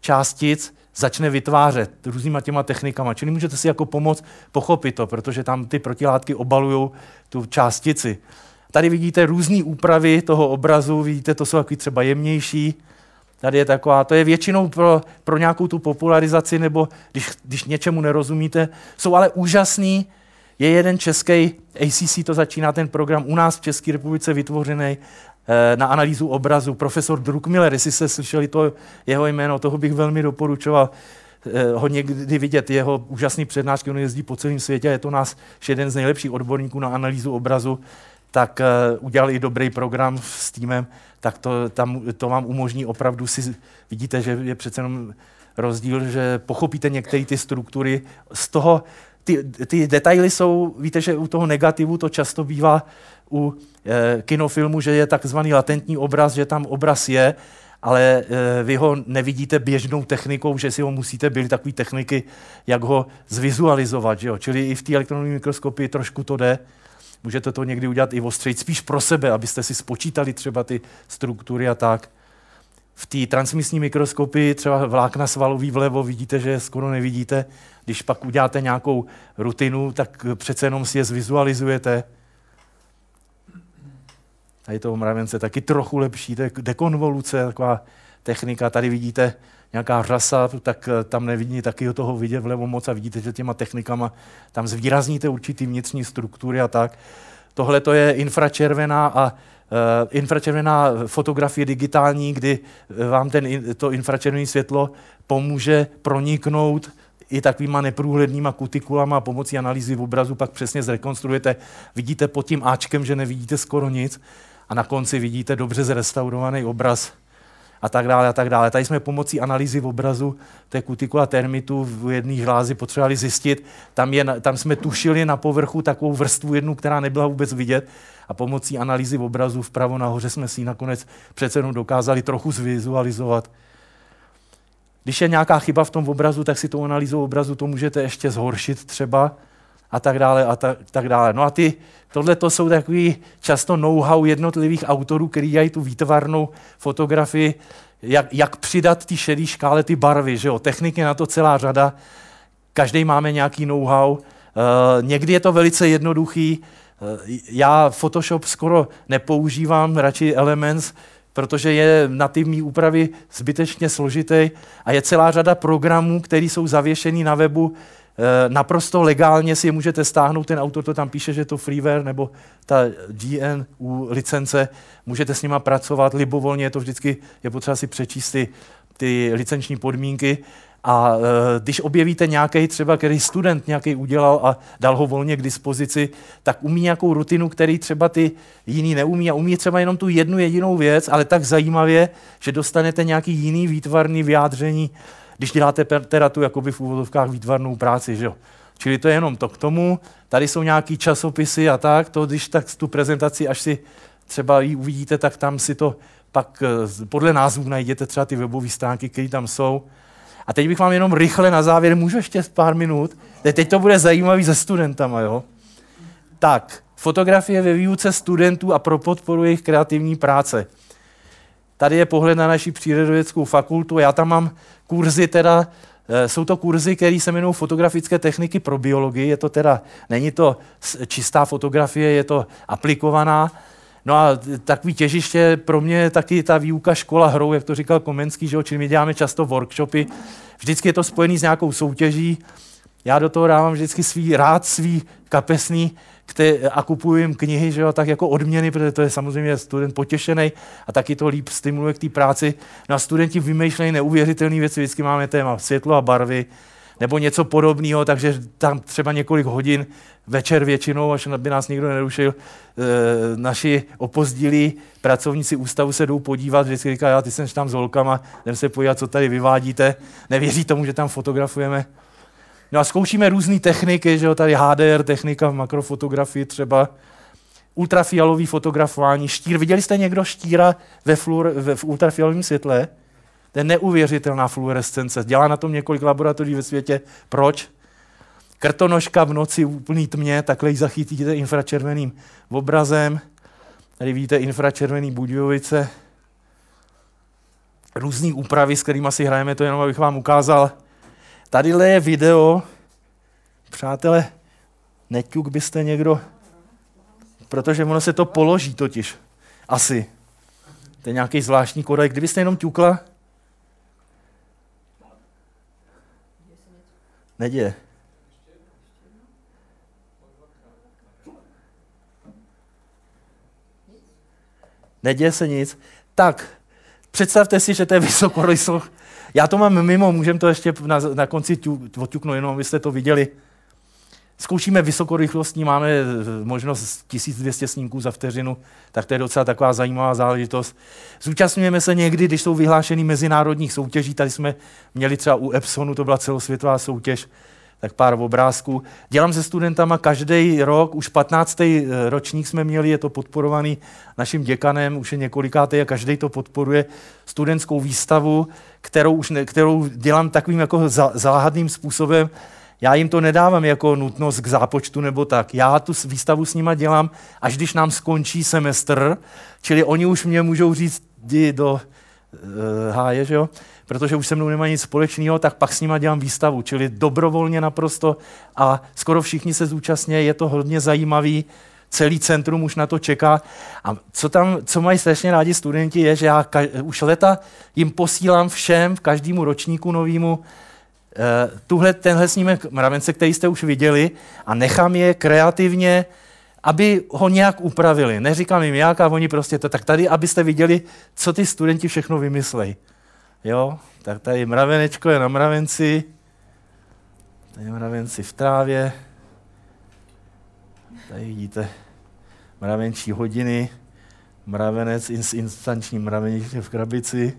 částic začne vytvářet různýma těma technikama. Čili můžete si jako pomoct pochopit to, protože tam ty protilátky obalují tu částici. Tady vidíte různé úpravy toho obrazu, vidíte, to jsou takový třeba jemnější. Tady je taková, to je většinou pro nějakou tu popularizaci, nebo když něčemu nerozumíte. Jsou ale úžasný. Je jeden český, ACC to začíná ten program u nás v České republice vytvořený na analýzu obrazu. Profesor Druckmiller, jestli jste slyšeli jeho jméno, toho bych velmi doporučoval ho někdy vidět. Jeho úžasný přednášky, on jezdí po celém světě, je to náš jeden z nejlepších odborníků na analýzu obrazu, tak udělal i dobrý program s týmem, tak to vám umožní opravdu vidíte, že je přece jenom rozdíl, že pochopíte některé ty struktury. Z toho ty detaily jsou, víte, že u toho negativu to často bývá u kinofilmu, že je takzvaný latentní obraz, že tam obraz je, ale vy ho nevidíte běžnou technikou, že si ho musíte, byly takové techniky, jak ho zvizualizovat. Že jo? Čili i v té elektronové mikroskopii trošku to jde. Můžete to někdy udělat i ostřeji, spíš pro sebe, abyste si spočítali třeba ty struktury a tak. V té transmisní mikroskopii třeba vlákna svalový vlevo vidíte, že je skoro nevidíte. Když pak uděláte nějakou rutinu, tak přece jenom si je zvizualizujete. Tady toho mravence taky trochu lepší, to je dekonvoluce, taková technika. Tady vidíte nějaká řasa, tak tam nevidí taky toho vidět vlevo moc a vidíte, že těma technikama tam zvýrazníte určitý vnitřní struktury a tak. Tohle to je infračervená fotografie digitální, kdy vám to infračervené světlo pomůže proniknout i takovýma neprůhlednýma kutikulama a pomocí analýzy v obrazu pak přesně zrekonstruujete. Vidíte pod tím áčkem, že nevidíte skoro nic a na konci vidíte dobře zrestaurovaný obraz a tak dále a tak dále. Tady jsme pomocí analýzy v obrazu té kutikula termitu v jedné žlázi potřebovali zjistit, tam jsme tušili na povrchu takovou vrstvu jednu, která nebyla vůbec vidět, a pomocí analýzy v obrazu vpravo nahoře jsme si ji nakonec přece jenom dokázali trochu zvizualizovat. Když je nějaká chyba v tom obrazu, tak si tou analýzou obrazu to můžete ještě zhoršit třeba a tak dále a tak dále. No a tohle to jsou takový často know-how jednotlivých autorů, kteří dělají tu výtvarnou fotografii, jak přidat ty šedý škále ty barvy, že jo? Technik je na to celá řada, každý máme nějaký know-how, někdy je to velice jednoduchý, já Photoshop skoro nepoužívám, radši Elements, protože je nativní úpravy zbytečně složitý a je celá řada programů, které jsou zavěšený na webu, naprosto legálně si je můžete stáhnout, ten autor to tam píše, že je to freeware nebo ta GNU licence, můžete s nima pracovat libovolně, je to vždycky, je potřeba si přečíst ty licenční podmínky. A když objevíte nějaký třeba, který student nějaký udělal a dal ho volně k dispozici, tak umí nějakou rutinu, který třeba ty jiný neumí a umí třeba jenom tu jednu jedinou věc, ale tak zajímavě, že dostanete nějaký jiný výtvarný vyjádření, když děláte teda tu jakoby v úvodovkách výtvarnou práci, že jo. Čili to je jenom to k tomu, tady jsou nějaký časopisy a tak, to když tak tu prezentaci, až si třeba ji uvidíte, tak tam si to pak podle názvů najděte třeba ty webové stránky, které tam jsou. A teď bych vám jenom rychle na závěr, můžu ještě pár minut, teď to bude zajímavý se studentama, jo. Tak, fotografie ve výuce studentů a pro podporu jejich kreativní práce. Tady je pohled na naši přírodovědeckou fakultu, já tam mám kurzy teda, jsou to kurzy, které se jmenují fotografické techniky pro biologii, je to teda, není to čistá fotografie, je to aplikovaná. No a takový těžiště pro mě je taky ta výuka škola hrou, jak to říkal Komenský, že jo, čili my děláme často workshopy. Vždycky je to spojený s nějakou soutěží. Já do toho dávám vždycky svý kapesný a kupuju jim knihy, že jo, tak jako odměny, protože to je samozřejmě student potěšený a taky to líp stimuluje k té práci. No a studenti vymýšlejí neuvěřitelné věci, vždycky máme téma světlo a barvy, nebo něco podobného, takže tam třeba několik hodin večer většinou, až by nás nikdo nerušil, naši opozdilí pracovníci ústavu se jdou podívat, vždycky říkají, já ty jsem tam s holkama, jdem se podívat, co tady vyvádíte, nevěří tomu, že tam fotografujeme. No a zkoušíme různé techniky, že jo, tady HDR technika v makrofotografii třeba, ultrafialový fotografování, štír. Viděli jste někdo štíra v ultrafialovém světle? To je neuvěřitelná fluorescence. Dělá na tom několik laboratoří ve světě. Proč? Krtonožka v noci v úplný tmě, takhle ji zachytíte infračerveným obrazem. Tady vidíte infračervený Budějovice. Různý úpravy, s kterými si hrajeme, to jenom abych vám ukázal. Tadyhle je video. Přátelé, neťuk byste někdo, protože ono se to položí totiž. Asi. To je nějaký zvláštní kodek. Kdybyste jenom ťukla, neděje. Neděje se nic. Tak, představte si, že to je vysokorysost. Já to mám mimo, můžeme to ještě na konci odťuknout, jenom abyste to viděli. Zkoušíme vysokorychlostní, máme možnost 1200 snímků za vteřinu, tak to je docela taková zajímavá záležitost. Zúčastňujeme se někdy, když jsou vyhlášeny mezinárodních soutěží, tady jsme měli třeba u Epsonu, to byla celosvětová soutěž, tak pár obrázků. Dělám se studentama každý rok, už 15. ročník jsme měli, je to podporovaný naším děkanem, už je několikátý a každý to podporuje studentskou výstavu, kterou dělám takovým jako záhadným způsobem. Já jim to nedávám jako nutnost k zápočtu nebo tak. Já tu výstavu s nima dělám, až když nám skončí semestr, čili oni už mě můžou říct, jdi do háje, že jo? Protože už se mnou nemají nic společného, tak pak s nima dělám výstavu, čili dobrovolně naprosto a skoro všichni se zúčastní, je to hodně zajímavý, celý centrum už na to čeká. A co mají strašně rádi studenti, je, že já už leta jim posílám všem, v každému ročníku novýmu, tenhle snímek mravence, který jste už viděli a nechám je kreativně, aby ho nějak upravili. Neříkám jim jak a oni prostě to, tak tady, abyste viděli, co ty studenti všechno vymyslejí. Jo, tak tady mravenečko je na mravenci, tady mravenci v trávě, tady vidíte mravenčí hodiny, mravenec instanční mraveniště v krabici.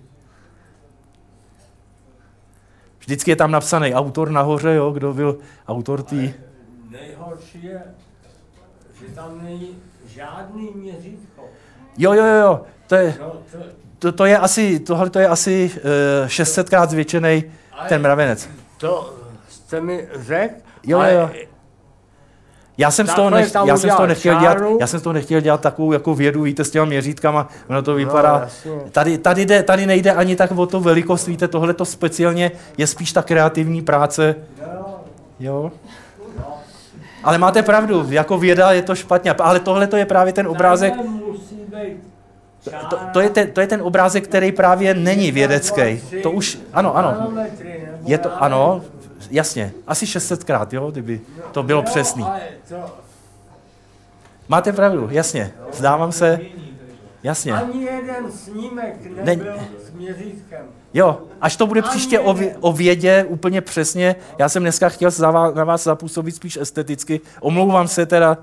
Vždycky je tam napsaný autor nahoře, jo, kdo byl autor tý. Nejhorší je, že tam není žádný měřítko. Jo, to je asi, tohle to je asi 600krát zvětšený ten mravenec. To jste mi řekl? Jo. Já jsem z toho nechtěl dělat takovou jako vědu, víte, s těma měřítkama, ono to vypadá. Tady nejde ani tak o to velikost, víte, tohle to speciálně je spíš ta kreativní práce. Jo. Ale máte pravdu, jako věda je to špatně, ale tohle to je právě ten obrázek. To je ten obrázek, který právě není vědecký. To už, ano. Je to, ano, jasně, asi 600krát, jo, kdyby to bylo přesný. Máte pravdu, jasně, zdávám se, jasně. Ani jeden snímek nebyl s měřítkem. Jo, až to bude příště o vědě úplně přesně, já jsem dneska chtěl na vás zapůsobit spíš esteticky, omlouvám se teda.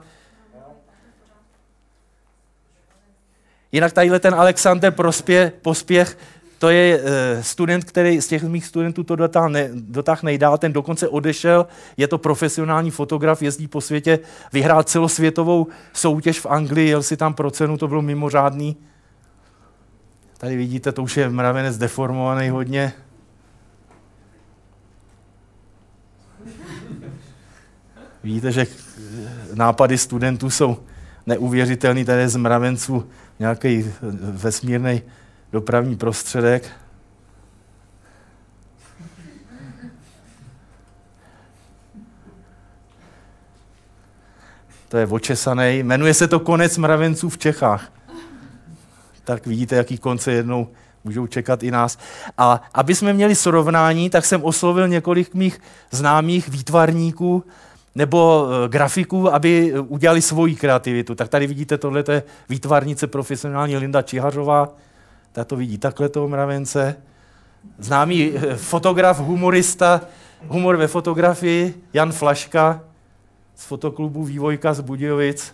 Jinak tadyhle ten Alexander Pospěch, to je student, který z těch mých studentů to dotáhl nejdál, ten dokonce odešel, je to profesionální fotograf, jezdí po světě, vyhrál celosvětovou soutěž v Anglii, jel si tam pro cenu, to bylo mimořádný. Tady vidíte, to už je mravenec deformovaný hodně. Vidíte, že nápady studentů jsou neuvěřitelný, tady je z mravenců nějaký vesmírný dopravní prostředek. To je očesaný. Jmenuje se to Konec mravenců v Čechách. tak vidíte, jaký konce jednou můžou čekat i nás. A aby jsme měli srovnání, tak jsem oslovil několik mých známých výtvarníků nebo grafiků, aby udělali svoji kreativitu. Tak tady vidíte, tohle je výtvarnice profesionální Linda Čihařová, ta to vidí takhle toho mravence. Známý fotograf, humorista, humor ve fotografii, Jan Flaška z fotoklubu Vývojka z Budějovic.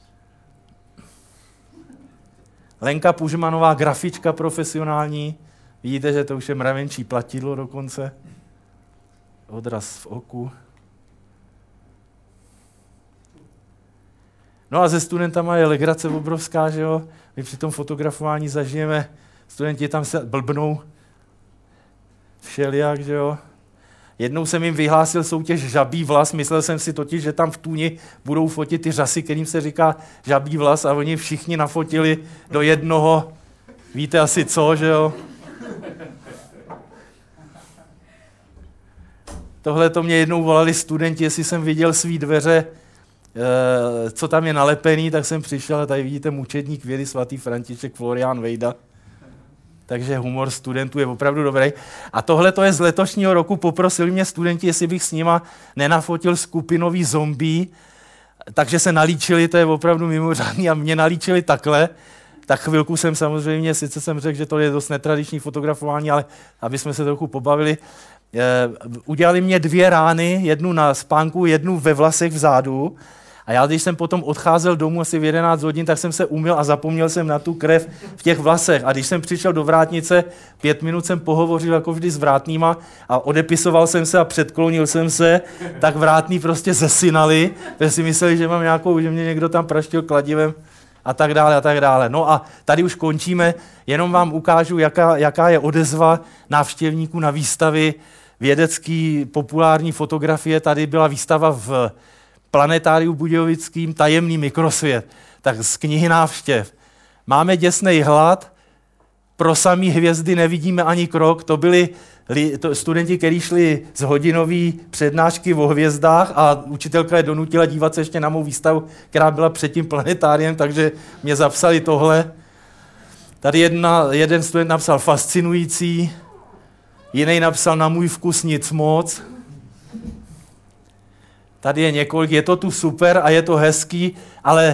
Lenka Pužmanová, grafička profesionální. Vidíte, že to už je mravenčí platidlo dokonce. Odraz v oku. No a se studentama je legrace obrovská, že jo. My při tom fotografování zažijeme, studenti tam se blbnou všelijak, že jo. Jednou jsem jim vyhlásil soutěž Žabí vlas, myslel jsem si totiž, že tam v Tůni budou fotit ty řasy, kterým se říká Žabí vlas, a oni všichni nafotili do jednoho, víte asi co, že jo. Tohle to mě jednou volali studenti, jestli jsem viděl svý dveře, co tam je nalepený, tak jsem přišel a tady vidíte mučedník vědy svatý František Florián Vejda. Takže humor studentů je opravdu dobrý. A tohle to je z letošního roku, poprosili mě studenti, jestli bych s nima nenafotil skupinový zombie, takže se nalíčili, to je opravdu mimořádný, a mě nalíčili takhle. Tak chvilku jsem samozřejmě, sice jsem řekl, že to je dost netradiční fotografování, ale aby jsme se trochu pobavili, udělali mě 2 rány, jednu na spánku, jednu ve vlasech vzadu. A já, když jsem potom odcházel domů asi v 11 hodin, tak jsem se umyl a zapomněl jsem na tu krev v těch vlasech. A když jsem přišel do vrátnice, 5 minut jsem pohovořil jako vždy s vrátnýma a odepisoval jsem se a předklonil jsem se, tak vrátný prostě zesinali, protože si mysleli, že mám nějakou, že mě někdo tam praštil kladivem a tak dále a tak dále. No a tady už končíme, jenom vám ukážu, jaká je odezva návštěvníků na výstavy vědecký populární fotografie. Tady byla výstava v Planetáriu budějovickým Tajemný mikrosvět. Tak z knihy návštěv. Máme děsnej hlad, pro samý hvězdy nevidíme ani krok. To byli studenti, kteří šli z hodinové přednášky o hvězdách a učitelka je donutila dívat se ještě na mou výstavu, která byla před tím planetáriem, takže mě zapsali tohle. Tady jeden student napsal fascinující, jiný napsal na můj vkus nic moc. Tady je několik, je to tu super a je to hezký, ale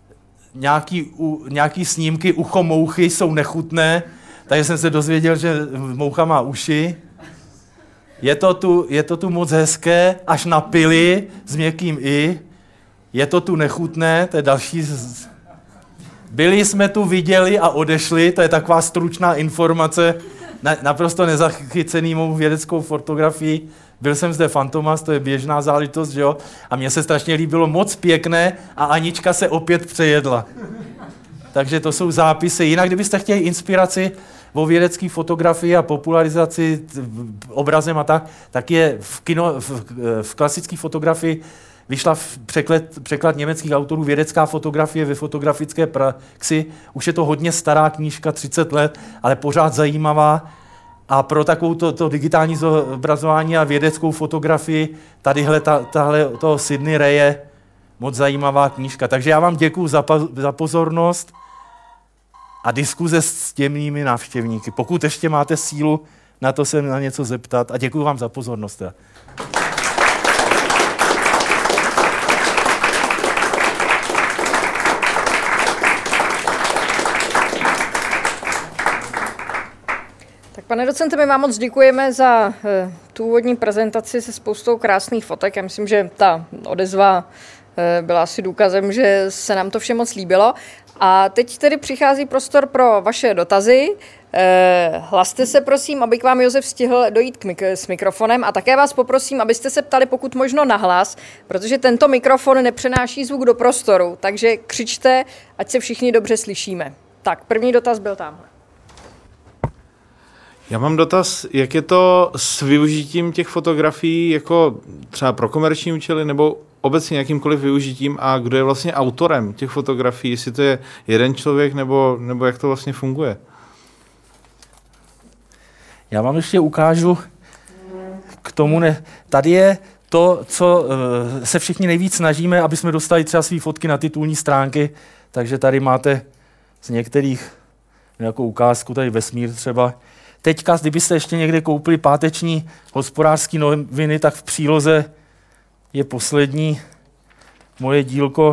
nějaký snímky ucho mouchy jsou nechutné, takže jsem se dozvěděl, že moucha má uši. Je to tu moc hezké, až na pily s měkkým i. Je to tu nechutné, to je další. Byli jsme tu, viděli a odešli, to je taková stručná informace, naprosto nezachycený mou vědeckou fotografii. Byl jsem zde Fantomas, to je běžná záležitost, že jo? A mně se strašně líbilo, moc pěkné, a Anička se opět přejedla. Takže to jsou zápisy. Jinak, kdybyste chtěli inspiraci o vědecké fotografii a popularizaci obrazem a tak je v klasické fotografii vyšla překlad německých autorů Vědecká fotografie ve fotografické praxi. Už je to hodně stará knížka, 30 let, ale pořád zajímavá. A pro takovou to digitální zobrazování a vědeckou fotografii tahle toho Sidney Raye moc zajímavá knížka. Takže já vám děkuju za pozornost a diskuze s těmnými návštěvníky. Pokud ještě máte sílu na to se na něco zeptat, a děkuju vám za pozornost. Pane docente, my vám moc děkujeme za tu úvodní prezentaci se spoustou krásných fotek. Já myslím, že ta odezva byla asi důkazem, že se nám to všem moc líbilo. A teď tedy přichází prostor pro vaše dotazy. Hlaste se prosím, aby k vám Josef stihl dojít s mikrofonem, a také vás poprosím, abyste se ptali pokud možno nahlas, protože tento mikrofon nepřenáší zvuk do prostoru, takže křičte, ať se všichni dobře slyšíme. Tak, první dotaz byl tamhle. Já mám dotaz, jak je to s využitím těch fotografií jako třeba pro komerční účely nebo obecně jakýmkoliv využitím, a kdo je vlastně autorem těch fotografií, jestli to je jeden člověk nebo jak to vlastně funguje? Já vám ještě ukážu k tomu, tady je to, co se všichni nejvíc snažíme, aby jsme dostali třeba své fotky na titulní stránky, takže tady máte z některých nějakou ukázku, tady Vesmír třeba. Teďka, kdybyste ještě někde koupili páteční Hospodářské noviny, tak v příloze je poslední moje dílko.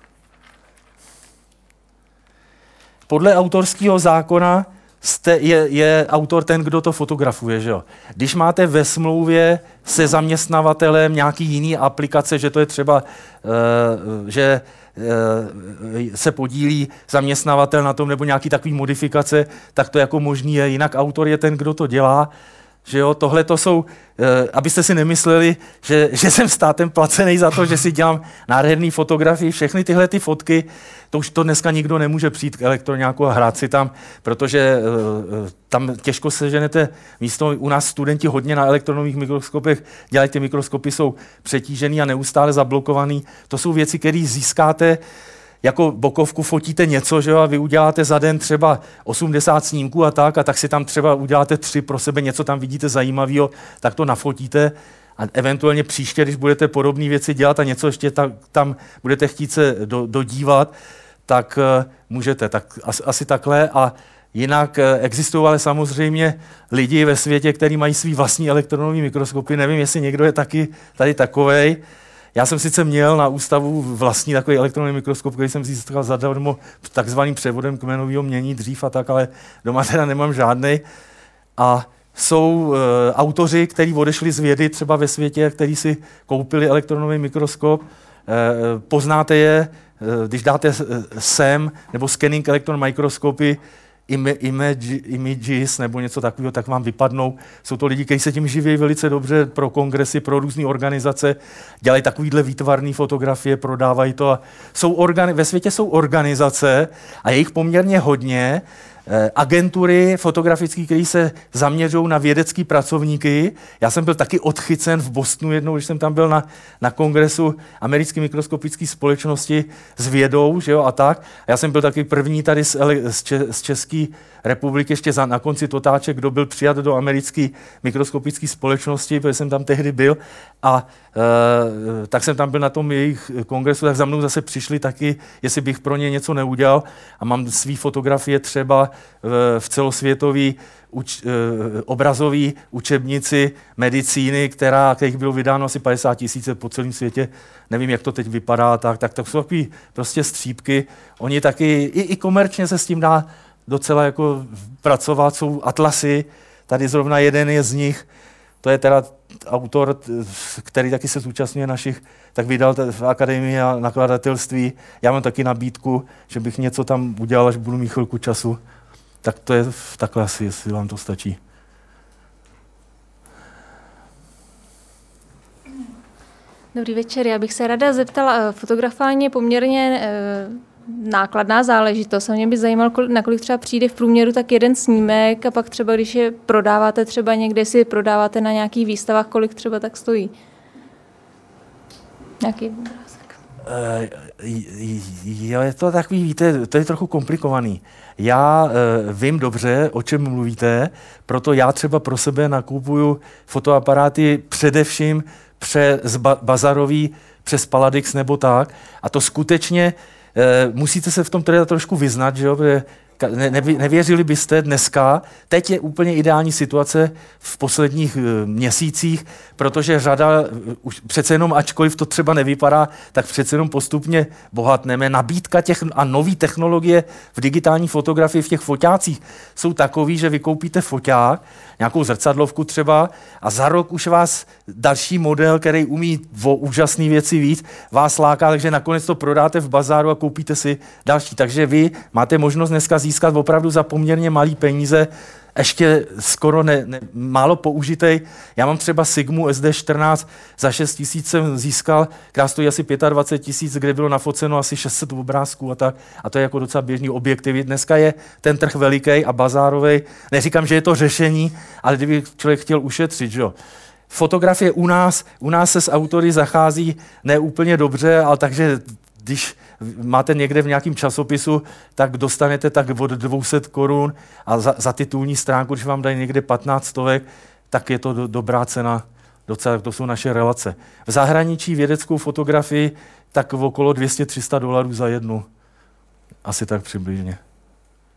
Podle autorského zákona je autor ten, kdo to fotografuje. Že jo? Když máte ve smlouvě se zaměstnavatelem nějaký jiný aplikace, že to je třeba, že se podílí zaměstnavatel na tom nebo nějaký takový modifikace, tak to jako možný je. Jinak autor je ten, kdo to dělá. Že jo, tohle to jsou, abyste si nemysleli, že jsem státem placený za to, že si dělám nádherný fotografii, všechny tyhle ty fotky, to už to dneska nikdo nemůže přijít k elektroňáku a hrát si tam, protože tam těžko seženete místo. U nás studenti hodně na elektronových mikroskopech dělají, ty mikroskopy jsou přetížený a neustále zablokovaný. To jsou věci, které získáte jako bokovku, fotíte něco, že jo, a vy uděláte za den třeba 80 snímků a tak si tam třeba uděláte 3 pro sebe, něco tam vidíte zajímavého, tak to nafotíte a eventuálně příště, když budete podobné věci dělat a něco ještě tam budete chtít se dodívat, tak můžete. Tak asi takhle. A jinak existují ale samozřejmě lidi ve světě, kteří mají svý vlastní elektronové mikroskopy. Nevím, jestli někdo je taky tady takovej. Já jsem sice měl na ústavu vlastní takový elektronový mikroskop, který jsem získal zadarmo takzvaným převodem kmenového mění dřív a tak, ale doma teda nemám žádnej. A jsou autoři, kteří odešli z vědy třeba ve světě, kteří si koupili elektronový mikroskop. Poznáte je, když dáte SEM nebo Scanning Electron Microscopy, images nebo něco takového, tak vám vypadnou. Jsou to lidi, kteří se tím živí velice dobře pro kongresy, pro různé organizace, dělají takovýhle výtvarné fotografie, prodávají to. A ve světě jsou organizace a je jich poměrně hodně, agentury fotografické, které se zaměřují na vědecké pracovníky. Já jsem byl taky odchycen v Bostonu jednou, když jsem tam byl na kongresu Americké mikroskopické společnosti s vědou, že jo, a tak. Já jsem byl taky první tady z České republiky, ještě na konci totáče, kdo byl přijat do Americké mikroskopické společnosti, protože jsem tam tehdy byl. A tak jsem tam byl na tom jejich kongresu, tak za mnou zase přišli taky, jestli bych pro ně něco neudělal. A mám svý fotografie třeba v celosvětové obrazové učebnici medicíny, kterých bylo vydáno asi 50 000 po celém světě. Nevím, jak to teď vypadá, tak to jsou takové prostě střípky. Oni taky, i komerčně se s tím dá docela jako pracovat, jsou atlasy, tady zrovna jeden je z nich, to je teda autor, který taky se zúčastňuje našich, tak vydal v akademii a nakladatelství. Já mám taky nabídku, že bych něco tam udělal, až budu mít chvilku času. Tak to je takhle asi, jestli vám to stačí. Dobrý večer, já bych se ráda zeptala, fotografování je poměrně nákladná záležitost a mě by zajímalo, nakolik třeba přijde v průměru tak jeden snímek a pak třeba, když je prodáváte třeba někde, si prodáváte na nějakých výstavách, kolik třeba tak stojí? Nějaký obrázek. Je to takový, víte, to je trochu komplikovaný. Já vím dobře, o čem mluvíte, proto já třeba pro sebe nakupuju fotoaparáty především přes bazarový, přes Palladium nebo tak. A to skutečně musíte se v tom teda trošku vyznat, že jo? Protože nevěřili byste dneska, teď je úplně ideální situace v posledních měsících, protože řada, už přece jenom, ačkoliv to třeba nevypadá, tak přece jenom postupně bohatneme. Nabídka těch a nový technologie v digitální fotografii, v těch foťácích jsou takový, že vykoupíte foťák, nějakou zrcadlovku třeba a za rok už vás další model, který umí o úžasné věci víc, vás láká, takže nakonec to prodáte v bazáru a koupíte si další. Takže vy máte možnost dneska získat opravdu za poměrně malý peníze, ještě skoro málo použitej. Já mám třeba Sigmu SD14 za 6 000 jsem získal, která stojí asi 25 000, kde bylo nafoceno asi 600 obrázků a tak. A to je jako docela běžný objektiv. Dneska je ten trh veliký a bazárový. Neříkám, že je to řešení, ale kdyby člověk chtěl ušetřit, že jo. Fotografie u nás se s autory zachází neúplně dobře, ale takže když máte někde v nějakém časopisu, tak dostanete tak od 200 korun a za titulní stránku, když vám dají někde 15 stovek, tak je to dobrá cena. Docela, to jsou naše relace. V zahraničí vědeckou fotografii tak okolo $200-300 za jednu. Asi tak přibližně.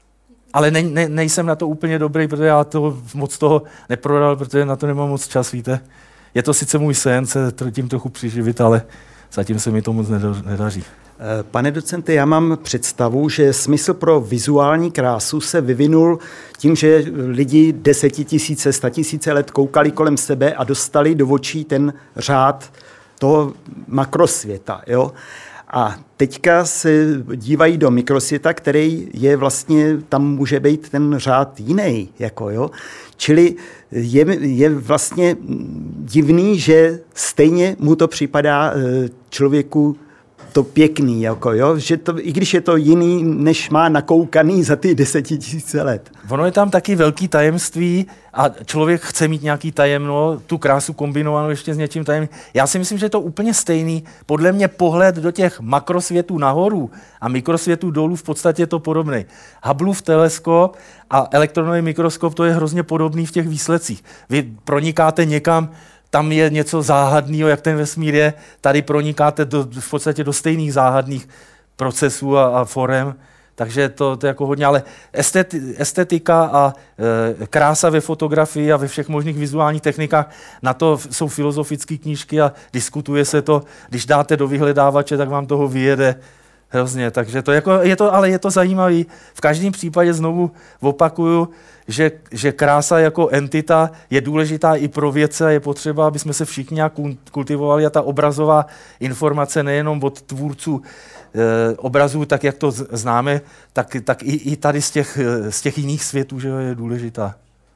ale nejsem na to úplně dobrý, protože já to moc toho neprodal, protože na to nemám moc čas, víte. Je to sice můj sen se tím trochu přiživit, ale zatím se mi to moc nedaří. Pane docente, já mám představu, že smysl pro vizuální krásu se vyvinul tím, že lidi 10 000, 100 000 let koukali kolem sebe a dostali do očí ten řád toho makrosvěta. Jo? A teďka se dívají do mikrosvěta, který je vlastně, tam může být ten řád jiný. Jako, jo? Čili je vlastně divný, že stejně mu to připadá člověku to pěkný, jako, jo? Že to, i když je to jiný, než má nakoukaný za ty 10 000 let. Ono je tam taky velký tajemství a člověk chce mít nějaký tajemno, tu krásu kombinovanou ještě s něčím tajemným. Já si myslím, že je to úplně stejný. Podle mě pohled do těch makrosvětů nahoru a mikrosvětů dolů v podstatě je to podobný. Hubbleův teleskop a elektronový mikroskop, to je hrozně podobný v těch výsledcích. Vy pronikáte někam, tam je něco záhadného, jak ten vesmír je, tady pronikáte v podstatě do stejných záhadných procesů a forem, takže to je jako hodně, ale estetika a krása ve fotografii a ve všech možných vizuálních technikách, na to jsou filozofické knížky a diskutuje se to, když dáte do vyhledávače, tak vám toho vyjede hrozně, takže to ale je to zajímavý. V každém případě znovu opakuju, že krása jako entita je důležitá i pro vědce a je potřeba, aby jsme se všichni nějak kultivovali a ta obrazová informace nejenom od tvůrců obrazů, tak jak to známe, tak i tady z těch jiných světů, že je důležitá.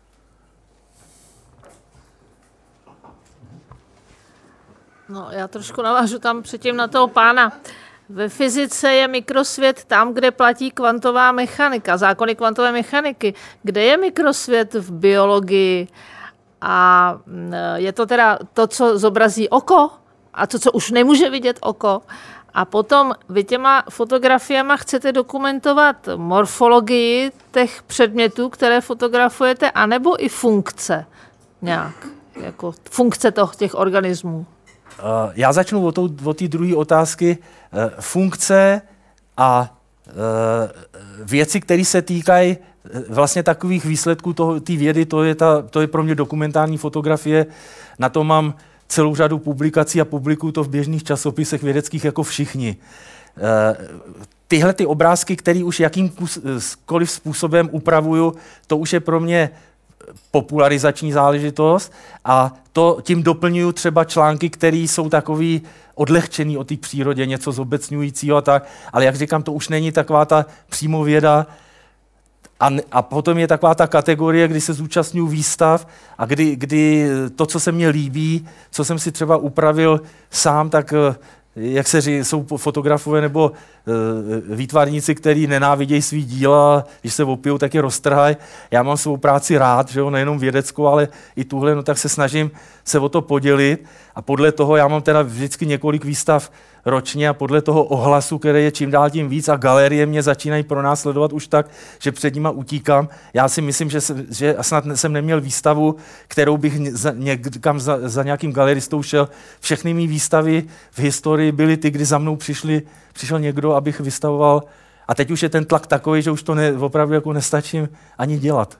No, já trošku navážu tam předtím na toho pána. Ve fyzice je mikrosvět tam, kde platí kvantová mechanika, zákony kvantové mechaniky. Kde je mikrosvět v biologii? A je to teda to, co zobrazí oko a to, co už nemůže vidět oko. A potom vy těma fotografiema chcete dokumentovat morfologii těch předmětů, které fotografujete, anebo i funkce nějak, jako funkce těch organismů. Já začnu od té druhé otázky. Funkce a věci, které se týkají vlastně takových výsledků té vědy, to je pro mě dokumentární fotografie. Na to mám celou řadu publikací a publikuju to v běžných časopisech vědeckých jako všichni. Tyhle ty obrázky, které už jakýmkoliv způsobem upravuju, to už je pro mě popularizační záležitost a to tím doplňuju třeba články, které jsou takový odlehčený o té přírodě, něco zobecňujícího a tak, ale jak říkám, to už není taková ta přímo věda a potom je taková ta kategorie, kdy se zúčastňuji výstav a kdy to, co se mně líbí, co jsem si třeba upravil sám, tak jak se říká, jsou fotografové nebo výtvarníci, kteří nenávidějí svý díla, když se opijou, tak je roztrhají. Já mám svou práci rád, že jo, nejenom vědeckou, ale i tuhle, no tak se snažím se o to podělit a podle toho já mám teda vždycky několik výstav ročně a podle toho ohlasu, který je čím dál tím víc a galerie mě začínají pronásledovat už tak, že před nima utíkám. Já si myslím, že snad jsem neměl výstavu, kterou bych někam za nějakým galeristou šel. Všechny mý výstavy v historii byly ty, kdy za mnou přišel někdo, abych vystavoval. A teď už je ten tlak takový, že už to opravdu jako nestačím ani dělat.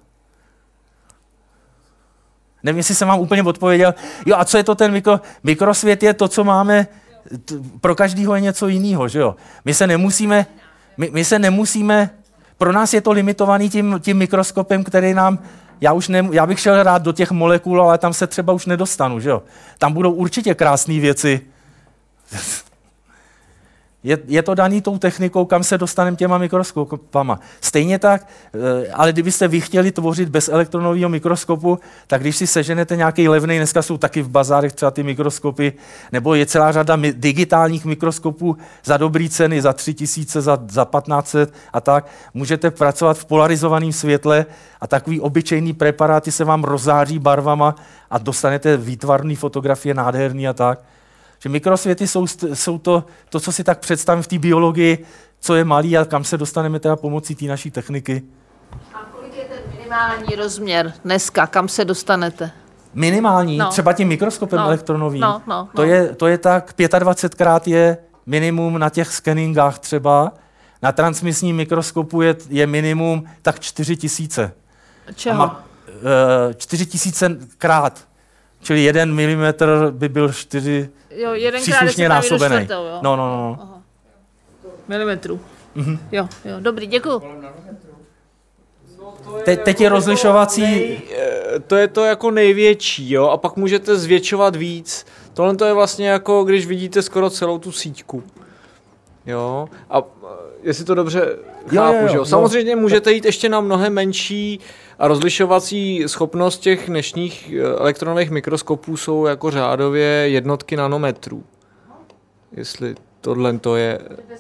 Nevím, jestli jsem vám úplně odpověděl. Jo, a co je to ten mikrosvět? Je to, co máme. Pro každého je něco jiného, že jo? My se nemusíme, pro nás je to limitovaný tím mikroskopem, který nám, já bych šel rád do těch molekul, ale tam se třeba už nedostanu, že jo? Tam budou určitě krásné věci. Je to daný tou technikou, kam se dostaneme těma mikroskopama. Stejně tak, ale kdybyste vy chtěli tvořit bez elektronového mikroskopu, tak když si seženete nějaký levný, dneska jsou taky v bazárech třeba ty mikroskopy, nebo je celá řada digitálních mikroskopů za dobrý ceny, za 3 000, za 1500 a tak. Můžete pracovat v polarizovaném světle a takový obyčejný preparáty se vám rozzáří barvama a dostanete výtvarné fotografie nádherný a tak. Že mikrosvěty jsou to, co si tak představím v té biologii, co je malý a kam se dostaneme teda pomocí té naší techniky. A kolik je ten minimální rozměr dneska, kam se dostanete? Minimální? No. Třeba tím mikroskopem elektronovým? No. To je tak, 25krát je minimum na těch skeningách třeba Na transmisním mikroskopu je minimum tak 4000. Čeho? 4000 krát. Čili 1 milimetr by byl 4 příslušně násobený. No. Milimetrů. Jo, dobrý, děkuju. Teď je rozlišovací... To je to jako největší, jo, a pak můžete zvětšovat víc. Tohle to je vlastně jako, když vidíte skoro celou tu síťku. Jo, a jestli to dobře chápu, že jo. Samozřejmě můžete jít ještě na mnohem menší a rozlišovací schopnost těch dnešních elektronových mikroskopů jsou jako řádově jednotky nanometrů. Jestli tohle to je...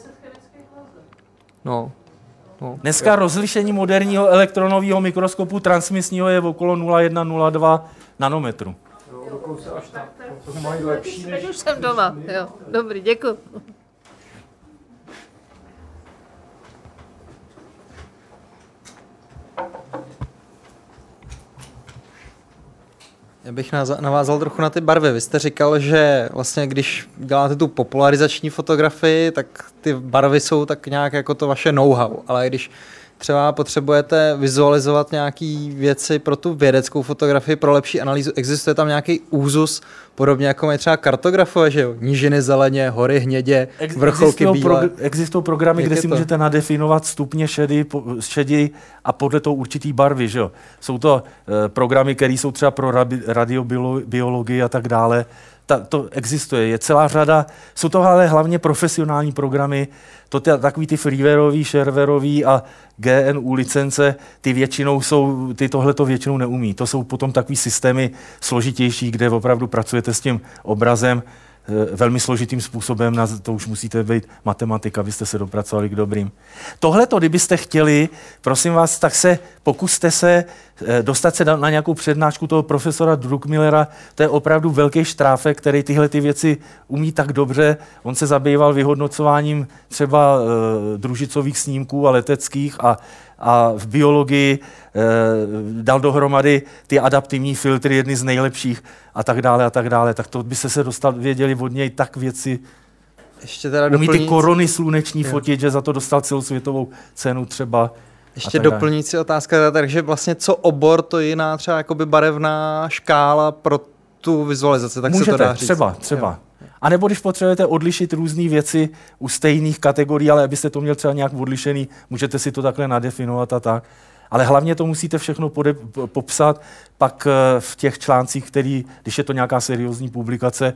No. Dneska rozlišení moderního elektronového mikroskopu transmisního je okolo 0,1-0,2 nanometru. Dokonce až tak. To mají lepší než... Už jsem doma, jo. Dobrý, děkuji. Já bych navázal trochu na ty barvy. Vy jste říkal, že vlastně když děláte tu popularizační fotografii, tak ty barvy jsou tak nějak jako to vaše know-how, ale když třeba potřebujete vizualizovat nějaké věci pro tu vědeckou fotografii, pro lepší analýzu, existuje tam nějaký úzus, podobně jako mají třeba kartografové, že jo? Nížiny zeleně, hory hnědě, vrcholky bílé. Existují programy, kde si můžete nadefinovat stupně šedi a podle toho určitý barvy, že jo? Jsou to programy, které jsou třeba pro radiobiologii a tak dále. To existuje, je celá řada, jsou to ale hlavně profesionální programy, takový ty freewareový, sharewareový a GNU licence, ty většinou jsou, ty tohleto většinou neumí. To jsou potom takový systémy složitější, kde opravdu pracujete s tím obrazem velmi složitým způsobem, to už musíte být matematik, abyste se dopracovali k dobrým. Tohleto, kdybyste chtěli, prosím vás, tak pokuste se dostat se na nějakou přednášku toho profesora Druckmillera, to je opravdu velký štráfek, který tyhle ty věci umí tak dobře. On se zabýval vyhodnocováním třeba družicových snímků a leteckých a v biologii dal dohromady ty adaptivní filtry, jedny z nejlepších a tak dále. Tak to by se věděli od něj tak věci. Ještě teda umí ty korony sluneční fotit, že za to dostal celosvětovou cenu třeba. Ještě doplňující otázka, takže vlastně co obor, to je jiná třeba jakoby barevná škála pro tu vizualizaci, tak můžete, se to dá říct. Třeba. A nebo když potřebujete odlišit různé věci u stejných kategorií, ale abyste to měl třeba nějak odlišený, můžete si to takhle nadefinovat a tak. Ale hlavně to musíte všechno popsat pak v těch článcích, když je to nějaká seriózní publikace,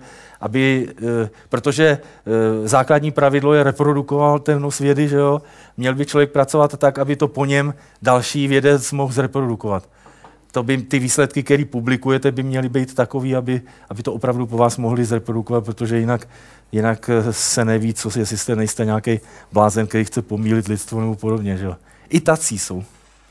protože základní pravidlo je reprodukovatelnost vědy, že jo? Měl by člověk pracovat tak, aby to po něm další vědec mohl zreprodukovat. Ty výsledky, které publikujete, by měly být takový, aby to opravdu po vás mohli zreprodukovat, protože jinak se neví, jestli nejste nějaký blázen, který chce pomýlit lidstvo nebo podobně. Že jo? I tací jsou.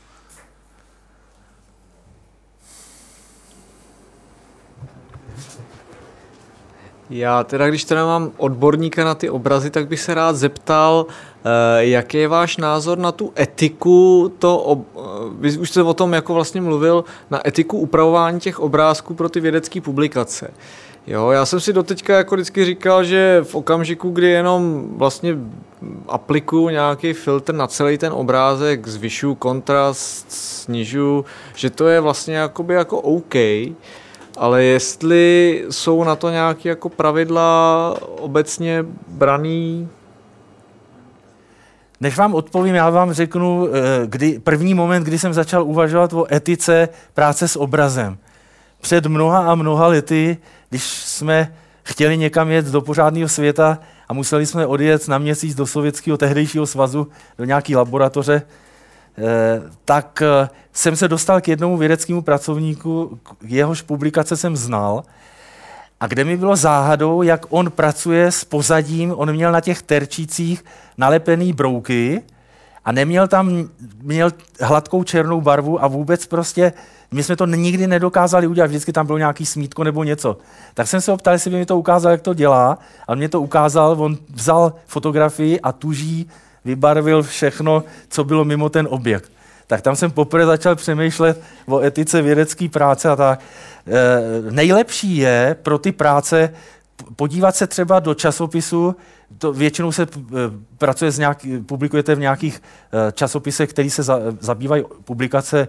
Já teda, když teda mám odborníka na ty obrazy, tak bych se rád zeptal, jaký je váš názor na tu etiku, vy už jste o tom jako vlastně mluvil, na etiku upravování těch obrázků pro ty vědecké publikace. Jo, já jsem si doteďka jako vždycky říkal, že v okamžiku, kdy jenom vlastně aplikuju nějaký filtr na celý ten obrázek, zvyšuju kontrast, snižuju, že to je vlastně jakoby jako OK, ale jestli jsou na to nějaké jako pravidla obecně braný? Než vám odpovím, já vám řeknu první moment, kdy jsem začal uvažovat o etice práce s obrazem. Před mnoha a mnoha lety, když jsme chtěli někam jet do pořádného světa a museli jsme odjet na měsíc do Sovětského tehdejšího svazu, do nějaké laboratoře, tak jsem se dostal k jednomu vědeckému pracovníku, jehož publikace jsem znal, a kde mi bylo záhadou, jak on pracuje s pozadím. On měl na těch terčících nalepený brouky a měl hladkou černou barvu a vůbec prostě, my jsme to nikdy nedokázali udělat, vždycky tam bylo nějaký smítko nebo něco. Tak jsem se ho ptal, jestli by mi to ukázal, jak to dělá, a on mě to ukázal, on vzal fotografii a tuží vybarvil všechno, co bylo mimo ten objekt. Tak tam jsem poprvé začal přemýšlet o etice vědecké práce a tak. Nejlepší je pro ty práce podívat se třeba do časopisu, to většinou se pracuje publikujete v nějakých časopisech, které se zabývají publikace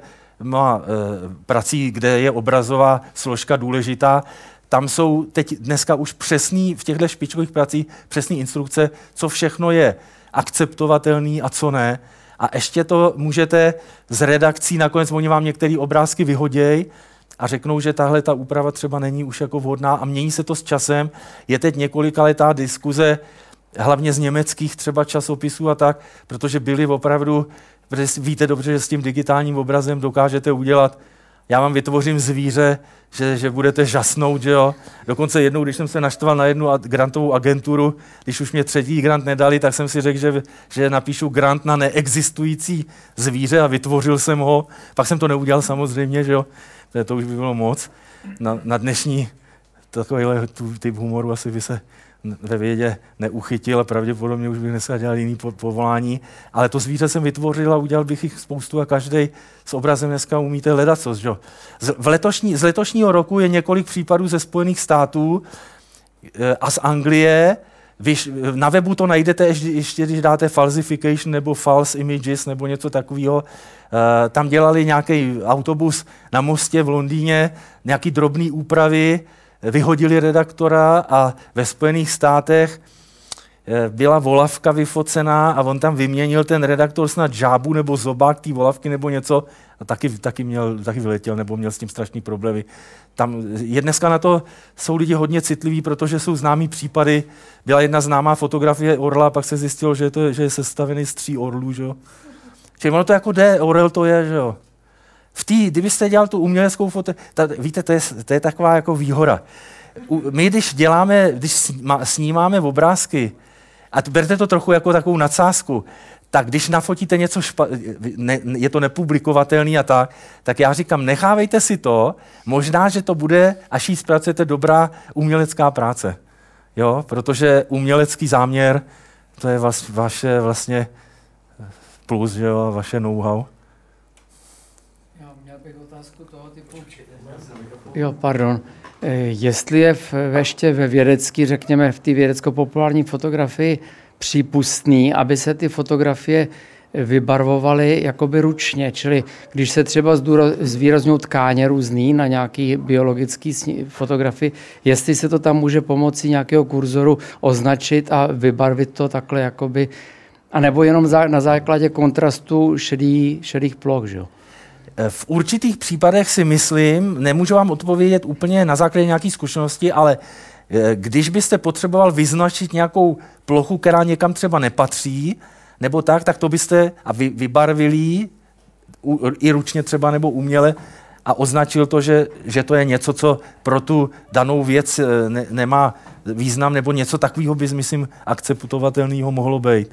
prací, kde je obrazová složka důležitá. Tam jsou teď dneska už přesný, v těchto špičkových pracích přesné instrukce, co všechno je akceptovatelný a co ne. A ještě to můžete z redakcí, nakonec oni vám některé obrázky vyhodějí a řeknou, že tahle ta úprava třeba není už jako vhodná a mění se to s časem. Je teď několikaletá diskuze, hlavně z německých třeba časopisů a tak, protože byli opravdu, protože víte dobře, že s tím digitálním obrazem dokážete udělat. Já vám vytvořím zvíře, že budete žasnout, že jo. Dokonce jednou, když jsem se naštval na jednu grantovou agenturu, když už mě 3. grant nedali, tak jsem si řekl, že napíšu grant na neexistující zvíře a vytvořil jsem ho. Pak jsem to neudělal samozřejmě, že jo. To už by bylo moc. Na dnešní takovýhle typ humoru asi by se ve vědě neuchytil a pravděpodobně už bych dneska dělal jiný povolání. Ale to zvíře jsem vytvořil a udělal bych jich spoustu a každý s obrazem dneska umíte ledacos. Že? Z letošního roku je několik případů ze Spojených států a z Anglie. Na webu to najdete, ještě když dáte falsification nebo false images nebo něco takového. Tam dělali nějaký autobus na mostě v Londýně, nějaký drobný úpravy, vyhodili redaktora a ve Spojených státech byla volavka vyfocená a on tam vyměnil ten redaktor snad žábu nebo zobák té volavky nebo něco a taky vyletěl nebo měl s tím strašný problémy. Tam je dneska na to, jsou lidi hodně citliví, protože jsou známý případy. Byla jedna známá fotografie orla a pak se zjistilo, že je sestavený z 3 orlů. Že jo? Čili ono to jako jde, orel to je, že jo. Kdybyste dělal tu uměleckou víte, to je taková jako výhoda. My, když snímáme obrázky, a berte to trochu jako takovou nadsázku, tak když nafotíte něco, je to nepublikovatelný a tak já říkám, nechávejte si to, možná, že to bude, až ji zpracujete, dobrá umělecká práce. Jo? Protože umělecký záměr, to je vaše vlastně plus, že jo, vaše know-how. Jo, pardon. Jestli je ještě ve vědecký, řekněme v té vědecko-populární fotografii přípustný, aby se ty fotografie vybarvovaly jakoby ručně, čili když se třeba zvýrazňují tkáně různý na nějaký biologický fotografii, jestli se to tam může pomocí nějakého kurzoru označit a vybarvit to takhle jakoby, anebo jenom na základě kontrastu šedých ploch, že jo? V určitých případech si myslím, nemůžu vám odpovědět úplně na základě nějaké zkušenosti, ale když byste potřeboval vyznačit nějakou plochu, která někam třeba nepatří, nebo tak to byste vybarvili i ručně třeba nebo uměle a označil to, že to je něco, co pro tu danou věc nemá význam, nebo něco takového by, myslím, akceptovatelného mohlo být.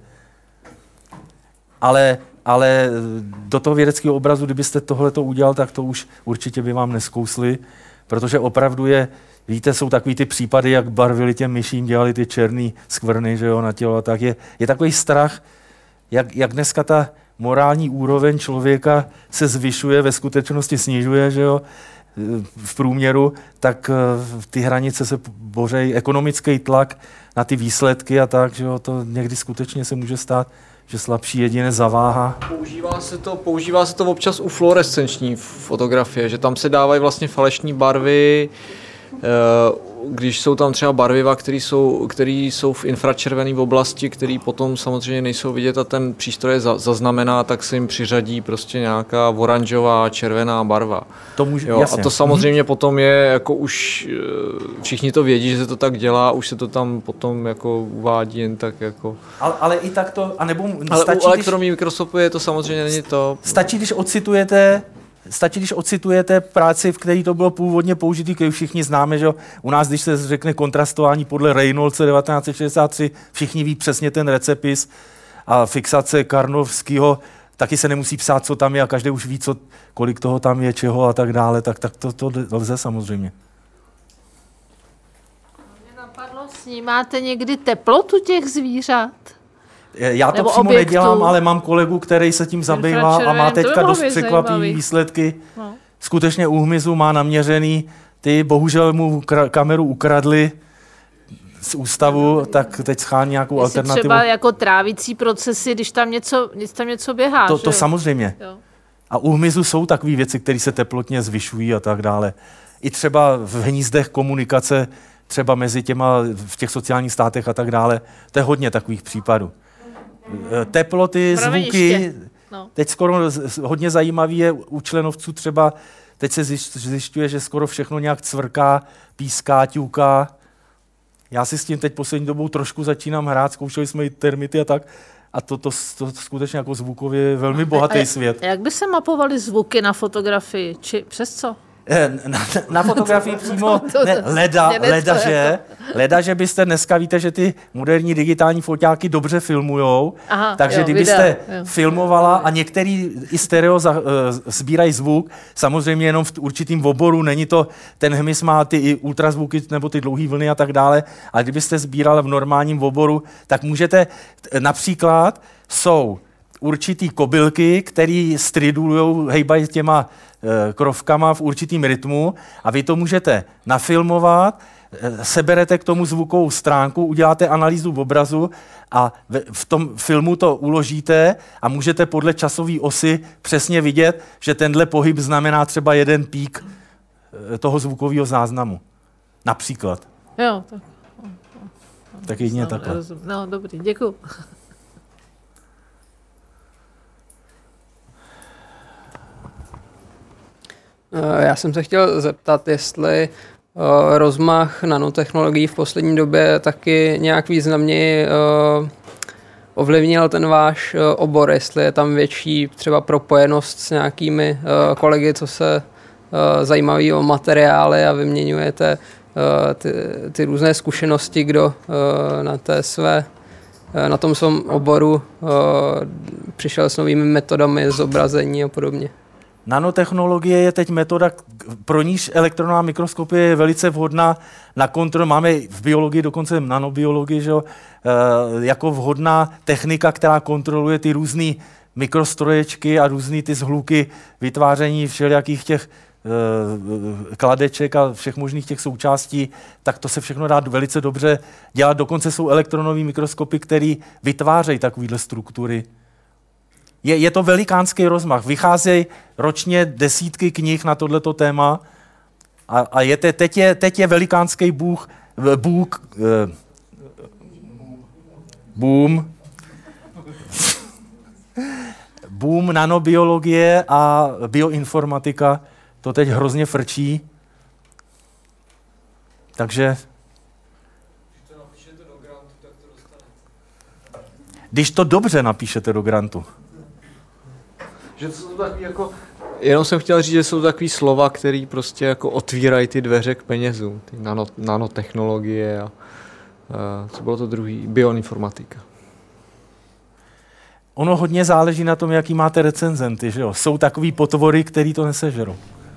Ale do toho vědeckého obrazu, kdybyste tohleto udělal, tak to už určitě by vám neskousli, protože opravdu víte, jsou takový ty případy, jak barvili těm myším, dělali ty černý skvrny, že jo, na tělo a tak. Je takový strach, jak dneska ta morální úroveň člověka se zvyšuje, ve skutečnosti snižuje, že jo, v průměru, tak ty hranice se bořejí, ekonomický tlak na ty výsledky a tak, že jo, to někdy skutečně se může stát, že slabší jedinec zaváhá. Používá se to občas u fluorescenční fotografie, že tam se dávají vlastně falešní barvy, když jsou tam třeba barviva, které jsou v infračervené oblasti, které potom samozřejmě nejsou vidět a ten přístroj je zaznamená, tak se jim přiřadí prostě nějaká oranžová, červená barva. A to samozřejmě potom je, jako už všichni to vědí, že se to tak dělá, už se to tam potom jako uvádí jen tak jako... Ale i tak to, anebo ale stačí, u elektronových mikroskopů je to samozřejmě není to... Stačí, když ocitujete práci, v které to bylo původně použitý, který všichni známe, že u nás, když se řekne kontrastování podle Reynoldse 1963, všichni ví přesně ten recepis a fixace Karnovského, taky se nemusí psát, co tam je a každý už ví, kolik toho tam je, čeho a tak dále, tak to lze samozřejmě. Mě napadlo, snímáte někdy teplotu těch zvířat? Já to přímo nedělám, ale mám kolegu, který se tím zabývá a má teďka dost překvapivý výsledky. No. Skutečně u hmyzu má naměřený, bohužel mu kameru ukradli, z ústavu, tak teď schání nějakou Jestli alternativu. třeba jako trávicí procesy, když tam něco běhá. To samozřejmě. Jo. A u hmyzu jsou takové věci, které se teplotně zvyšují a tak dále. I třeba v hnízdech komunikace, třeba mezi těma v těch sociálních státech a tak dále. To je hodně takových případů. Teploty, zvuky. No. Teď skoro hodně zajímavý je u členovců třeba, teď se zjišťuje, že skoro všechno nějak cvrká, píská, ťuká. Já si s tím teď poslední dobou trošku začínám hrát, zkoušeli jsme i termity a tak. A to skutečně jako zvukově je velmi bohatý svět. Jak by se mapovaly zvuky na fotografii? Či přes co? Na fotografii přímo leda, že byste dneska víte, že ty moderní digitální foťáky dobře filmujou, takže kdybyste filmovala a některý i stereo sbírají zvuk, samozřejmě jenom v určitým oboru, není to, ten hmyz má ty i ultrazvuky nebo ty dlouhé vlny a tak dále, ale kdybyste sbírala v normálním oboru, tak můžete, například jsou určitý kobylky, který stridulujou, hejbají těma krovkama v určitým rytmu a vy to můžete nafilmovat, seberete k tomu zvukovou stránku, uděláte analýzu obrazu a v tom filmu to uložíte a můžete podle časové osy přesně vidět, že tenhle pohyb znamená třeba jeden pík toho zvukového záznamu. Například. Jo, tak. Tak jedině takhle. No, dobrý, děkuju. Já jsem se chtěl zeptat, jestli rozmach nanotechnologií v poslední době taky nějak významně ovlivnil ten váš obor, jestli je tam větší třeba propojenost s nějakými kolegy, co se zajímaví o materiály a vyměňujete ty různé zkušenosti, kdo na tom svém oboru přišel s novými metodami zobrazení a podobně. Nanotechnologie je teď metoda, pro níž elektronová mikroskopie je velice vhodná na kontrolu. Máme v biologii, dokonce nanobiologii, že jo, jako vhodná technika, která kontroluje ty různé mikrostroječky a různé ty zhluky vytváření všelijakých těch kladeček a všech možných těch součástí, tak to se všechno dá velice dobře dělat. Dokonce jsou elektronové mikroskopy, které vytvářejí takovéhle struktury. Je to velikánský rozmach. Vycházejí ročně desítky knih na tohleto téma a teď je velikánský boom nanobiologie a bioinformatika. To teď hrozně frčí. Takže když to dobře napíšete do grantu. Že to jsou takový jako... Jenom jsem chtěl říct, že jsou takový slova, které prostě jako otvírají ty dveře k penězům. Ty nanotechnologie a co bylo to druhý? Bioinformatika. Ono hodně záleží na tom, jaký máte recenzenty, že jo? Jsou takový potvory, který to nesežerou.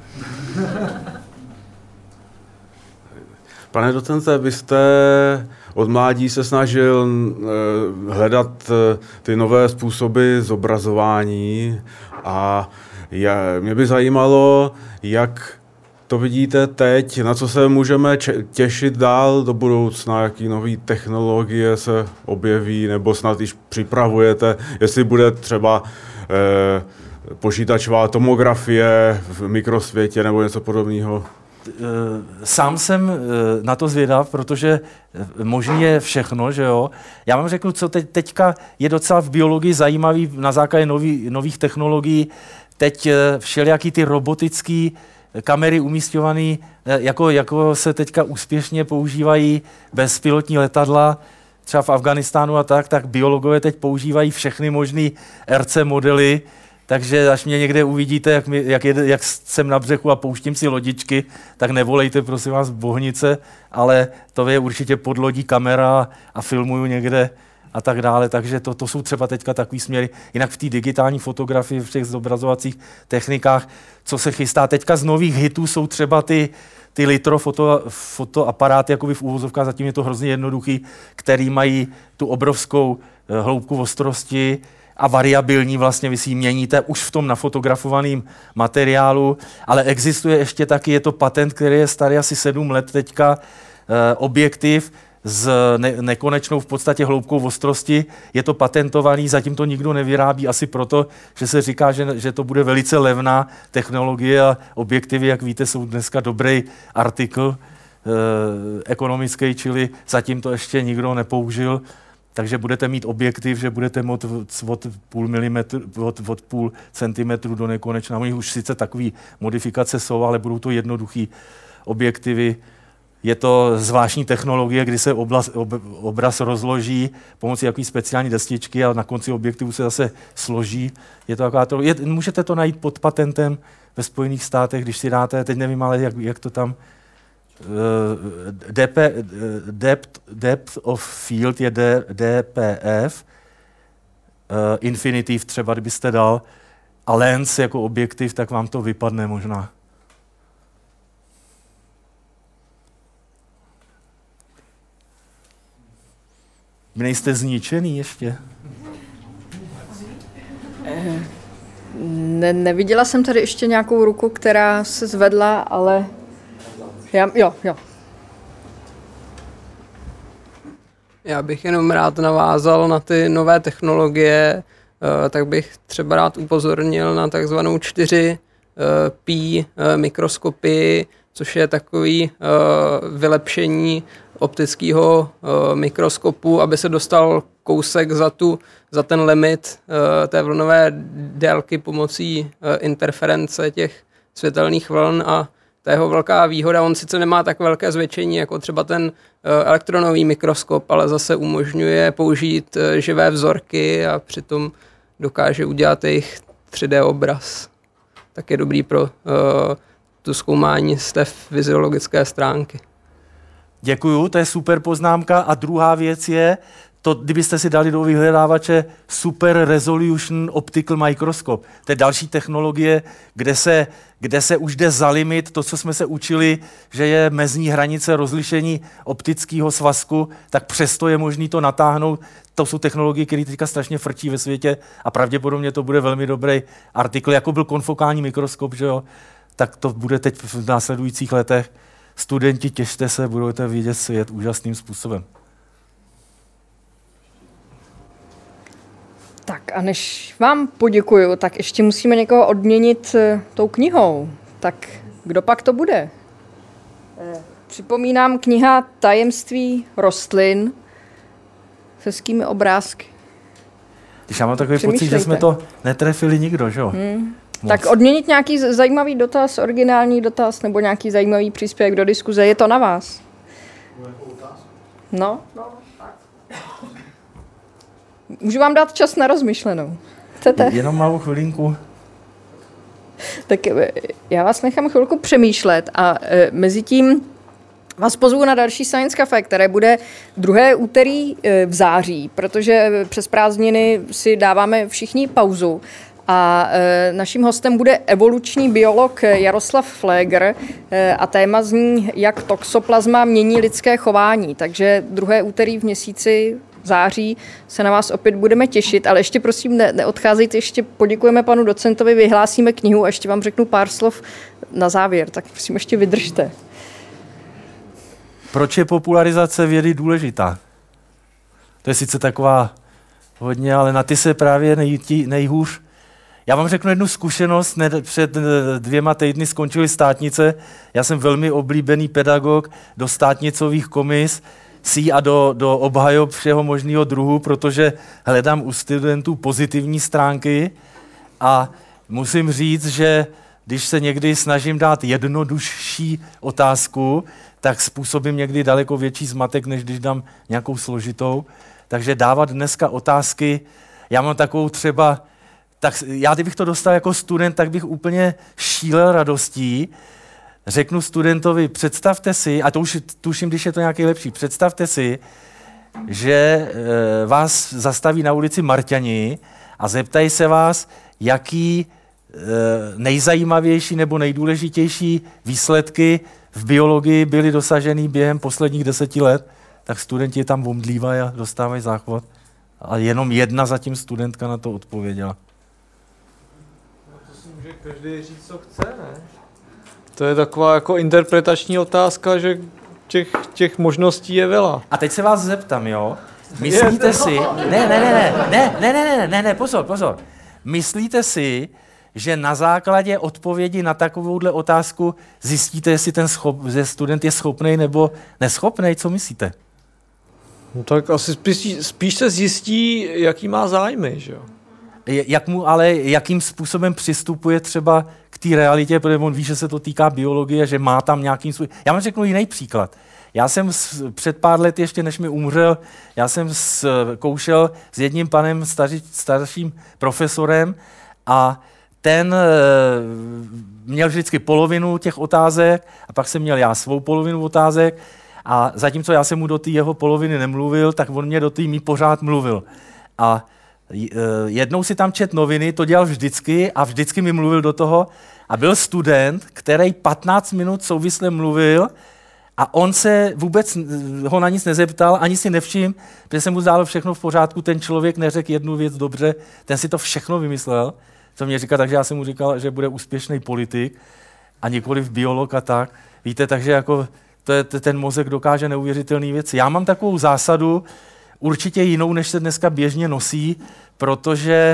Pane docente, byste od mládí se snažil hledat ty nové způsoby zobrazování a mě by zajímalo, jak to vidíte teď, na co se můžeme těšit dál do budoucna, jaký nové technologie se objeví, nebo snad již připravujete, jestli bude třeba počítačová tomografie v mikrosvětě nebo něco podobného. Sám jsem na to zvědav, protože možný je všechno, že jo. Já vám řeknu, co teďka je docela v biologii zajímavý na základě nových technologií. Teď všelijaký ty robotický kamery umísťované, jako se teďka úspěšně používají bezpilotní letadla, třeba v Afghánistánu a tak biologové teď používají všechny možné RC modely. Takže až mě někde uvidíte, jak jsem na břehu a pouštím si lodičky, tak nevolejte, prosím vás, bohnice, ale to je určitě pod lodí kamera a filmuju někde a tak dále. Takže to jsou třeba teďka takový směry. Jinak v té digitální fotografii, v těch zobrazovacích technikách, co se chystá. Teďka z nových hitů jsou třeba ty litro fotoaparáty, jakoby v úvozovkách, zatím je to hrozně jednoduchý, který mají tu obrovskou hloubku ostrosti, a variabilní vlastně vy si ji měníte už v tom nafotografovaném materiálu, ale existuje ještě taky, je to patent, který je starý asi 7 let teďka, objektiv, s nekonečnou v podstatě hloubkou ostrosti. Je to patentovaný, zatím to nikdo nevyrábí, asi proto, že se říká, že to bude velice levná technologie a objektivy, jak víte, jsou dneska dobrý artikl ekonomický, čili zatím to ještě nikdo nepoužil. Takže budete mít objektiv, že budete mít od půl centimetru do nekonečna. Oni už sice takové modifikace jsou, ale budou to jednoduché objektivy. Je to zvláštní technologie, kdy se obraz rozloží pomocí jaký speciální destičky a na konci objektivu se zase složí. Je to můžete to najít pod patentem ve Spojených státech, když si dáte, teď nevím, ale jak to tam depth of field je DPF, infinitiv třeba, kdybyste dal, a lens jako objektiv, tak vám to vypadne možná. Nejste zničený ještě? Neviděla jsem tady ještě nějakou ruku, která se zvedla, ale jo. Já bych jenom rád navázal na ty nové technologie, tak bych třeba rád upozornil na takzvanou 4P mikroskopii, což je takový vylepšení optického mikroskopu, aby se dostal kousek za ten limit té vlnové délky pomocí interference těch světelných vln, a to je jeho velká výhoda. On sice nemá tak velké zvětšení jako třeba ten elektronový mikroskop, ale zase umožňuje použít živé vzorky a přitom dokáže udělat jejich 3D obraz. Tak je dobrý pro to zkoumání z té fyziologické stránky. Děkuju, to je super poznámka. A druhá věc je, to, kdybyste si dali do vyhledávače Super Resolution Optical Microscope. To je další technologie, kde se už jde za limit, to, co jsme se učili, že je mezní hranice rozlišení optického svazku, tak přesto je možné to natáhnout. To jsou technologie, které teďka strašně frčí ve světě a pravděpodobně to bude velmi dobrý artikl, jako byl konfokální mikroskop, že jo? Tak to bude teď v následujících letech. Studenti, těšte se, budete vidět svět úžasným způsobem. Tak a než vám poděkuju, tak ještě musíme někoho odměnit tou knihou. Tak kdo pak to bude? Připomínám, kniha Tajemství rostlin s hezkými obrázky. Když já mám takový pocit, že jsme to netrefili nikdo, že jo? Tak odměnit nějaký zajímavý dotaz, originální dotaz nebo nějaký zajímavý příspěvek do diskuze, je to na vás. No, tak. Můžu vám dát čas na rozmyšlenou. Chcete? Jenom malou chvilinku. Tak já vás nechám chvilku přemýšlet a mezi tím vás pozvu na další Science Café, které bude 2. úterý v září, protože přes prázdniny si dáváme všichni pauzu. A naším hostem bude evoluční biolog Jaroslav Pfleger a téma zní, jak toxoplazma mění lidské chování. Takže 2. úterý v měsíci září se na vás opět budeme těšit, ale ještě prosím neodcházejte, ještě poděkujeme panu docentovi, vyhlásíme knihu a ještě vám řeknu pár slov na závěr, tak prosím ještě vydržte. Proč je popularizace vědy důležitá? To je sice taková hodně, ale na ty se právě nejhůř. Já vám řeknu jednu zkušenost, před 2 týdny skončily státnice, já jsem velmi oblíbený pedagog do státnicových komis, a do obhajob všeho možného druhu, protože hledám u studentů pozitivní stránky a musím říct, že když se někdy snažím dát jednodušší otázku, tak způsobím někdy daleko větší zmatek, než když dám nějakou složitou. Takže dávat dneska otázky, já mám takovou třeba, tak já kdybych to dostal jako student, tak bych úplně šílel radostí. Řeknu studentovi, představte si, a to už tuším, když je to nějaký lepší, představte si, že vás zastaví na ulici Marťani a zeptají se vás, jaký nejzajímavější nebo nejdůležitější výsledky v biologii byly dosaženy během posledních 10 let, tak studenti tam omdlívají a dostávají záchvat. A jenom jedna zatím studentka na to odpověděla. To si může každý říct, co chce, ne? To je taková jako interpretační otázka, že těch možností je vela. A teď se vás zeptám, jo? Myslíte si... Ne, pozor. Myslíte si, že na základě odpovědi na takovouhle otázku zjistíte, jestli ten student je schopný nebo neschopný? Co myslíte? No tak asi spíš se zjistí, jaký má zájmy, že jo? Jakým způsobem přistupuje třeba k té realitě, protože on ví, že se to týká biologie, že má tam nějakým způsobem... Já vám řeknu jiný příklad. Já jsem před pár lety, ještě než mi umřel, já jsem koušel s jedním panem starším profesorem a ten měl vždycky polovinu těch otázek a pak jsem měl já svou polovinu otázek a zatímco já jsem mu do té jeho poloviny nemluvil, tak on mě do té mý pořád mluvil. A jednou si tam čet noviny, to dělal vždycky a vždycky mi mluvil do toho a byl student, který 15 minut souvisle mluvil a on se vůbec ho na nic nezeptal, ani si nevšiml, protože se mu zdálo všechno v pořádku, ten člověk neřekl jednu věc dobře, ten si to všechno vymyslel, co mě říká, takže já jsem mu říkal, že bude úspěšný politik a nikoliv biolog a tak. Víte, takže jako ten mozek dokáže neuvěřitelné věci. Já mám takovou zásadu, určitě jinou, než se dneska běžně nosí, protože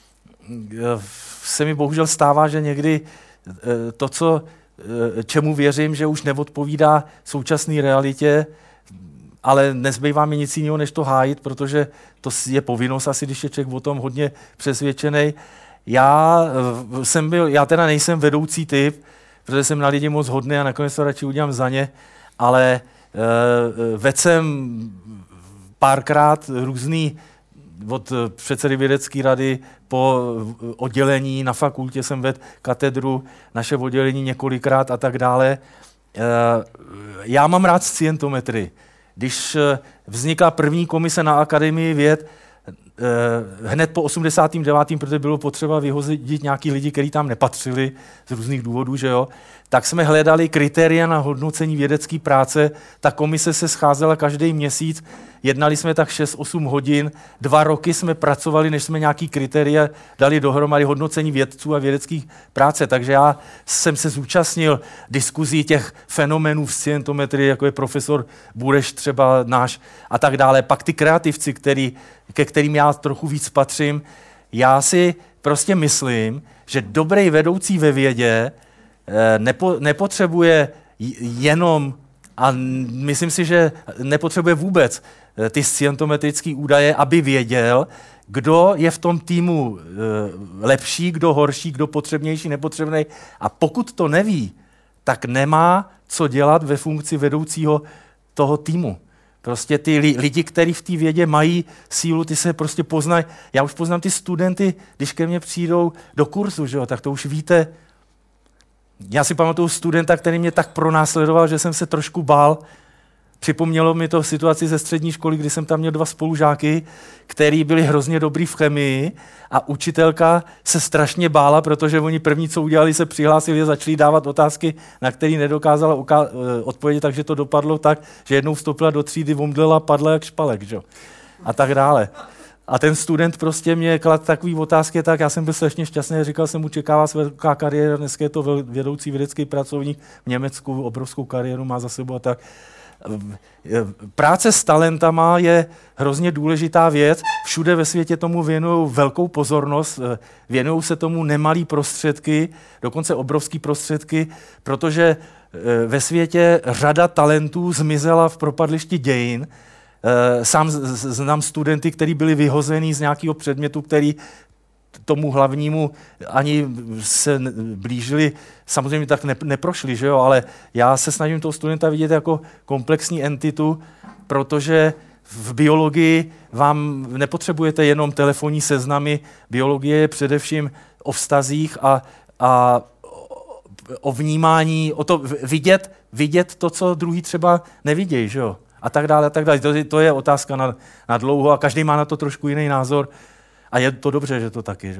se mi bohužel stává, že někdy to, čemu věřím, že už neodpovídá současné realitě, ale nezbývá mi nic jiného, než to hájit, protože to je povinnost asi, když je člověk o tom hodně přesvědčený. Já teda nejsem vedoucí typ, protože jsem na lidi moc hodný a nakonec to radši udělám za ně, ale vedl jsem párkrát různý od předsedy vědecké rady po oddělení, na fakultě jsem vedl katedru, naše oddělení několikrát a tak dále. Já mám rád scientometrii. Když vznikla první komise na Akademii věd, hned po 89., protože bylo potřeba vyhozit nějaký lidi, kteří tam nepatřili z různých důvodů, že jo, tak jsme hledali kritéria na hodnocení vědecké práce. Ta komise se scházela každý měsíc, jednali jsme tak 6-8 hodin, 2 roky jsme pracovali, než jsme nějaký kritéria dali dohromady hodnocení vědců a vědeckých práce. Takže já jsem se zúčastnil diskuzí těch fenoménů v scientometrii, jako je profesor Bureš třeba náš a tak dále. Pak ty kreativci, ke kterým já trochu víc patřím. Já si prostě myslím, že dobrý vedoucí ve vědě nepotřebuje jenom, a myslím si, že nepotřebuje vůbec ty scientometrické údaje, aby věděl, kdo je v tom týmu lepší, kdo horší, kdo potřebnější, nepotřebný. A pokud to neví, tak nemá co dělat ve funkci vedoucího toho týmu. Prostě ty lidi, kteří v té vědě mají sílu, ty se prostě poznají. Já už poznám ty studenty, když ke mně přijdou do kurzu, že jo, tak to už víte. Já si pamatuju studenta, který mě tak pronásledoval, že jsem se trošku bál. Připomnělo mi to situaci ze střední školy, kdy jsem tam měl 2 spolužáky, který byli hrozně dobrý v chemii a učitelka se strašně bála, protože oni první, co udělali, se přihlásili a začali dávat otázky, na které nedokázala odpovědět, takže to dopadlo tak, že jednou vstoupila do třídy, omdlela, padla jak špalek, že? A tak dále. A ten student prostě mě kladl takový otázky, tak já jsem byl strašně šťastný, říkal jsem mu, čekává velká kariéra, dneska je to vedoucí vědecký pracovník v Německu, obrovskou kariéru má za sebou a tak. Práce s talentama je hrozně důležitá věc. Všude ve světě tomu věnují velkou pozornost, věnují se tomu nemalý prostředky, dokonce obrovský prostředky, protože ve světě řada talentů zmizela v propadlišti dějin. Sám znám studenty, kteří byli vyhozený z nějakého předmětu, který tomu hlavnímu ani se blížili, samozřejmě tak neprošli, že jo? Ale já se snažím toho studenta vidět jako komplexní entitu, protože v biologii vám nepotřebujete jenom telefonní seznamy, biologie je především o vztazích a o vnímání, o to vidět to, co druhý třeba nevidějí, že jo? A tak dále, a tak dále. To je otázka na dlouho a každý má na to trošku jiný názor. A je to dobře, že to tak je, že?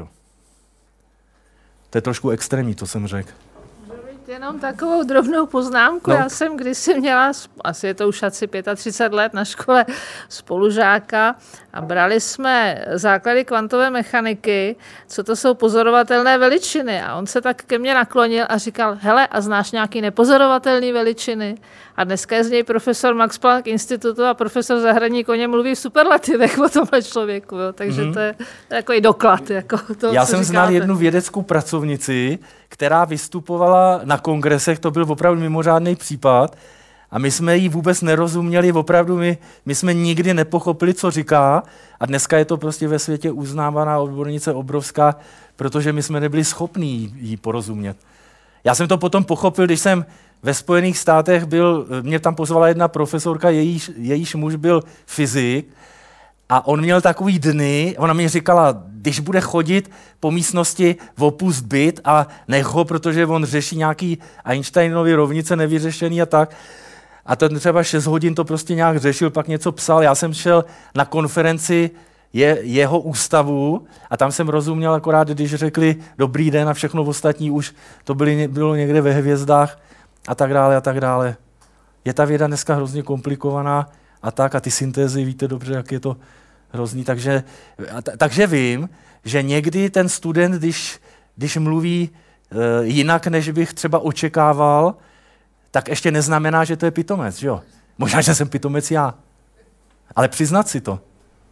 To je trošku extrémní, to jsem řekl. Jenom takovou drobnou poznámku. No. Já jsem kdysi měla, asi je to už asi 35 let na škole, spolužáka a brali jsme základy kvantové mechaniky, co to jsou pozorovatelné veličiny. A on se tak ke mně naklonil a říkal, hele, a znáš nějaký nepozorovatelné veličiny? A dneska je z něj profesor Max Planck institutu a profesor Zahradník o něm mluví v superlativech o tomhle člověku. Jo. Takže to je takový doklad. Jako to, já jsem znal jednu vědeckou pracovnici, která vystupovala na kongresech, to byl opravdu mimořádný případ, a my jsme jí vůbec nerozuměli, opravdu my jsme nikdy nepochopili, co říká, a dneska je to prostě ve světě uznávaná odbornice obrovská, protože my jsme nebyli schopní jí porozumět. Já jsem to potom pochopil, když jsem ve Spojených státech byl, mě tam pozvala jedna profesorka, jejíž muž byl fyzik, a on měl takový dny, ona mi říkala, když bude chodit po místnosti, opust byt a nech ho, protože on řeší nějaký Einsteinovy rovnice nevyřešený a tak. A ten třeba 6 hodin to prostě nějak řešil, pak něco psal. Já jsem šel na konferenci jeho ústavu a tam jsem rozuměl akorát, když řekli dobrý den a všechno ostatní už to bylo někde ve hvězdách a tak dále a tak dále. Je ta věda dneska hrozně komplikovaná a ty syntézy, víte dobře, jak je to hrozný. Takže vím, že někdy ten student, když mluví jinak, než bych třeba očekával, tak ještě neznamená, že to je pitomec, že jo? Možná, že jsem pitomec já. Ale přiznat si to.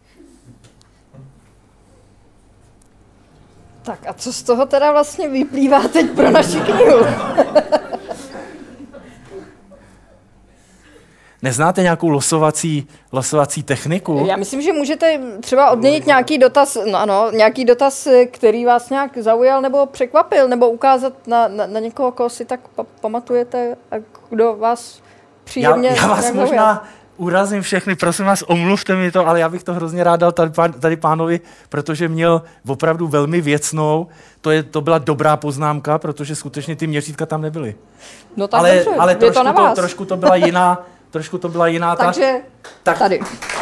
Tak a co z toho teda vlastně vyplývá teď pro naši knihu? Neznáte nějakou losovací techniku? Já myslím, že můžete třeba odměnit nějaký dotaz, který vás nějak zaujal nebo překvapil, nebo ukázat na někoho, koho si tak pamatujete a kdo vás příjemně Já vás zaujal. možná urazím všechny, prosím vás, omluvte mi to, ale já bych to hrozně rád dal tady pánovi, protože měl opravdu velmi věcnou, to byla dobrá poznámka, protože skutečně ty měřítka tam nebyly. No tak dobře, ale je to na vás. trošku to byla jiná. Trošku to byla jiná. Takže tady.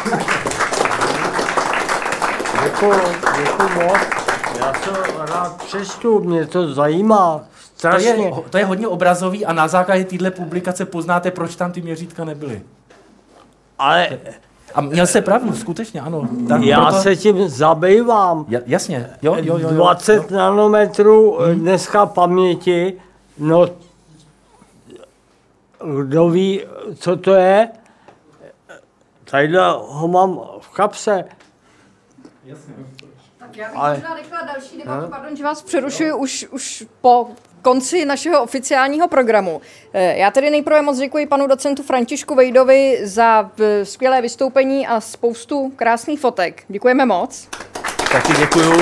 Děkuji moc. Já to rád přečtu, mě to zajímá. Strašně. To je hodně obrazový a na základě téhle publikace poznáte, proč tam ty měřítka nebyly. Ale... A měl jste pravdu, skutečně, ano. Já se tím zabývám. Jasně, jo. 20 nanometrů dneska paměti, no kdo ví, co to je? Tadyhle ho mám v kapse. Tak já bych možná nechla další debatu, pardon, že vás přerušuji už po konci našeho oficiálního programu. Já tedy nejprve moc děkuji panu docentu Františku Vejdovi za skvělé vystoupení a spoustu krásných fotek. Děkujeme moc. Taky děkuju.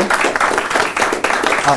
A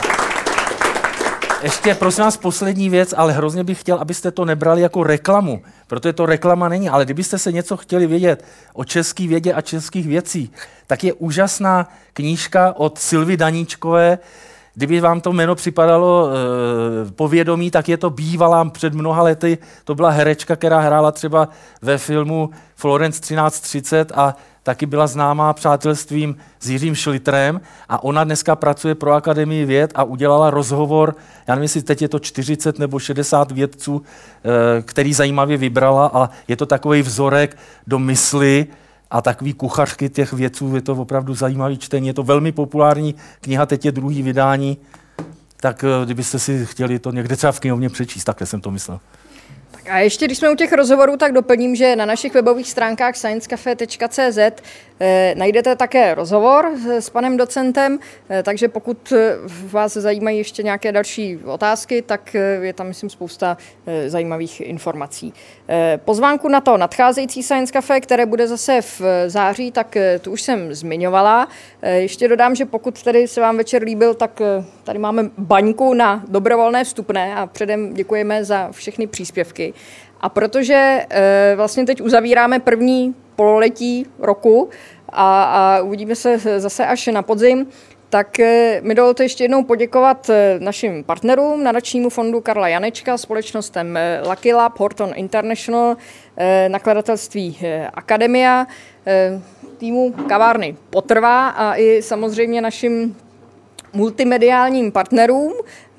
ještě prosím vás poslední věc, ale hrozně bych chtěl, abyste to nebrali jako reklamu, protože to reklama není, ale kdybyste se něco chtěli vědět o české vědě a českých věcí, tak je úžasná knížka od Sylvie Daníčkové. Kdyby vám to jméno připadalo povědomí, tak je to bývalá před mnoha lety, to byla herečka, která hrála třeba ve filmu Florence 1330 a taky byla známá přátelstvím s Jiřím Šlitrem a ona dneska pracuje pro Akademii věd a udělala rozhovor, já nevím, jestli teď je to 40 nebo 60 vědců, který zajímavě vybrala a je to takový vzorek do mysli a takový kuchařky těch vědců, je to opravdu zajímavý čtení, je to velmi populární kniha, teď je druhý vydání, tak kdybyste si chtěli to někde třeba v knihovně přečíst, takhle jsem to myslel. A ještě, když jsme u těch rozhovorů, tak doplním, že na našich webových stránkách sciencecafe.cz najdete také rozhovor s panem docentem, takže pokud vás zajímají ještě nějaké další otázky, tak je tam, myslím, spousta zajímavých informací. Pozvánku na to nadcházející Science Cafe, které bude zase v září, tak tu už jsem zmiňovala. Ještě dodám, že pokud tedy se vám večer líbil, tak tady máme baňku na dobrovolné vstupné a předem děkujeme za všechny příspěvky. A protože vlastně teď uzavíráme první pololetí roku a uvidíme se zase až na podzim, tak mi dovolte ještě jednou poděkovat našim partnerům, nadačnímu fondu Karla Janečka, společnostem Lucky Lab, Horton International, nakladatelství Akademia, týmu kavárny Potrvá a i samozřejmě našim multimediálním partnerům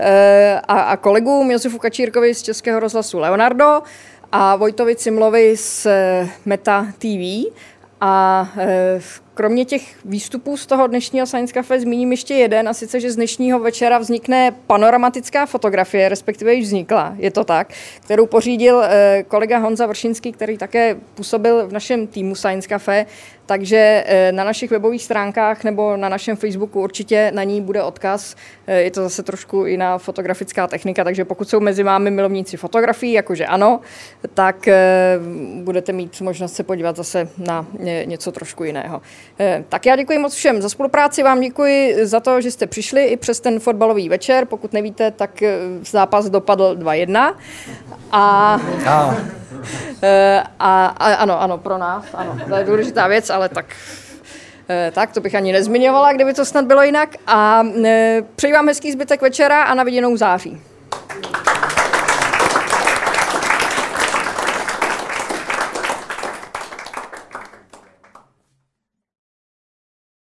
a kolegům Josefu Kačírkovi z Českého rozhlasu Leonardo a Vojtovi Cimlovi z Meta TV. A kromě těch výstupů z toho dnešního Science Café zmíním ještě jeden, a sice, že z dnešního večera vznikne panoramatická fotografie, respektive již vznikla, je to tak, kterou pořídil kolega Honza Vršinský, který také působil v našem týmu Science Café, takže na našich webových stránkách nebo na našem Facebooku určitě na ní bude odkaz. Je to zase trošku jiná fotografická technika, takže pokud jsou mezi vámi milovníci fotografií, jakože ano, tak budete mít možnost se podívat zase na něco trošku jiného. Tak já děkuji moc všem za spolupráci, vám děkuji za to, že jste přišli i přes ten fotbalový večer. Pokud nevíte, tak zápas dopadl 2-1. Ano, pro nás, ano, to je důležitá věc, ale tak to bych ani nezmiňovala, kdyby to snad bylo jinak. A přeji vám hezký zbytek večera a na viděnou v září.